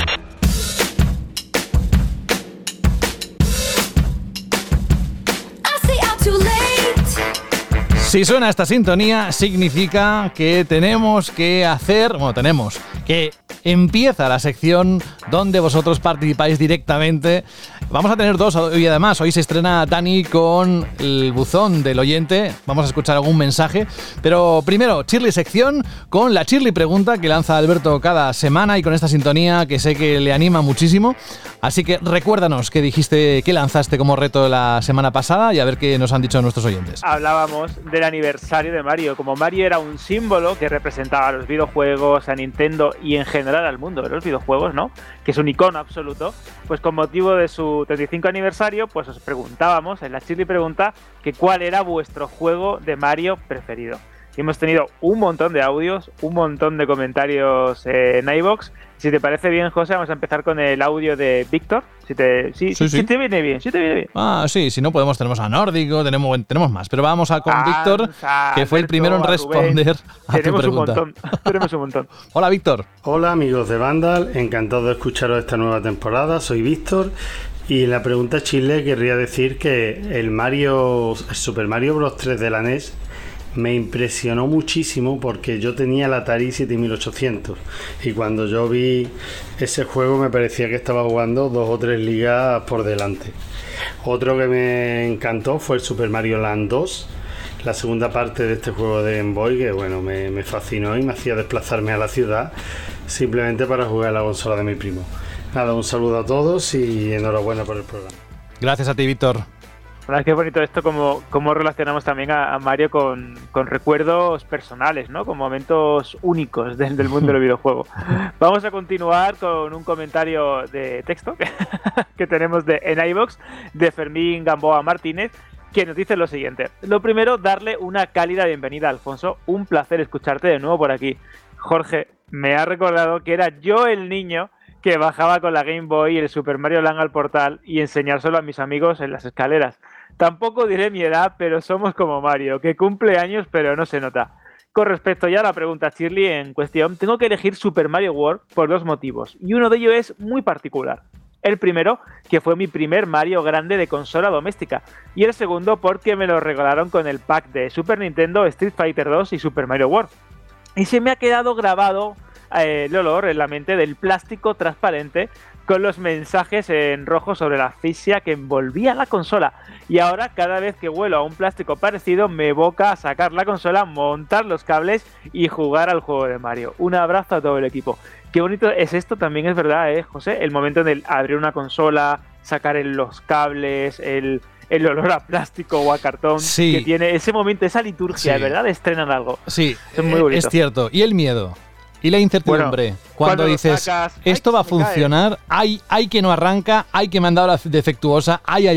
Si suena esta sintonía, significa que tenemos que hacer, bueno, tenemos que empieza la sección donde vosotros participáis directamente. Vamos a tener dos y además hoy se estrena Dani con el buzón del oyente. Vamos a escuchar algún mensaje, pero primero Shirley sección con la Shirley pregunta que lanza Alberto cada semana y con esta sintonía que sé que le anima muchísimo. Así que recuérdanos qué dijiste, qué lanzaste como reto la semana pasada y a ver qué nos han dicho nuestros oyentes. Hablábamos del aniversario de Mario. Como Mario era un símbolo que representaba a los videojuegos, a Nintendo y en general al mundo de los videojuegos, ¿no? Que es un icono absoluto, pues con motivo de su treinta y cinco aniversario, pues os preguntábamos en la Shirley pregunta que cuál era vuestro juego de Mario preferido. Y hemos tenido un montón de audios, un montón de comentarios eh, en iVoox. Si te parece bien, José, vamos a empezar con el audio de Víctor. Si te, si, sí, si, sí. si te viene bien, si te viene bien. Ah, sí, si no podemos, tenemos a Nórdico, tenemos, tenemos más. Pero vamos a con ah, Víctor, que fue el primero en responder a tu tenemos pregunta. Un montón, tenemos un montón. Hola, Víctor. Hola, amigos de Vandal. Encantado de escucharos esta nueva temporada. Soy Víctor. Y en la pregunta Chile querría decir que el Mario, el Super Mario Bros. tres de la N E S me impresionó muchísimo porque yo tenía el Atari siete mil ochocientos y cuando yo vi ese juego me parecía que estaba jugando dos o tres ligas por delante. Otro que me encantó fue el Super Mario Land dos, la segunda parte de este juego de Game Boy, que bueno, me, me fascinó y me hacía desplazarme a la ciudad simplemente para jugar a la consola de mi primo. Nada, un saludo a todos y enhorabuena por el programa. Gracias a ti, Víctor. Bueno, qué bonito esto, como, como relacionamos también a, a Mario con, con recuerdos personales, ¿no? Con momentos únicos del, del mundo del videojuego. Vamos a continuar con un comentario de texto que, que tenemos de, en iVoox de Fermín Gamboa Martínez, que nos dice lo siguiente. Lo primero, darle una cálida bienvenida a Alfonso. Un placer escucharte de nuevo por aquí. Jorge, me ha recordado que era yo el niño que bajaba con la Game Boy y el Super Mario Land al portal y enseñárselo a mis amigos en las escaleras. Tampoco diré mi edad, pero somos como Mario, que cumple años pero no se nota. Con respecto ya a la pregunta Shirley en cuestión, tengo que elegir Super Mario World por dos motivos, y uno de ellos es muy particular. El primero, que fue mi primer Mario grande de consola doméstica, y el segundo porque me lo regalaron con el pack de Super Nintendo, Street Fighter dos y Super Mario World. Y se me ha quedado grabado eh, el olor en la mente del plástico transparente con los mensajes en rojo sobre la asfixia que envolvía la consola. Y ahora, cada vez que huelo a un plástico parecido, me evoca a sacar la consola, montar los cables y jugar al juego de Mario. Un abrazo a todo el equipo. Qué bonito es esto, también es verdad, ¿eh, José? El momento en el abrir una consola, sacar el, los cables, el, el olor a plástico o a cartón, sí, que tiene ese momento, esa liturgia, sí, ¿verdad? Estrenan algo. Sí, es muy bonito. Es cierto. Y el miedo. Y la incertidumbre, bueno, cuando, cuando dices, sacas, esto ay, va a funcionar, hay, hay que no arranca, hay que me han dado la defectuosa, ay, ay, ay.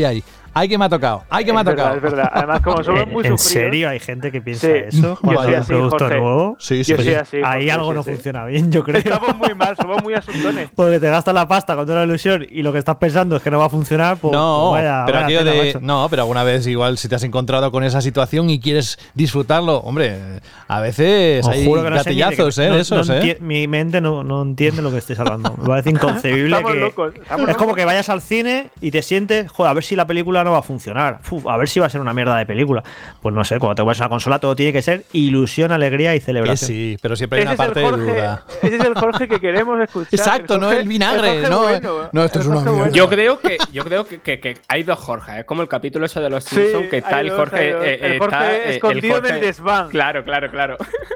Ay, que me ha tocado. Ay, que me ha tocado. Es verdad, es verdad. Además, como somos muy ¿En sufridos... serio hay gente que piensa Sí. eso? Yo Cuando soy hay un así, producto Jorge. nuevo. Sí, sí, Yo sí. soy así. Ahí Jorge, algo sí, no sí. funciona bien, yo creo. Estamos muy mal, somos muy asustones. Porque te gastas la pasta con una ilusión y lo que estás pensando es que no va a funcionar, pues, No, pues vaya, pero vaya aquello tela, de, macho. no, pero alguna vez igual si te has encontrado con esa situación y quieres disfrutarlo, hombre, a veces Os hay juro que no sé ni de gatillazos, qué- eh, no- de esos, no eh. enti- Mi mente no, no entiende lo que estáis hablando. Me parece inconcebible Estamos que... locos, estamos es como locos. que vayas al cine y te sientes, joder, a ver si la película no va a funcionar. Uf, a ver si va a ser una mierda de película. Pues no sé, cuando te vas a la consola todo tiene que ser ilusión, alegría y Que celebración. sí, pero siempre hay Ese una es el parte de Jorge- duda. Ese es el Jorge que queremos escuchar. Exacto, no Jorge- el vinagre, Jorge no, bueno, no, esto el es una Jorge mierda. bueno. Yo creo que, yo creo que, que- que hay dos Jorge. Es como el capítulo ese de los Sí, Simpsons que está hay el dos, Jorge. hay dos. eh, El eh, Jorge está, eh, escondido en el Jorge- desván. Claro, claro, claro.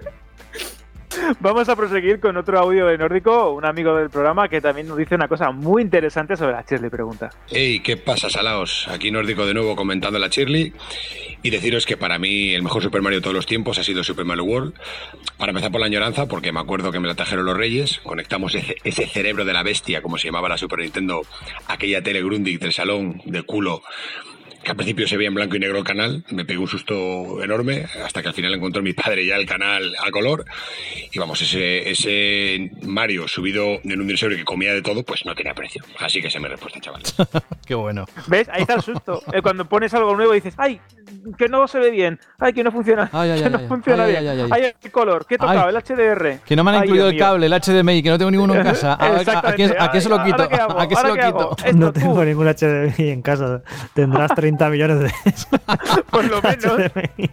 Vamos a proseguir con otro audio de Nórdico, un amigo del programa que también nos dice una cosa muy interesante sobre la Shirley pregunta. Hey, ¿qué pasa, salaos? Aquí Nórdico de nuevo comentando la Shirley y deciros que para mí el mejor Super Mario de todos los tiempos ha sido Super Mario World. Para empezar por la añoranza, porque me acuerdo que me la trajeron los Reyes, conectamos ese, ese cerebro de la bestia, como se llamaba la Super Nintendo, aquella tele Grundig del salón de culo, que al principio se veía en blanco y negro el canal, me pegué un susto enorme, hasta que al final encontró mi padre ya el canal a color, y vamos, ese, ese Mario subido en un dinosaurio que comía de todo, pues no tenía precio. Así que esa es mi respuesta, chavales. Qué bueno. ¿Ves? Ahí está el susto. Eh, cuando pones algo nuevo y dices, ¡ay! Que no se ve bien. ¡Ay! Que no funciona. Ay, ay, que ay, no ay, funciona ay, bien. ay, ay, ¡Ay, ay. el color! ¿Qué he tocado? Ay. El H D R. Que no me han Ay, incluido Dios el mío. cable, el H D M I, que no tengo ninguno en casa. ¿A, a- a qué, Exactamente. a qué se lo Ay, quito? ¿ahora qué hago? ¿A qué se ¿Ahora lo qué quito? hago? No Esto, tengo tú. ningún H D M I en casa. Tendrás treinta millones de Por lo menos. H D M I.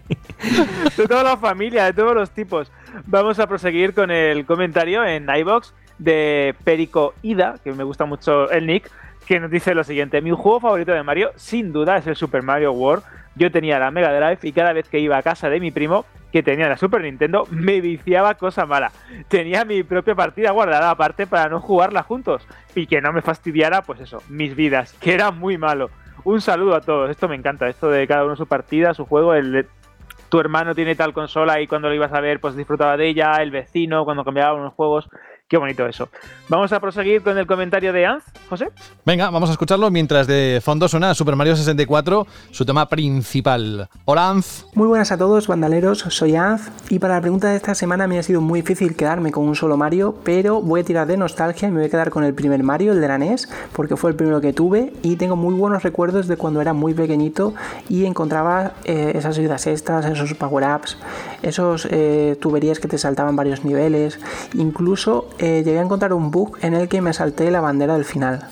De toda la familia, de todos los tipos. Vamos a proseguir con el comentario en iVoox de Perico Ida, que me gusta mucho el nick, que nos dice lo siguiente: mi juego favorito de Mario, sin duda, es el Super Mario World. Yo tenía la Mega Drive y cada vez que iba a casa de mi primo, que tenía la Super Nintendo, me viciaba cosa mala. Tenía mi propia partida guardada aparte para no jugarla juntos y que no me fastidiara, pues eso, mis vidas, que era muy malo. Un saludo a todos, esto me encanta, esto de cada uno su partida, su juego, el de tu hermano tiene tal consola y cuando lo ibas a ver pues disfrutaba de ella, el vecino cuando cambiaba unos juegos, qué bonito eso. Vamos a proseguir con el comentario de Anz, José. Venga, vamos a escucharlo mientras de fondo suena Super Mario sesenta y cuatro, su tema principal. Hola, Anz. Muy buenas a todos, bandaleros, soy Anz y para la pregunta de esta semana me ha sido muy difícil quedarme con un solo Mario, pero voy a tirar de nostalgia y me voy a quedar con el primer Mario, el de la N E S, porque fue el primero que tuve y tengo muy buenos recuerdos de cuando era muy pequeñito y encontraba eh, esas ayudas extras, esos power-ups, esos eh, tuberías que te saltaban varios niveles, incluso eh, llegué a encontrar un bug en el que me salté la bandera del final.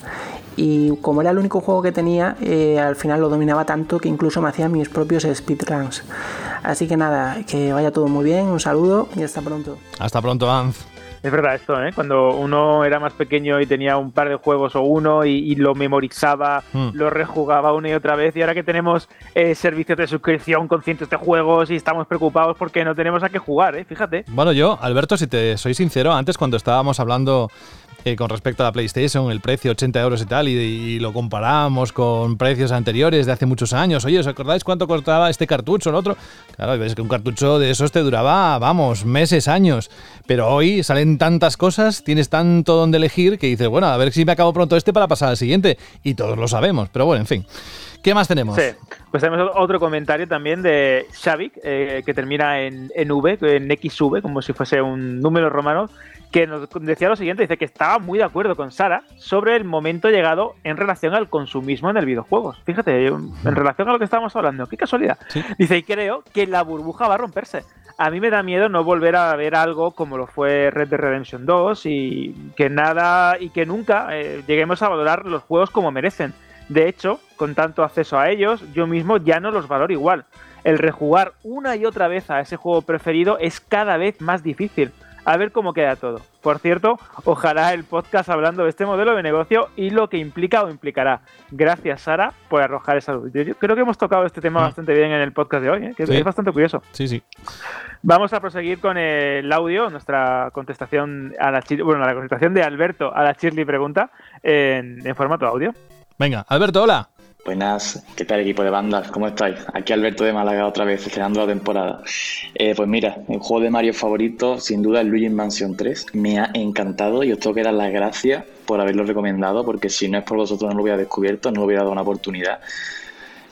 Y como era el único juego que tenía, eh, al final lo dominaba tanto que incluso me hacía mis propios speedruns. Así que nada, que vaya todo muy bien, un saludo y hasta pronto. Hasta pronto, Anz. Es verdad esto, ¿eh? Cuando uno era más pequeño y tenía un par de juegos o uno y, y lo memorizaba, Mm. lo rejugaba una y otra vez, y ahora que tenemos eh, servicios de suscripción con cientos de juegos y estamos preocupados porque no tenemos a qué jugar, ¿eh? Fíjate. Bueno, yo, Alberto, si te soy sincero, antes cuando estábamos hablando eh, con respecto a la PlayStation, el precio ochenta euros y tal, y, y lo comparamos con precios anteriores de hace muchos años. Oye, ¿os acordáis cuánto costaba este cartucho o el otro? Claro, ves que un cartucho de esos te duraba, vamos, meses, años. Pero hoy salen tantas cosas, tienes tanto donde elegir que dices, bueno, a ver si me acabo pronto este para pasar al siguiente. Y todos lo sabemos, pero bueno, en fin. ¿Qué más tenemos? Sí, pues tenemos otro comentario también de Xavi, eh, que termina en, en V, en X V, como si fuese un número romano, que nos decía lo siguiente, dice que estaba muy de acuerdo con Sara sobre el momento llegado en relación al consumismo en el videojuegos. Fíjate, en relación a lo que estábamos hablando, qué casualidad. Sí. Dice, y creo que la burbuja va a romperse. A mí me da miedo no volver a ver algo como lo fue Red Dead Redemption dos y que nada y que nunca eh, lleguemos a valorar los juegos como merecen. De hecho, con tanto acceso a ellos, yo mismo ya no los valoro igual. El rejugar una y otra vez a ese juego preferido es cada vez más difícil. A ver cómo queda todo. Por cierto, ojalá el podcast hablando de este modelo de negocio y lo que implica o implicará. Gracias, Sara, por arrojar esa luz. Yo, yo creo que hemos tocado este tema Mm. bastante bien en el podcast de hoy, ¿eh? Que Sí. es bastante curioso. Sí, sí. Vamos a proseguir con el audio, nuestra contestación a la Shirley, bueno, la contestación de Alberto a la Shirley pregunta en, en formato audio. Venga, Alberto, hola. Buenas, ¿qué tal equipo de bandas? ¿Cómo estáis? Aquí Alberto de Málaga otra vez, estrenando la temporada. Eh, pues mira, el juego de Mario favorito, sin duda, es Luigi's Mansion tres. Me ha encantado y os tengo que dar las gracias por haberlo recomendado, porque si no es por vosotros no lo hubiera descubierto, no lo hubiera dado una oportunidad.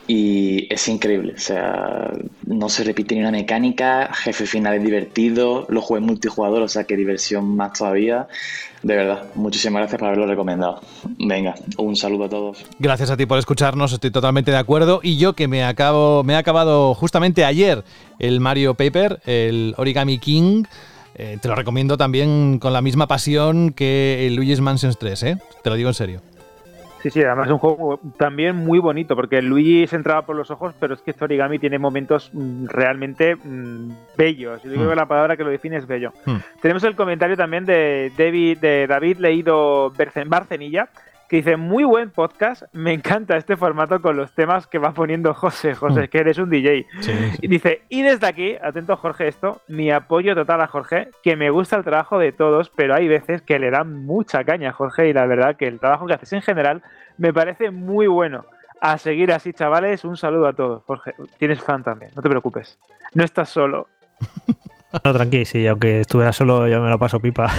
y es increíble. O sea, no se repite ni una mecánica, jefe final es divertido, lo jugué en multijugador, o sea, que diversión más todavía. De verdad, muchísimas gracias por haberlo recomendado. Venga, un saludo a todos. Gracias a ti por escucharnos, estoy totalmente de acuerdo. Y yo que me acabo, me he acabado justamente ayer el Mario Paper, el Origami King, eh, te lo recomiendo también con la misma pasión que el Luigi's Mansion tres, ¿eh? Te lo digo en serio. Sí, sí, además es un juego también muy bonito, porque Luigi se entraba por los ojos, pero es que este Origami tiene momentos mmm, realmente mmm, bellos. Yo mm. creo que la palabra que lo define es bello. Mm. Tenemos el comentario también de David, de David Leído Barcenilla, que dice, muy buen podcast, me encanta este formato con los temas que va poniendo José, José, mm. que eres un D J. Sí, sí. Y dice, y desde aquí, atento Jorge esto, mi apoyo total a Jorge, que me gusta el trabajo de todos, pero hay veces que le dan mucha caña a Jorge y la verdad que el trabajo que haces en general me parece muy bueno. A seguir así, chavales, un saludo a todos. Jorge, tienes fan también, no te preocupes, no estás solo. No, tranqui, sí, aunque estuviera solo yo me lo paso pipa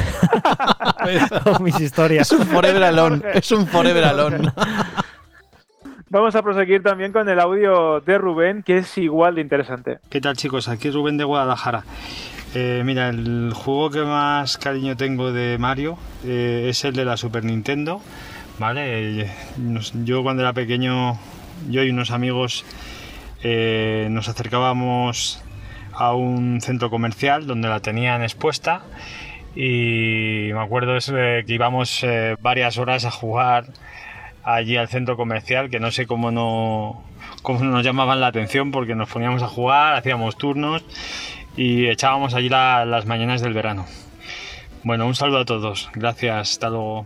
con mis historias. Es un forever alone, es un forever alone. Vamos a proseguir también con el audio de Rubén, que es igual de interesante. ¿Qué tal, chicos? Aquí es Rubén de Guadalajara. Eh, mira, el juego que más cariño tengo de Mario eh, es el de la Super Nintendo, ¿vale? Yo cuando era pequeño, yo y unos amigos eh, nos acercábamos a un centro comercial donde la tenían expuesta y me acuerdo que íbamos eh, varias horas a jugar allí al centro comercial, que no sé cómo no, cómo nos llamaban la atención, porque nos poníamos a jugar, hacíamos turnos y echábamos allí la, las mañanas del verano. Bueno, un saludo a todos, gracias, hasta luego.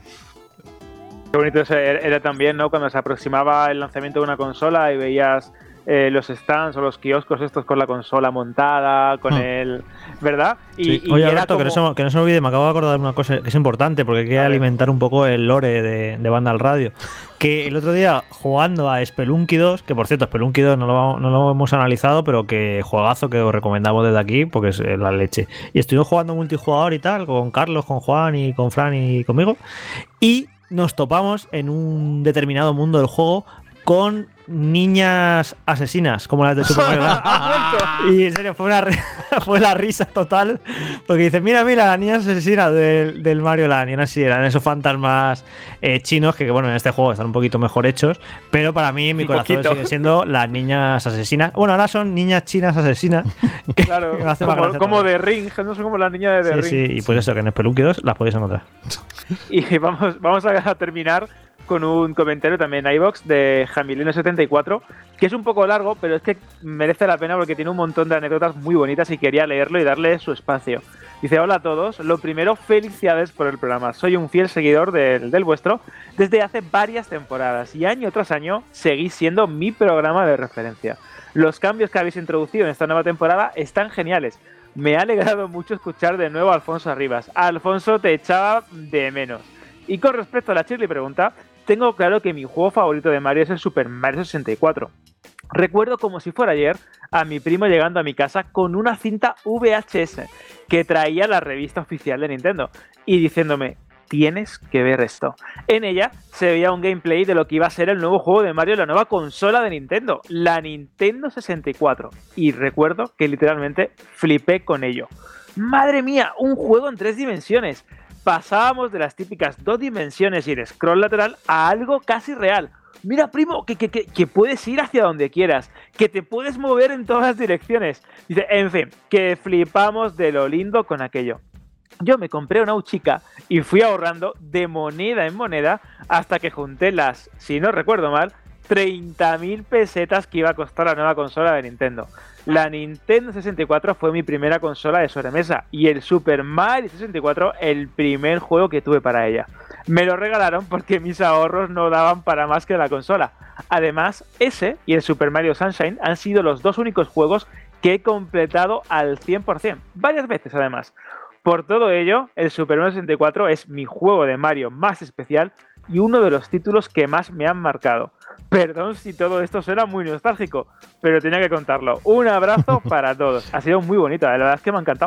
Qué bonito era también, ¿no? Cuando se aproximaba el lanzamiento de una consola y veías Eh, los stands o los kioscos estos con la consola montada, con hmm. el... ¿verdad? Y, sí. y Oye, era Alberto, como... que, no se, que no se me olvide, me acabo de acordar de una cosa que es importante, porque hay que alimentar un poco el lore de, de Vandal Radio. Que el otro día, jugando a Spelunky dos, que por cierto, Spelunky dos no lo, no lo hemos analizado, pero que juegazo que os recomendamos desde aquí, porque es la leche. Y estuvimos jugando multijugador y tal, con Carlos, con Juan y con Fran y conmigo, y nos topamos en un determinado mundo del juego con niñas asesinas, como las de Super Mario Land. Y en serio, fue, una, fue la risa total, porque dices, mira, mira, las niñas asesinas del, del Mario Land. Y aún así eran esos fantasmas eh, chinos que, bueno, en este juego están un poquito mejor hechos, pero para mí, en mi un corazón, poquito. Siguen siendo las niñas asesinas. Bueno, ahora son niñas chinas asesinas. Que, claro, que me hace como, como de Ring, no son como las niñas de The sí, Ring. Sí, y pues eso, que en Spelunky dos las podéis encontrar. Y vamos, vamos a terminar con un comentario también en iVoox de Jamileno setenta y cuatro, que es un poco largo, pero es que merece la pena porque tiene un montón de anécdotas muy bonitas y quería leerlo y darle su espacio. Dice, hola a todos, lo primero, felicidades por el programa. Soy un fiel seguidor del, del vuestro desde hace varias temporadas y año tras año seguís siendo mi programa de referencia. Los cambios que habéis introducido en esta nueva temporada están geniales. Me ha alegrado mucho escuchar de nuevo a Alfonso Arribas. Alfonso, te echaba de menos. Y con respecto a la Shirley pregunta, tengo claro que mi juego favorito de Mario es el Super Mario sesenta y cuatro. Recuerdo como si fuera ayer a mi primo llegando a mi casa con una cinta V H S que traía la revista oficial de Nintendo y diciéndome, tienes que ver esto. En ella se veía un gameplay de lo que iba a ser el nuevo juego de Mario en la nueva consola de Nintendo, la Nintendo sesenta y cuatro. Y recuerdo que literalmente flipé con ello. ¡Madre mía! Un juego en tres dimensiones. Pasábamos de las típicas dos dimensiones y el scroll lateral a algo casi real. Mira, primo, que, que, que, que puedes ir hacia donde quieras, que te puedes mover en todas las direcciones. Dice, en fin, que flipamos de lo lindo con aquello. Yo me compré una Uchica y fui ahorrando de moneda en moneda hasta que junté las, si no recuerdo mal, treinta mil pesetas que iba a costar la nueva consola de Nintendo. La Nintendo sesenta y cuatro fue mi primera consola de sobremesa y el Super Mario sesenta y cuatro el primer juego que tuve para ella. Me lo regalaron porque mis ahorros no daban para más que la consola. Además, ese y el Super Mario Sunshine han sido los dos únicos juegos que he completado al cien por ciento, varias veces además. Por todo ello, el Super Mario sesenta y cuatro es mi juego de Mario más especial y uno de los títulos que más me han marcado. Perdón si todo esto suena muy nostálgico, pero tenía que contarlo. Un abrazo para todos. Ha sido muy bonito, la verdad es que me ha encantado.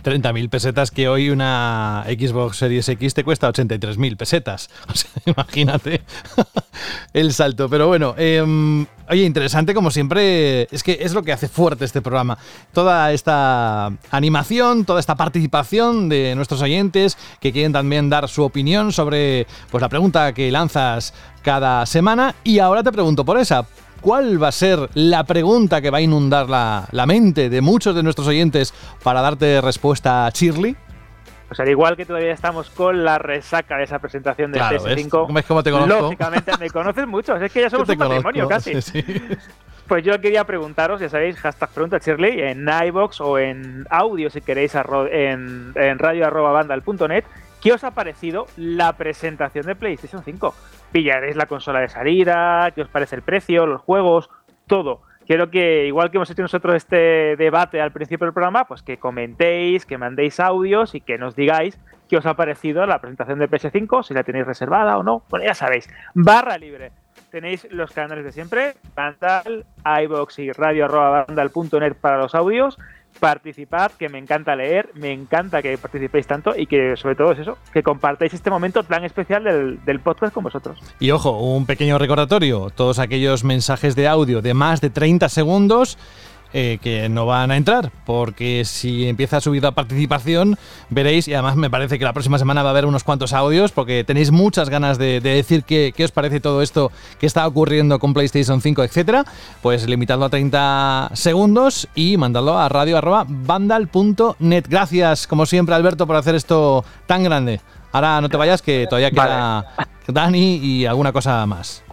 treinta mil pesetas, que hoy una Xbox Series X te cuesta ochenta y tres mil pesetas. O sea, imagínate el salto. Pero bueno, eh, oye, interesante como siempre. Es que es lo que hace fuerte este programa. Toda esta animación, toda esta participación de nuestros oyentes que quieren también dar su opinión sobre pues la pregunta que lanzas cada semana. Y ahora te pregunto por esa. ¿Cuál va a ser la pregunta que va a inundar la, la mente de muchos de nuestros oyentes para darte respuesta a Shirley? Pues al igual que todavía estamos con la resaca de esa presentación de claro, P S cinco, ¿ves cómo te conozco? Lógicamente me conoces mucho, es que ya somos un matrimonio casi. Sí, sí. Pues yo quería preguntaros, ya sabéis, hashtag pregunta Shirley, en iVoox o en audio si queréis en, en radio arroba vandal punto net, ¿qué os ha parecido la presentación de PlayStation cinco? ¿Pillaréis la consola de salida? ¿Qué os parece el precio, los juegos, todo? Quiero que, igual que hemos hecho nosotros este debate al principio del programa, pues que comentéis, que mandéis audios y que nos digáis qué os ha parecido la presentación de P S cinco, si la tenéis reservada o no. Bueno, ya sabéis, barra libre. Tenéis los canales de siempre, Vandal, iVoox y radio arroba vandal punto net para los audios. Participad, que me encanta leer, me encanta que participéis tanto y que sobre todo es eso, que compartáis este momento tan especial del, del podcast con vosotros. Y ojo, un pequeño recordatorio, todos aquellos mensajes de audio de más de treinta segundos eh, que no van a entrar, porque si empieza a subir la participación veréis, y además me parece que la próxima semana va a haber unos cuantos audios, porque tenéis muchas ganas de, de decir qué, qué os parece todo esto que está ocurriendo con PlayStation cinco, etcétera, pues limitadlo a treinta segundos y mandadlo a radio arroba vandal punto net. Gracias, como siempre, Alberto, por hacer esto tan grande. Ahora no te vayas, que todavía queda vale. Dani y alguna cosa más.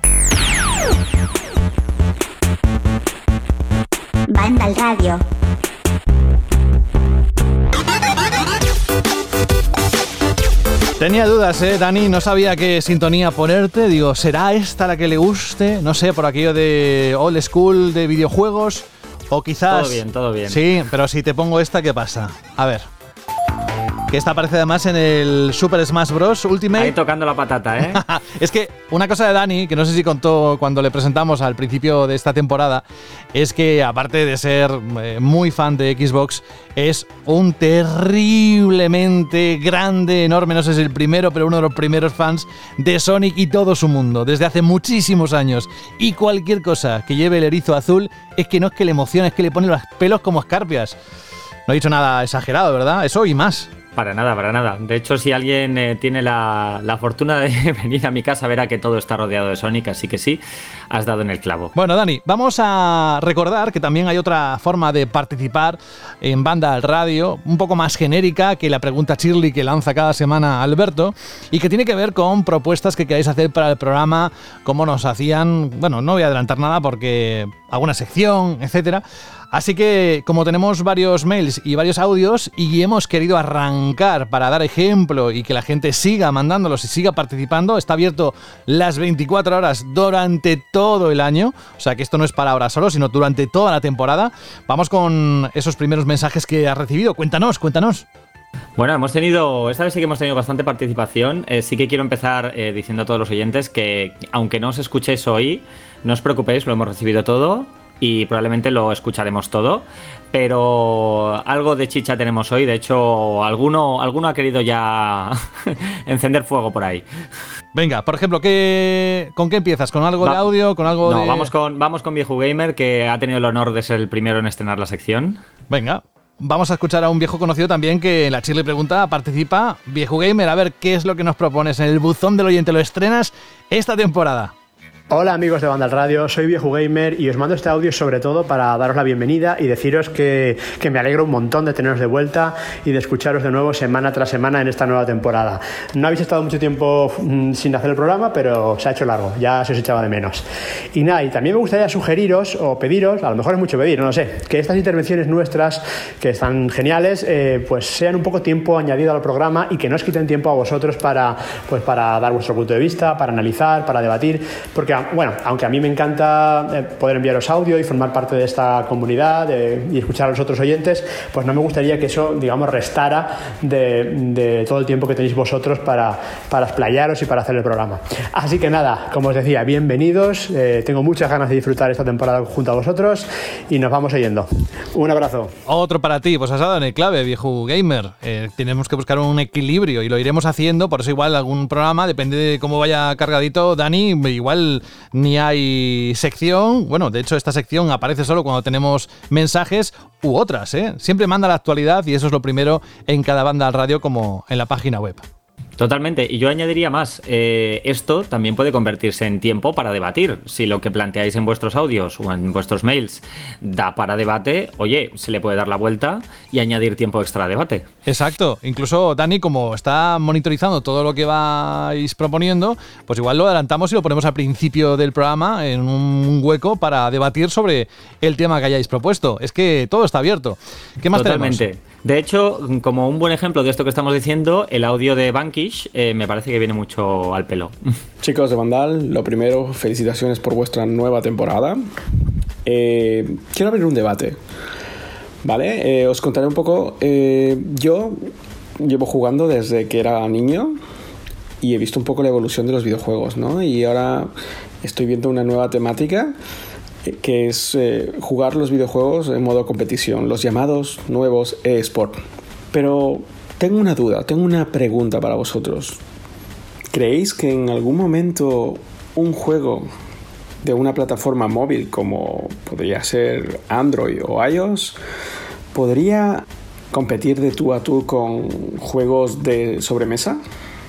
Vandal Radio. Tenía dudas, ¿eh, Dani? No sabía qué sintonía ponerte. Digo, ¿será esta la que le guste? No sé, por aquello de old school de videojuegos. O quizás... Todo bien, todo bien. Sí, pero si te pongo esta, ¿qué pasa? A ver. Que esta aparece además en el Super Smash Bros. Ultimate. Ahí tocando la patata, ¿eh? Es que una cosa de Dani, que no sé si contó cuando le presentamos al principio de esta temporada, es que aparte de ser eh, muy fan de Xbox, es un terriblemente grande, enorme, no sé si es el primero, pero uno de los primeros fans de Sonic y todo su mundo, desde hace muchísimos años. Y cualquier cosa que lleve el erizo azul, es que no es que le emocione, es que le pone los pelos como escarpias. No he dicho nada exagerado, ¿verdad? Eso y más. Para nada, para nada. De hecho, si alguien eh, tiene la, la fortuna de venir a mi casa, verá que todo está rodeado de Sonic, así que sí, has dado en el clavo. Bueno, Dani, vamos a recordar que también hay otra forma de participar en Vandal Radio, un poco más genérica que la pregunta Shirley que lanza cada semana Alberto, y que tiene que ver con propuestas que queráis hacer para el programa, como nos hacían, bueno, no voy a adelantar nada porque alguna sección, etcétera. Así que, como tenemos varios mails y varios audios y hemos querido arrancar para dar ejemplo y que la gente siga mandándolos y siga participando, está abierto las veinticuatro horas durante todo el año, o sea que esto no es para ahora solo, sino durante toda la temporada. Vamos con esos primeros mensajes que has recibido. Cuéntanos, cuéntanos. Bueno, hemos tenido, esta vez sí que hemos tenido bastante participación. Eh, sí que quiero empezar eh, diciendo a todos los oyentes que, aunque no os escuchéis hoy, no os preocupéis, lo hemos recibido todo y probablemente lo escucharemos todo, pero algo de chicha tenemos hoy. De hecho, alguno, alguno ha querido ya encender fuego por ahí. Venga, por ejemplo, ¿qué, ¿con qué empiezas? ¿Con algo Va, de audio? ¿Con algo no, de...? vamos con, vamos con Viejo Gamer, que ha tenido el honor de ser el primero en estrenar la sección. Venga, vamos a escuchar a un viejo conocido también que en la Shirley Pregunta participa. Viejo Gamer, a ver qué es lo que nos propones en el buzón del oyente. Lo estrenas esta temporada. Hola amigos de Vandal Radio, soy Viejo Gamer y os mando este audio sobre todo para daros la bienvenida y deciros que, que me alegro un montón de teneros de vuelta y de escucharos de nuevo semana tras semana en esta nueva temporada. No habéis estado mucho tiempo mmm, sin hacer el programa, pero se ha hecho largo, ya se os echaba de menos. Y nada, y también me gustaría sugeriros o pediros, a lo mejor es mucho pedir, no lo sé, que estas intervenciones nuestras, que están geniales, eh, pues sean un poco tiempo añadido al programa y que no os quiten tiempo a vosotros para, pues, para dar vuestro punto de vista, para analizar, para debatir, porque bueno, aunque a mí me encanta eh, poder enviaros audio y formar parte de esta comunidad eh, y escuchar a los otros oyentes, pues no me gustaría que eso, digamos, restara de, de todo el tiempo que tenéis vosotros para, para explayaros y para hacer el programa. Así que nada, como os decía, bienvenidos, eh, tengo muchas ganas de disfrutar esta temporada junto a vosotros y nos vamos oyendo. Un abrazo. Otro para ti, pues has dado en el clave, viejo gamer. Eh, tenemos que buscar un equilibrio y lo iremos haciendo, por eso igual algún programa, depende de cómo vaya cargadito, Dani, igual ni hay sección, bueno, de hecho esta sección aparece solo cuando tenemos mensajes u otras, ¿eh? Siempre manda la actualidad y eso es lo primero en cada banda al radio como en la página web. Totalmente, y yo añadiría más, eh, esto también puede convertirse en tiempo para debatir. Si lo que planteáis en vuestros audios o en vuestros mails da para debate, oye, se le puede dar la vuelta y añadir tiempo extra a debate. Exacto, incluso Dani, como está monitorizando todo lo que vais proponiendo, pues igual lo adelantamos y lo ponemos al principio del programa en un hueco para debatir sobre el tema que hayáis propuesto. Es que todo está abierto. ¿Qué más Totalmente. tenemos? De hecho, como un buen ejemplo de esto que estamos diciendo, el audio de Vanquish eh, me parece que viene mucho al pelo. Chicos de Vandal, lo primero, felicitaciones por vuestra nueva temporada. Eh, quiero abrir un debate, ¿vale? Eh, os contaré un poco. Eh, yo llevo jugando desde que era niño y he visto un poco la evolución de los videojuegos, ¿no? Y ahora estoy viendo una nueva temática, que es eh, jugar los videojuegos en modo competición, los llamados nuevos eSport. Pero tengo una duda, tengo una pregunta para vosotros. ¿Creéis que en algún momento un juego de una plataforma móvil como podría ser Android o iOS podría competir de tú a tú con juegos de sobremesa?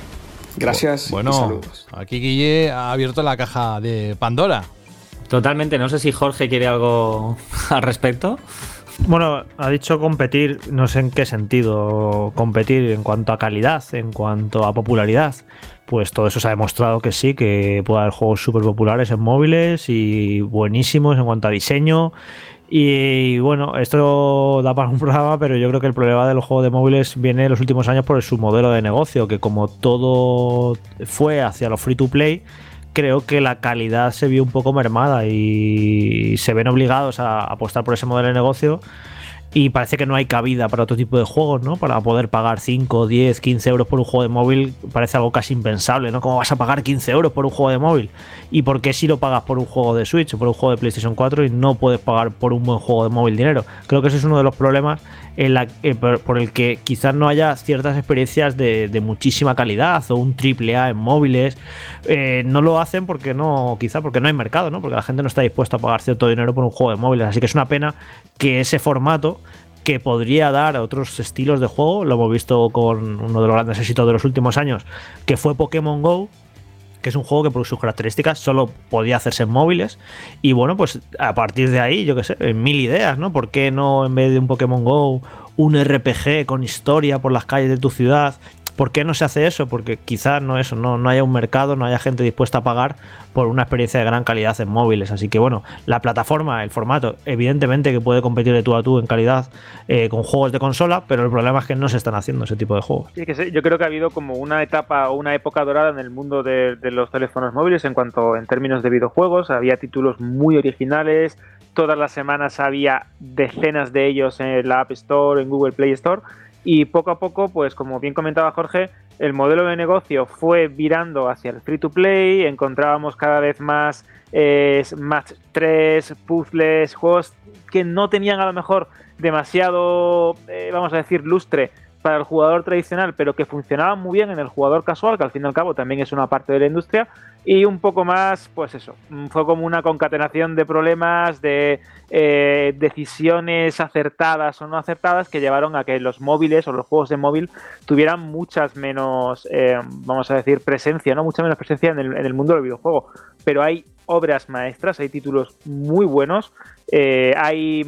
Gracias bueno, y saludos. Aquí Guille ha abierto la caja de Pandora. Totalmente, no sé si Jorge quiere algo al respecto. Bueno, ha dicho competir, no sé en qué sentido competir en cuanto a calidad, en cuanto a popularidad. Pues todo eso se ha demostrado que sí, que puede haber juegos súper populares en móviles y buenísimos en cuanto a diseño. Y bueno, esto da para un programa, pero yo creo que el problema de los juegos de móviles viene en los últimos años por su modelo de negocio, que como todo fue hacia los free to play, creo que la calidad se vio un poco mermada y se ven obligados a apostar por ese modelo de negocio y parece que no hay cabida para otro tipo de juegos, ¿no? Para poder pagar cinco, diez, quince euros por un juego de móvil parece algo casi impensable, ¿no? ¿Cómo vas a pagar quince euros por un juego de móvil? ¿Y por qué si lo pagas por un juego de Switch o por un juego de PlayStation cuatro y no puedes pagar por un buen juego de móvil dinero? Creo que ese es uno de los problemas en la, eh, por, por el que quizás no haya ciertas experiencias de, de muchísima calidad o un triple A en móviles. Eh, no lo hacen porque no, quizá porque no hay mercado, ¿no? Porque la gente no está dispuesta a pagar cierto dinero por un juego de móviles. Así que es una pena que ese formato, que podría dar a otros estilos de juego, lo hemos visto con uno de los grandes éxitos de los últimos años, que fue Pokémon Go, que es un juego que por sus características solo podía hacerse en móviles, y bueno, pues a partir de ahí, yo qué sé, mil ideas, ¿no? ¿Por qué no, en vez de un Pokémon Go, un R P G con historia por las calles de tu ciudad? ¿Por qué no se hace eso? Porque quizás no, eso, no, no haya un mercado, no haya gente dispuesta a pagar por una experiencia de gran calidad en móviles. Así que bueno, la plataforma, el formato, evidentemente que puede competir de tú a tú en calidad eh, con juegos de consola, pero el problema es que no se están haciendo ese tipo de juegos. Sí, que sé, yo creo que ha habido como una etapa o una época dorada en el mundo de, de los teléfonos móviles en cuanto en términos de videojuegos. Había títulos muy originales, todas las semanas había decenas de ellos en la App Store, en Google Play Store. Y poco a poco, pues como bien comentaba Jorge, el modelo de negocio fue virando hacia el free to play, encontrábamos cada vez más eh, Match tres, puzzles, juegos que no tenían a lo mejor demasiado, eh, vamos a decir, lustre para el jugador tradicional, pero que funcionaban muy bien en el jugador casual, que al fin y al cabo también es una parte de la industria, y un poco más, pues eso, fue como una concatenación de problemas, de eh, decisiones acertadas o no acertadas que llevaron a que los móviles o los juegos de móvil tuvieran muchas menos, eh, vamos a decir, presencia, ¿no? Mucha menos presencia en el, en el mundo del videojuego. Pero hay obras maestras, hay títulos muy buenos, eh, hay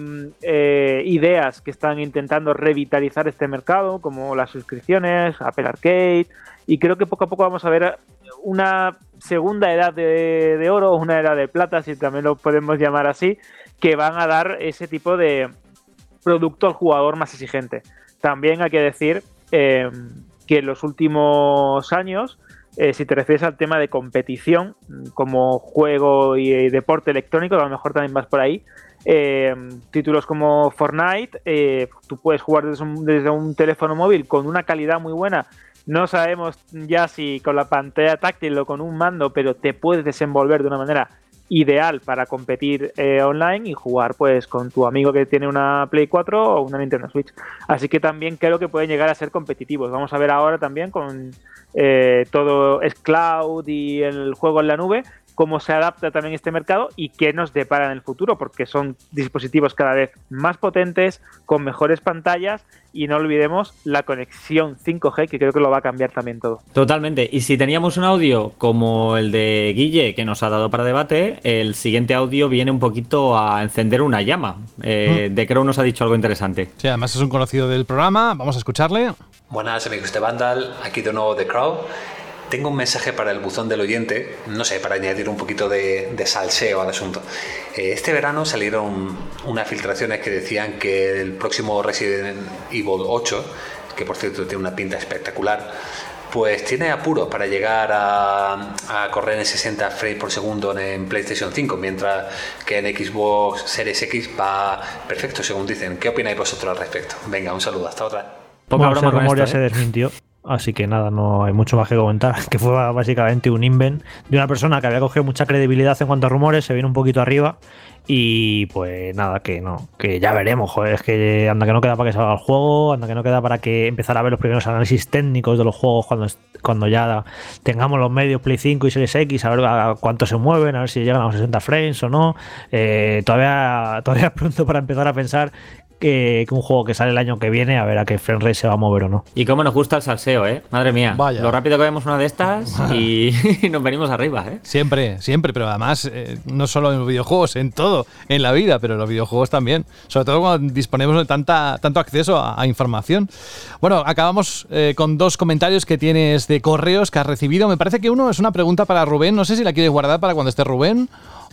eh, ideas que están intentando revitalizar este mercado, como las suscripciones, Apple Arcade, y creo que poco a poco vamos a ver una segunda edad de, de oro, una edad de plata, si también lo podemos llamar así, que van a dar ese tipo de producto al jugador más exigente. También hay que decir eh, que en los últimos años Eh, si te refieres al tema de competición, como juego y eh, deporte electrónico, a lo mejor también vas por ahí. Eh, títulos como Fortnite, eh, tú puedes jugar desde un, desde un teléfono móvil con una calidad muy buena. No sabemos ya si con la pantalla táctil o con un mando, pero te puedes desenvolver de una manera ideal para competir eh, online y jugar pues con tu amigo que tiene una Play cuatro o una Nintendo Switch. Así que también creo que pueden llegar a ser competitivos. Vamos a ver ahora también con eh, todo es cloud y el juego en la nube, cómo se adapta también este mercado y qué nos depara en el futuro, porque son dispositivos cada vez más potentes, con mejores pantallas, y no olvidemos la conexión cinco G, que creo que lo va a cambiar también todo. Totalmente. Y si teníamos un audio como el de Guille, que nos ha dado para debate, el siguiente audio viene un poquito a encender una llama. Eh, mm. De Crow nos ha dicho algo interesante. Sí, además es un conocido del programa. Vamos a escucharle. Buenas amigos de Vandal, aquí de nuevo The Crow. Tengo un mensaje para el buzón del oyente, no sé, para añadir un poquito de, de salseo al asunto. Eh, este verano salieron unas filtraciones que decían que el próximo Resident Evil ocho, que por cierto tiene una pinta espectacular, pues tiene apuros para llegar a, a correr en sesenta frames por segundo en PlayStation cinco, mientras que en Xbox Series X va perfecto, según dicen. ¿Qué opináis vosotros al respecto? Venga, un saludo, hasta otra. Poca bueno, broma con esto, ya ¿eh? Se desmintió. Así que nada, no hay mucho más que comentar, que fue básicamente un invent de una persona que había cogido mucha credibilidad en cuanto a rumores, se vino un poquito arriba y pues nada, que no, que ya veremos, joder, es que anda que no queda para que salga el juego, anda que no queda para que empezar a ver los primeros análisis técnicos de los juegos cuando, cuando ya tengamos los medios Play cinco y Series X, a ver a cuánto se mueven, a ver si llegan a los sesenta frames o no. Eh, todavía, todavía es pronto para empezar a pensar Que, que un juego que sale el año que viene, a ver a qué frame rate se va a mover o no. Y cómo nos gusta el salseo, ¿eh? Madre mía. Vaya. Lo rápido que vemos una de estas y nos venimos arriba, ¿eh? Siempre, siempre, pero además eh, no solo en los videojuegos, en todo, en la vida, pero en los videojuegos también. Sobre todo cuando disponemos de tanta, tanto acceso a, a información. Bueno, acabamos eh, con dos comentarios que tienes de correos que has recibido. Me parece que uno es una pregunta para Rubén. No sé si la quieres guardar para cuando esté Rubén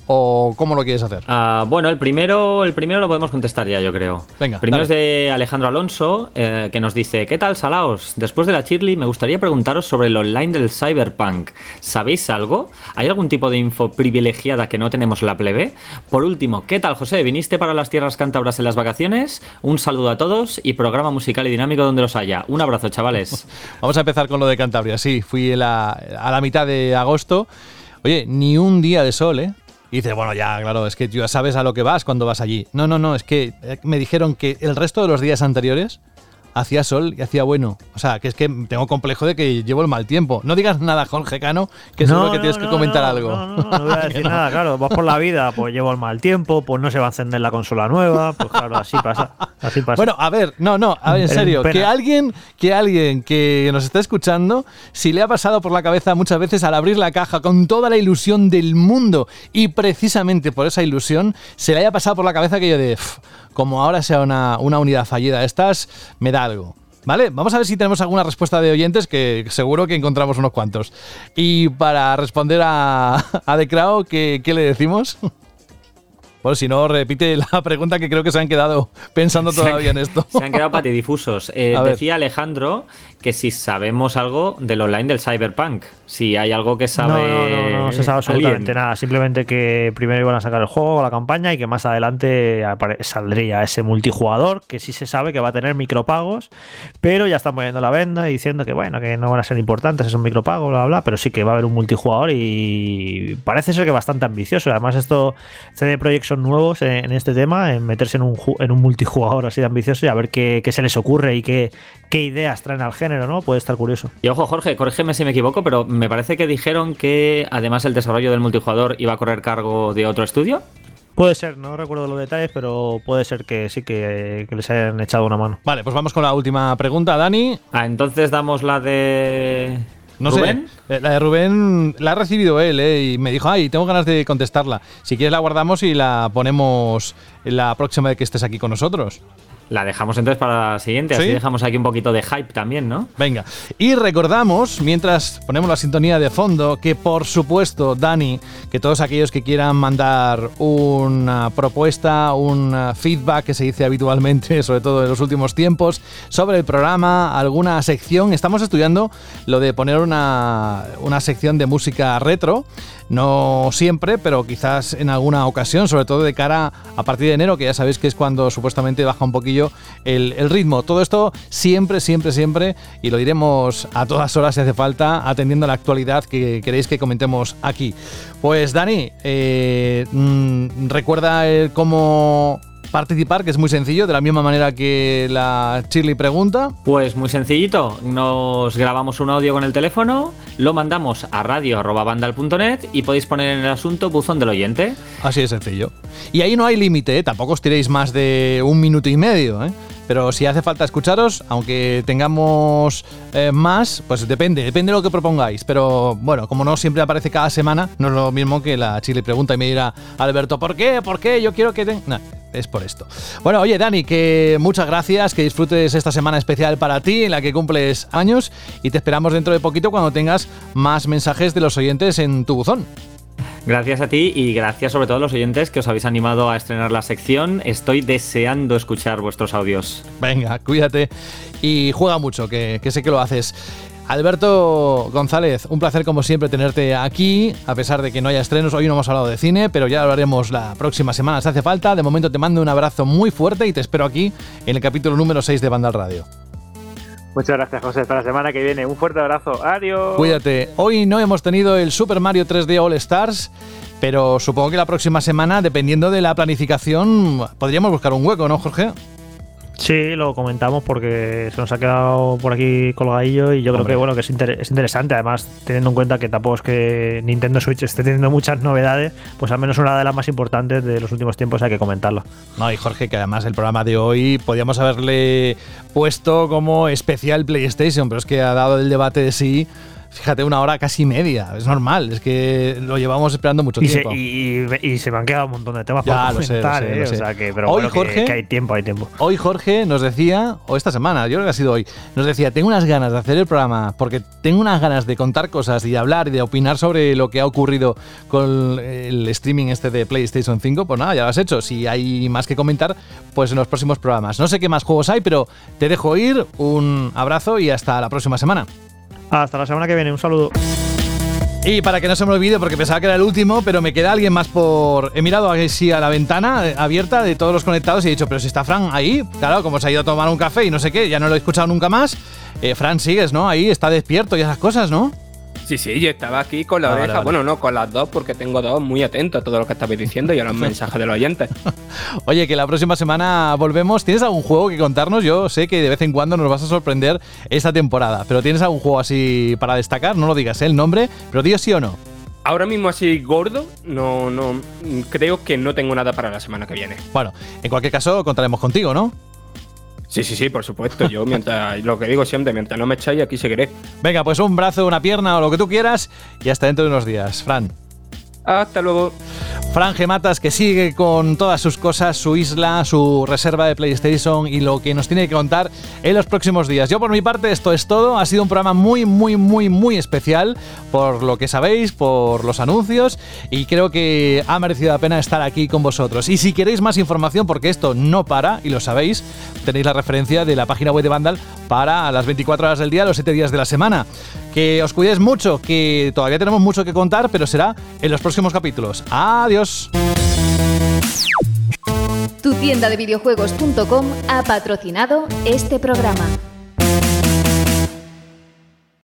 ¿o cómo lo quieres hacer? Uh, bueno, el primero, el primero lo podemos contestar ya, yo creo. Venga, primero dale. Es de Alejandro Alonso, eh, que nos dice: ¿qué tal, salaos? Después de la Shirley, me gustaría preguntaros sobre el online del Cyberpunk. ¿Sabéis algo? ¿Hay algún tipo de info privilegiada que no tenemos la plebe? Por último, ¿qué tal, José? ¿Viniste para las tierras cántabras en las vacaciones? Un saludo a todos y programa musical y dinámico donde los haya. Un abrazo, chavales. Vamos a empezar con lo de Cantabria. Sí, fui a la, a la mitad de agosto. Oye, ni un día de sol, ¿eh? Y dices, bueno, ya, claro, es que ya sabes a lo que vas cuando vas allí. No, no, no, es que me dijeron que el resto de los días anteriores hacía sol y hacía bueno. O sea, que es que tengo complejo de que llevo el mal tiempo. No digas nada, Jorge Cano, que no, seguro que no, tienes no, que comentar no, algo. No, no, no, no voy a decir no. nada, claro. Vas por la vida, pues llevo el mal tiempo, pues no se va a encender la consola nueva, pues claro, así pasa, así pasa. Bueno, a ver, no, no, a ver, en serio, que alguien, que alguien que nos está escuchando, si le ha pasado por la cabeza muchas veces al abrir la caja con toda la ilusión del mundo y precisamente por esa ilusión se le haya pasado por la cabeza aquello de, pff, como ahora sea una, una unidad fallida estas, me da algo. Vale, vamos a ver si tenemos alguna respuesta de oyentes, que seguro que encontramos unos cuantos. Y para responder a, a The Crow, ¿qué, ¿qué le decimos? Bueno, si no, repite la pregunta, que creo que se han quedado pensando todavía en esto. Se han quedado patidifusos. Eh, decía Alejandro que si sabemos algo del online del Cyberpunk. Si hay algo que sabe. No, no, no, no, no se sabe absolutamente nada. Simplemente que primero iban a sacar el juego, la campaña, y que más adelante saldría ese multijugador, que sí se sabe que va a tener micropagos, pero ya están poniendo la venda y diciendo que bueno, que no van a ser importantes esos micropagos, bla, bla, pero sí que va a haber un multijugador y parece ser que bastante ambicioso. Además, esto, C D Projekt son nuevos en, en este tema, en meterse en un, en un multijugador así de ambicioso y a ver qué, qué se les ocurre y qué, qué ideas traen al género, ¿no? Puede estar curioso. Y ojo, Jorge, corrígeme si me equivoco, pero me parece que dijeron que además el desarrollo del multijugador iba a correr cargo de otro estudio. Puede ser, no recuerdo los detalles, pero puede ser que sí, que, que les hayan echado una mano. Vale, pues vamos con la última pregunta, Dani. Ah, entonces damos la de... No ¿Rubén? sé, la de Rubén la ha recibido él, ¿eh? Y me dijo, ay, tengo ganas de contestarla. Si quieres la guardamos y la ponemos la próxima vez que estés aquí con nosotros. La dejamos entonces para la siguiente, así ¿Sí? dejamos aquí un poquito de hype también, ¿no? Venga, y recordamos, mientras ponemos la sintonía de fondo, que por supuesto, Dani, que todos aquellos que quieran mandar una propuesta, un feedback que se dice habitualmente, sobre todo en los últimos tiempos, sobre el programa, alguna sección, estamos estudiando lo de poner una, una sección de música retro, no siempre, pero quizás en alguna ocasión, sobre todo de cara a partir de enero, que ya sabéis que es cuando supuestamente baja un poquillo el, el ritmo. Todo esto siempre, siempre, siempre, y lo diremos a todas horas si hace falta, atendiendo a la actualidad que queréis que comentemos aquí. Pues Dani, eh, mmm, recuerda el cómo participar, que es muy sencillo, de la misma manera que la Shirley pregunta. Pues muy sencillito, nos grabamos un audio con el teléfono, lo mandamos a radio arroba vandal punto net y podéis poner en el asunto buzón del oyente. Así de sencillo. Y ahí no hay límite, ¿eh? Tampoco os tiréis más de un minuto y medio, ¿eh? Pero si hace falta escucharos, aunque tengamos eh, más, pues depende, depende de lo que propongáis. Pero bueno, como no siempre aparece cada semana, no es lo mismo que la Chile pregunta y me dirá, Alberto, ¿por qué? ¿Por qué? Yo quiero que... Te... No, es por esto. Bueno, oye, Dani, que muchas gracias, que disfrutes esta semana especial para ti, en la que cumples años, y te esperamos dentro de poquito cuando tengas más mensajes de los oyentes en tu buzón. Gracias a ti y gracias sobre todo a los oyentes que os habéis animado a estrenar la sección. Estoy deseando escuchar vuestros audios. Venga, cuídate y juega mucho, que, que sé que lo haces. Alberto González, un placer como siempre tenerte aquí, a pesar de que no haya estrenos. Hoy no hemos hablado de cine, pero ya lo haremos la próxima semana si hace falta. De momento te mando un abrazo muy fuerte y te espero aquí en el capítulo número seis de Vandal Radio. Muchas gracias, José. Hasta la semana que viene. Un fuerte abrazo. Adiós. Cuídate. Hoy no hemos tenido el Super Mario tres D All Stars, pero supongo que la próxima semana, dependiendo de la planificación, podríamos buscar un hueco, ¿no, Jorge? Sí, lo comentamos porque se nos ha quedado por aquí colgadillo y yo creo Hombre. que bueno que es, inter- es interesante, además teniendo en cuenta que tampoco es que Nintendo Switch esté teniendo muchas novedades, pues al menos una de las más importantes de los últimos tiempos hay que comentarlo. No, y Jorge, que además el programa de hoy podíamos haberle puesto como especial PlayStation, pero es que ha dado el debate de sí. Fíjate, una hora casi media, es normal, es que lo llevamos esperando mucho y se, tiempo. y, y, y se me han quedado un montón de temas Ya, por lo sé, comentar, lo sé, ¿eh? lo sé. O sea que, pero Hoy, bueno, que- Jorge, que hay tiempo, hay tiempo. Hoy Jorge nos decía, o esta semana, yo creo que ha sido hoy, nos decía, tengo unas ganas de hacer el programa porque tengo unas ganas de contar cosas y de hablar y de opinar sobre lo que ha ocurrido con el streaming este de PlayStation cinco. Pues nada, ya lo has hecho. Si hay más que comentar, pues en los próximos programas. No sé qué más juegos hay, pero te dejo ir. Un abrazo y hasta la próxima semana. Hasta la semana que viene, un saludo. Y para que no se me olvide, porque pensaba que era el último, pero me queda alguien más por... He mirado así a la ventana eh, abierta de todos los conectados y he dicho, pero si está Fran ahí, claro, como se ha ido a tomar un café y no sé qué, ya no lo he escuchado nunca más. Eh, Fran, sigues, ¿no? Ahí está despierto y esas cosas, ¿no? Sí, sí, yo estaba aquí con la Ah, oreja, vale, vale. bueno, no, con las dos, porque tengo dos muy atentos a todo lo que estabais diciendo y a los mensajes de los oyentes. Oye, que la próxima semana volvemos. ¿Tienes algún juego que contarnos? Yo sé que de vez en cuando nos vas a sorprender esta temporada, pero ¿tienes algún juego así para destacar? No lo digas, ¿eh? El nombre, pero digo sí o no. Ahora mismo así gordo, no, no, creo que no tengo nada para la semana que viene. Bueno, en cualquier caso contaremos contigo, ¿no? Sí, sí, sí, por supuesto. Yo, mientras, lo que digo siempre, mientras no me echáis, aquí seguiré. Venga, pues un brazo, una pierna o lo que tú quieras y hasta dentro de unos días. Fran. Hasta luego. Fran Gematas, que sigue con todas sus cosas, su isla, su reserva de PlayStation y lo que nos tiene que contar en los próximos días. Yo por mi parte esto es todo. Ha sido un programa muy, muy, muy, muy especial por lo que sabéis, por los anuncios y creo que ha merecido la pena estar aquí con vosotros. Y si queréis más información, porque esto no para y lo sabéis, tenéis la referencia de la página web de Vandal para las veinticuatro horas del día, los siete días de la semana. Que os cuidéis mucho, que todavía tenemos mucho que contar, pero será en los próximos capítulos. Adiós. Tu tienda de videojuegos punto com ha patrocinado este programa.